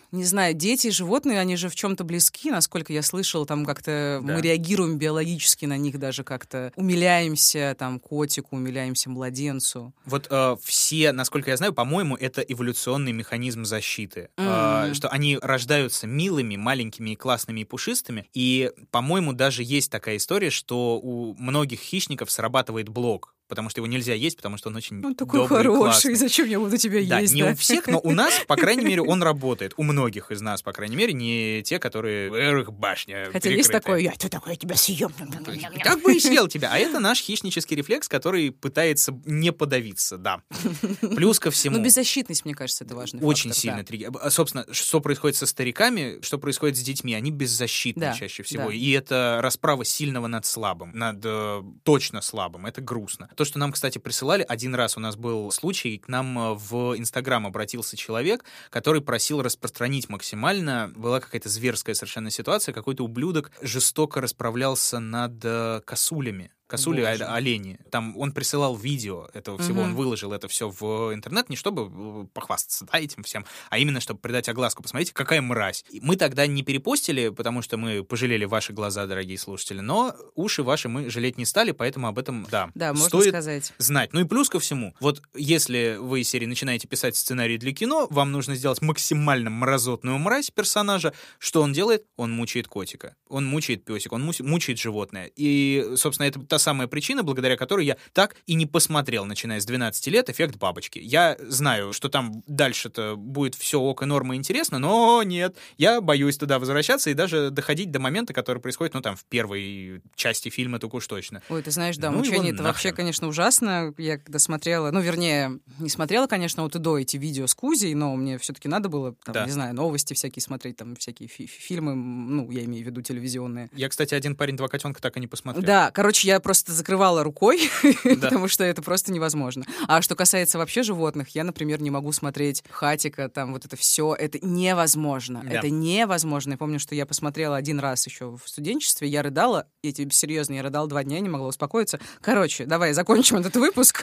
Не знаю, дети и животные, они же в чем-то близки, насколько я слышала, там как-то мы реагируем биологически на них, даже как-то умиляемся там котику, умиляемся младенцу. Вот все, насколько я знаю, по-моему, это эволюционный механизм защиты, что они рождаются милыми, маленькими, классными и пушистыми, и, по-моему, даже есть такая история, что у многих хищников срабатывает блок, потому что его нельзя есть, потому что он очень добрый, такой хороший, классный. Зачем я буду тебя есть? Не у всех, но у нас, по крайней мере, он работает. У многих из нас, по крайней мере, не те, которые их башня Хотя перекрытая. есть такое, кто такой, я тебя съем. Как бы и съел тебя. А это наш хищнический рефлекс, который пытается не подавиться, да. Плюс ко всему... беззащитность, мне кажется, это важный очень фактор, сильно триггер. Собственно, что происходит со стариками, что происходит с детьми, они беззащитны чаще всего. И это расправа сильного над слабым, над точно слабым. Это грустно. То, что нам, кстати, присылали, один раз у нас был случай, к нам в Инстаграм обратился человек, который просил распространить максимально. Была какая-то зверская совершенно ситуация, какой-то ублюдок жестоко расправлялся над косулями. Косули, олени. Там он присылал видео этого всего, он выложил это все в интернет, не чтобы похвастаться этим всем, а именно, чтобы придать огласку. Посмотрите, какая мразь. Мы тогда не перепостили, потому что мы пожалели ваши глаза, дорогие слушатели, но уши ваши мы жалеть не стали, поэтому об этом, можно стоит сказать. Знать. Ну и плюс ко всему, вот если вы из серии начинаете писать сценарий для кино, вам нужно сделать максимально мразотную мразь персонажа. Что он делает? Он мучает котика, он мучает песика, он мучает животное. И, собственно, это та самая причина, благодаря которой я так и не посмотрел, начиная с 12 лет, «Эффект бабочки». Я знаю, что там дальше-то будет все ок и норма интересно, но нет, я боюсь туда возвращаться и даже доходить до момента, который происходит, в первой части фильма, только уж точно. Ой, ты знаешь, мучение — это вообще, конечно, ужасно. Я когда смотрела, не смотрела, конечно, от и до эти видео с Кузей, но мне все-таки надо было, не знаю, новости всякие смотреть, там всякие фильмы, я имею в виду телевизионные. Я, кстати, «Один парень, два котенка» так и не посмотрел. Да, короче, я просто закрывала рукой, потому что это просто невозможно. А что касается вообще животных, я, например, не могу смотреть «Хатико», там вот это все, это невозможно. Да. Это невозможно. Я помню, что я посмотрела один раз еще в студенчестве, я рыдала, я тебе серьезно, я рыдала 2 дня, не могла успокоиться. Короче, давай закончим этот выпуск.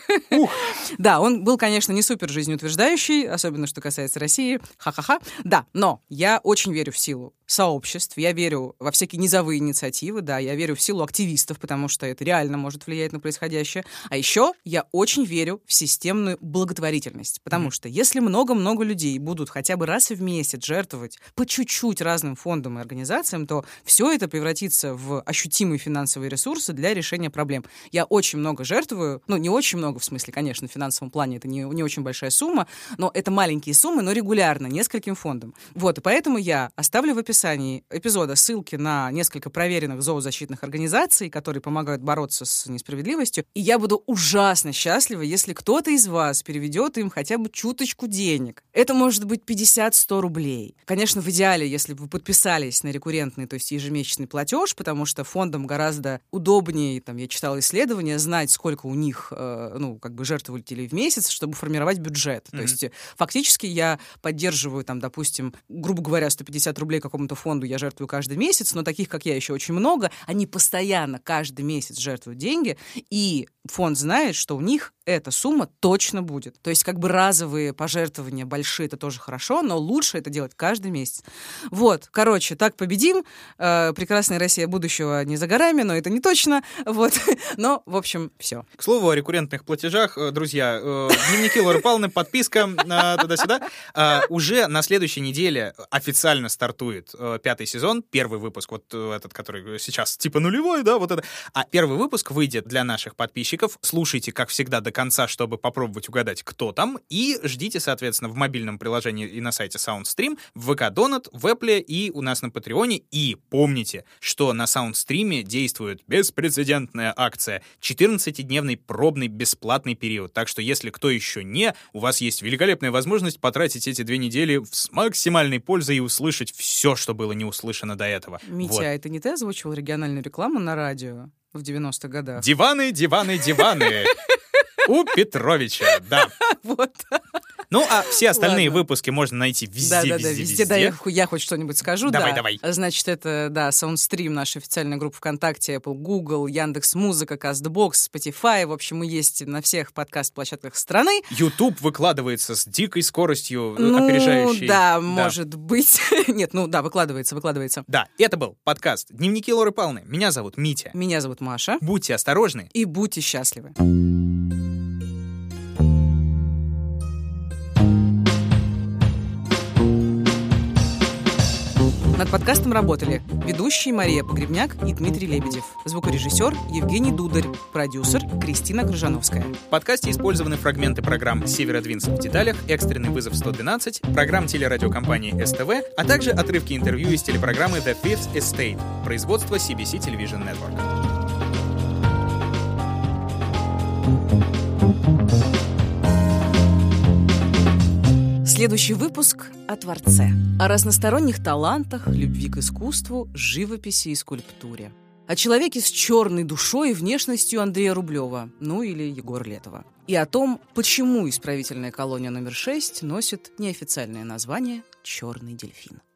Да, он был, конечно, не супер жизнеутверждающий, особенно что касается России. Ха-ха-ха. Да, но я очень верю в силу сообществ, я верю во всякие низовые инициативы, да, я верю в силу активистов, потому что это реально может влиять на происходящее. А еще я очень верю в системную благотворительность, потому что если много-много людей будут хотя бы раз в месяц жертвовать по чуть-чуть разным фондам и организациям, то все это превратится в ощутимые финансовые ресурсы для решения проблем. Я очень много жертвую, не очень много в смысле, конечно, в финансовом плане это не очень большая сумма, но это маленькие суммы, но регулярно, нескольким фондам. Вот, и поэтому я оставлю в описании эпизода ссылки на несколько проверенных зоозащитных организаций, которые помогают бороться с несправедливостью, и я буду ужасно счастлива, если кто-то из вас переведет им хотя бы чуточку денег. Это может быть 50-100 рублей. Конечно, в идеале, если бы вы подписались на рекуррентный, то есть ежемесячный платеж, потому что фондам гораздо удобнее, я читала исследования, знать, сколько у них, жертвователей в месяц, чтобы формировать бюджет. То есть фактически я поддерживаю, допустим, грубо говоря, 150 рублей какому-то фонду я жертвую каждый месяц, но таких, как я, еще очень много. Они постоянно каждый месяц жертвуют деньги, и фонд знает, что у них эта сумма точно будет. То есть разовые пожертвования большие — это тоже хорошо, но лучше это делать каждый месяц. Вот, короче, так победим. Прекрасная Россия будущего не за горами, но это не точно. Вот. Но, в общем, все. К слову о рекуррентных платежах, друзья, дневники Лоры Павловны, подписка туда-сюда. Уже на следующей неделе официально стартует 5-й сезон, первый выпуск, вот этот, который сейчас типа нулевой, да, вот это. А первый выпуск выйдет для наших подписчиков. Слушайте, как всегда, до конца, чтобы попробовать угадать, кто там, и ждите, соответственно, в мобильном приложении и на сайте SoundStream, в ВК Донат, в Apple и у нас на Патреоне. И помните, что на SoundStream действует беспрецедентная акция, 14-дневный пробный бесплатный период. Так что, если кто еще не, у вас есть великолепная возможность потратить эти 2 недели с максимальной пользой и услышать все, что было не услышано до этого. Митя, это не ты озвучивал региональную рекламу на радио в 90-х годах? Диваны, диваны, диваны. У Петровича, да. Вот. Ну, а все остальные выпуски можно найти везде. Да, я хоть что-нибудь скажу. Давай. Значит, это, Soundstream, наша официальная группа ВКонтакте, Apple, Google, Яндекс.Музыка, Castbox, Spotify. В общем, мы есть на всех подкаст-площадках страны. YouTube выкладывается с дикой скоростью, опережающей. Да, может быть. Нет, выкладывается. Да, это был подкаст «Дневники Лоры Павловны». Меня зовут Митя. Меня зовут Маша. Будьте осторожны. И будьте счастливы. Над подкастом работали ведущие Мария Погребняк и Дмитрий Лебедев, звукорежиссер Евгений Дударь, продюсер Кристина Крыжановская. В подкасте использованы фрагменты программ «Северодвинск в деталях», «Экстренный вызов 112», программ телерадиокомпании СТВ, а также отрывки интервью из телепрограммы «The Fifth Estate», производство CBC Television Network. Следующий выпуск о Творце. О разносторонних талантах, любви к искусству, живописи и скульптуре. О человеке с черной душой и внешностью Андрея Рублева, или Егора Летова. И о том, почему исправительная колония номер 6 носит неофициальное название «Черный дельфин».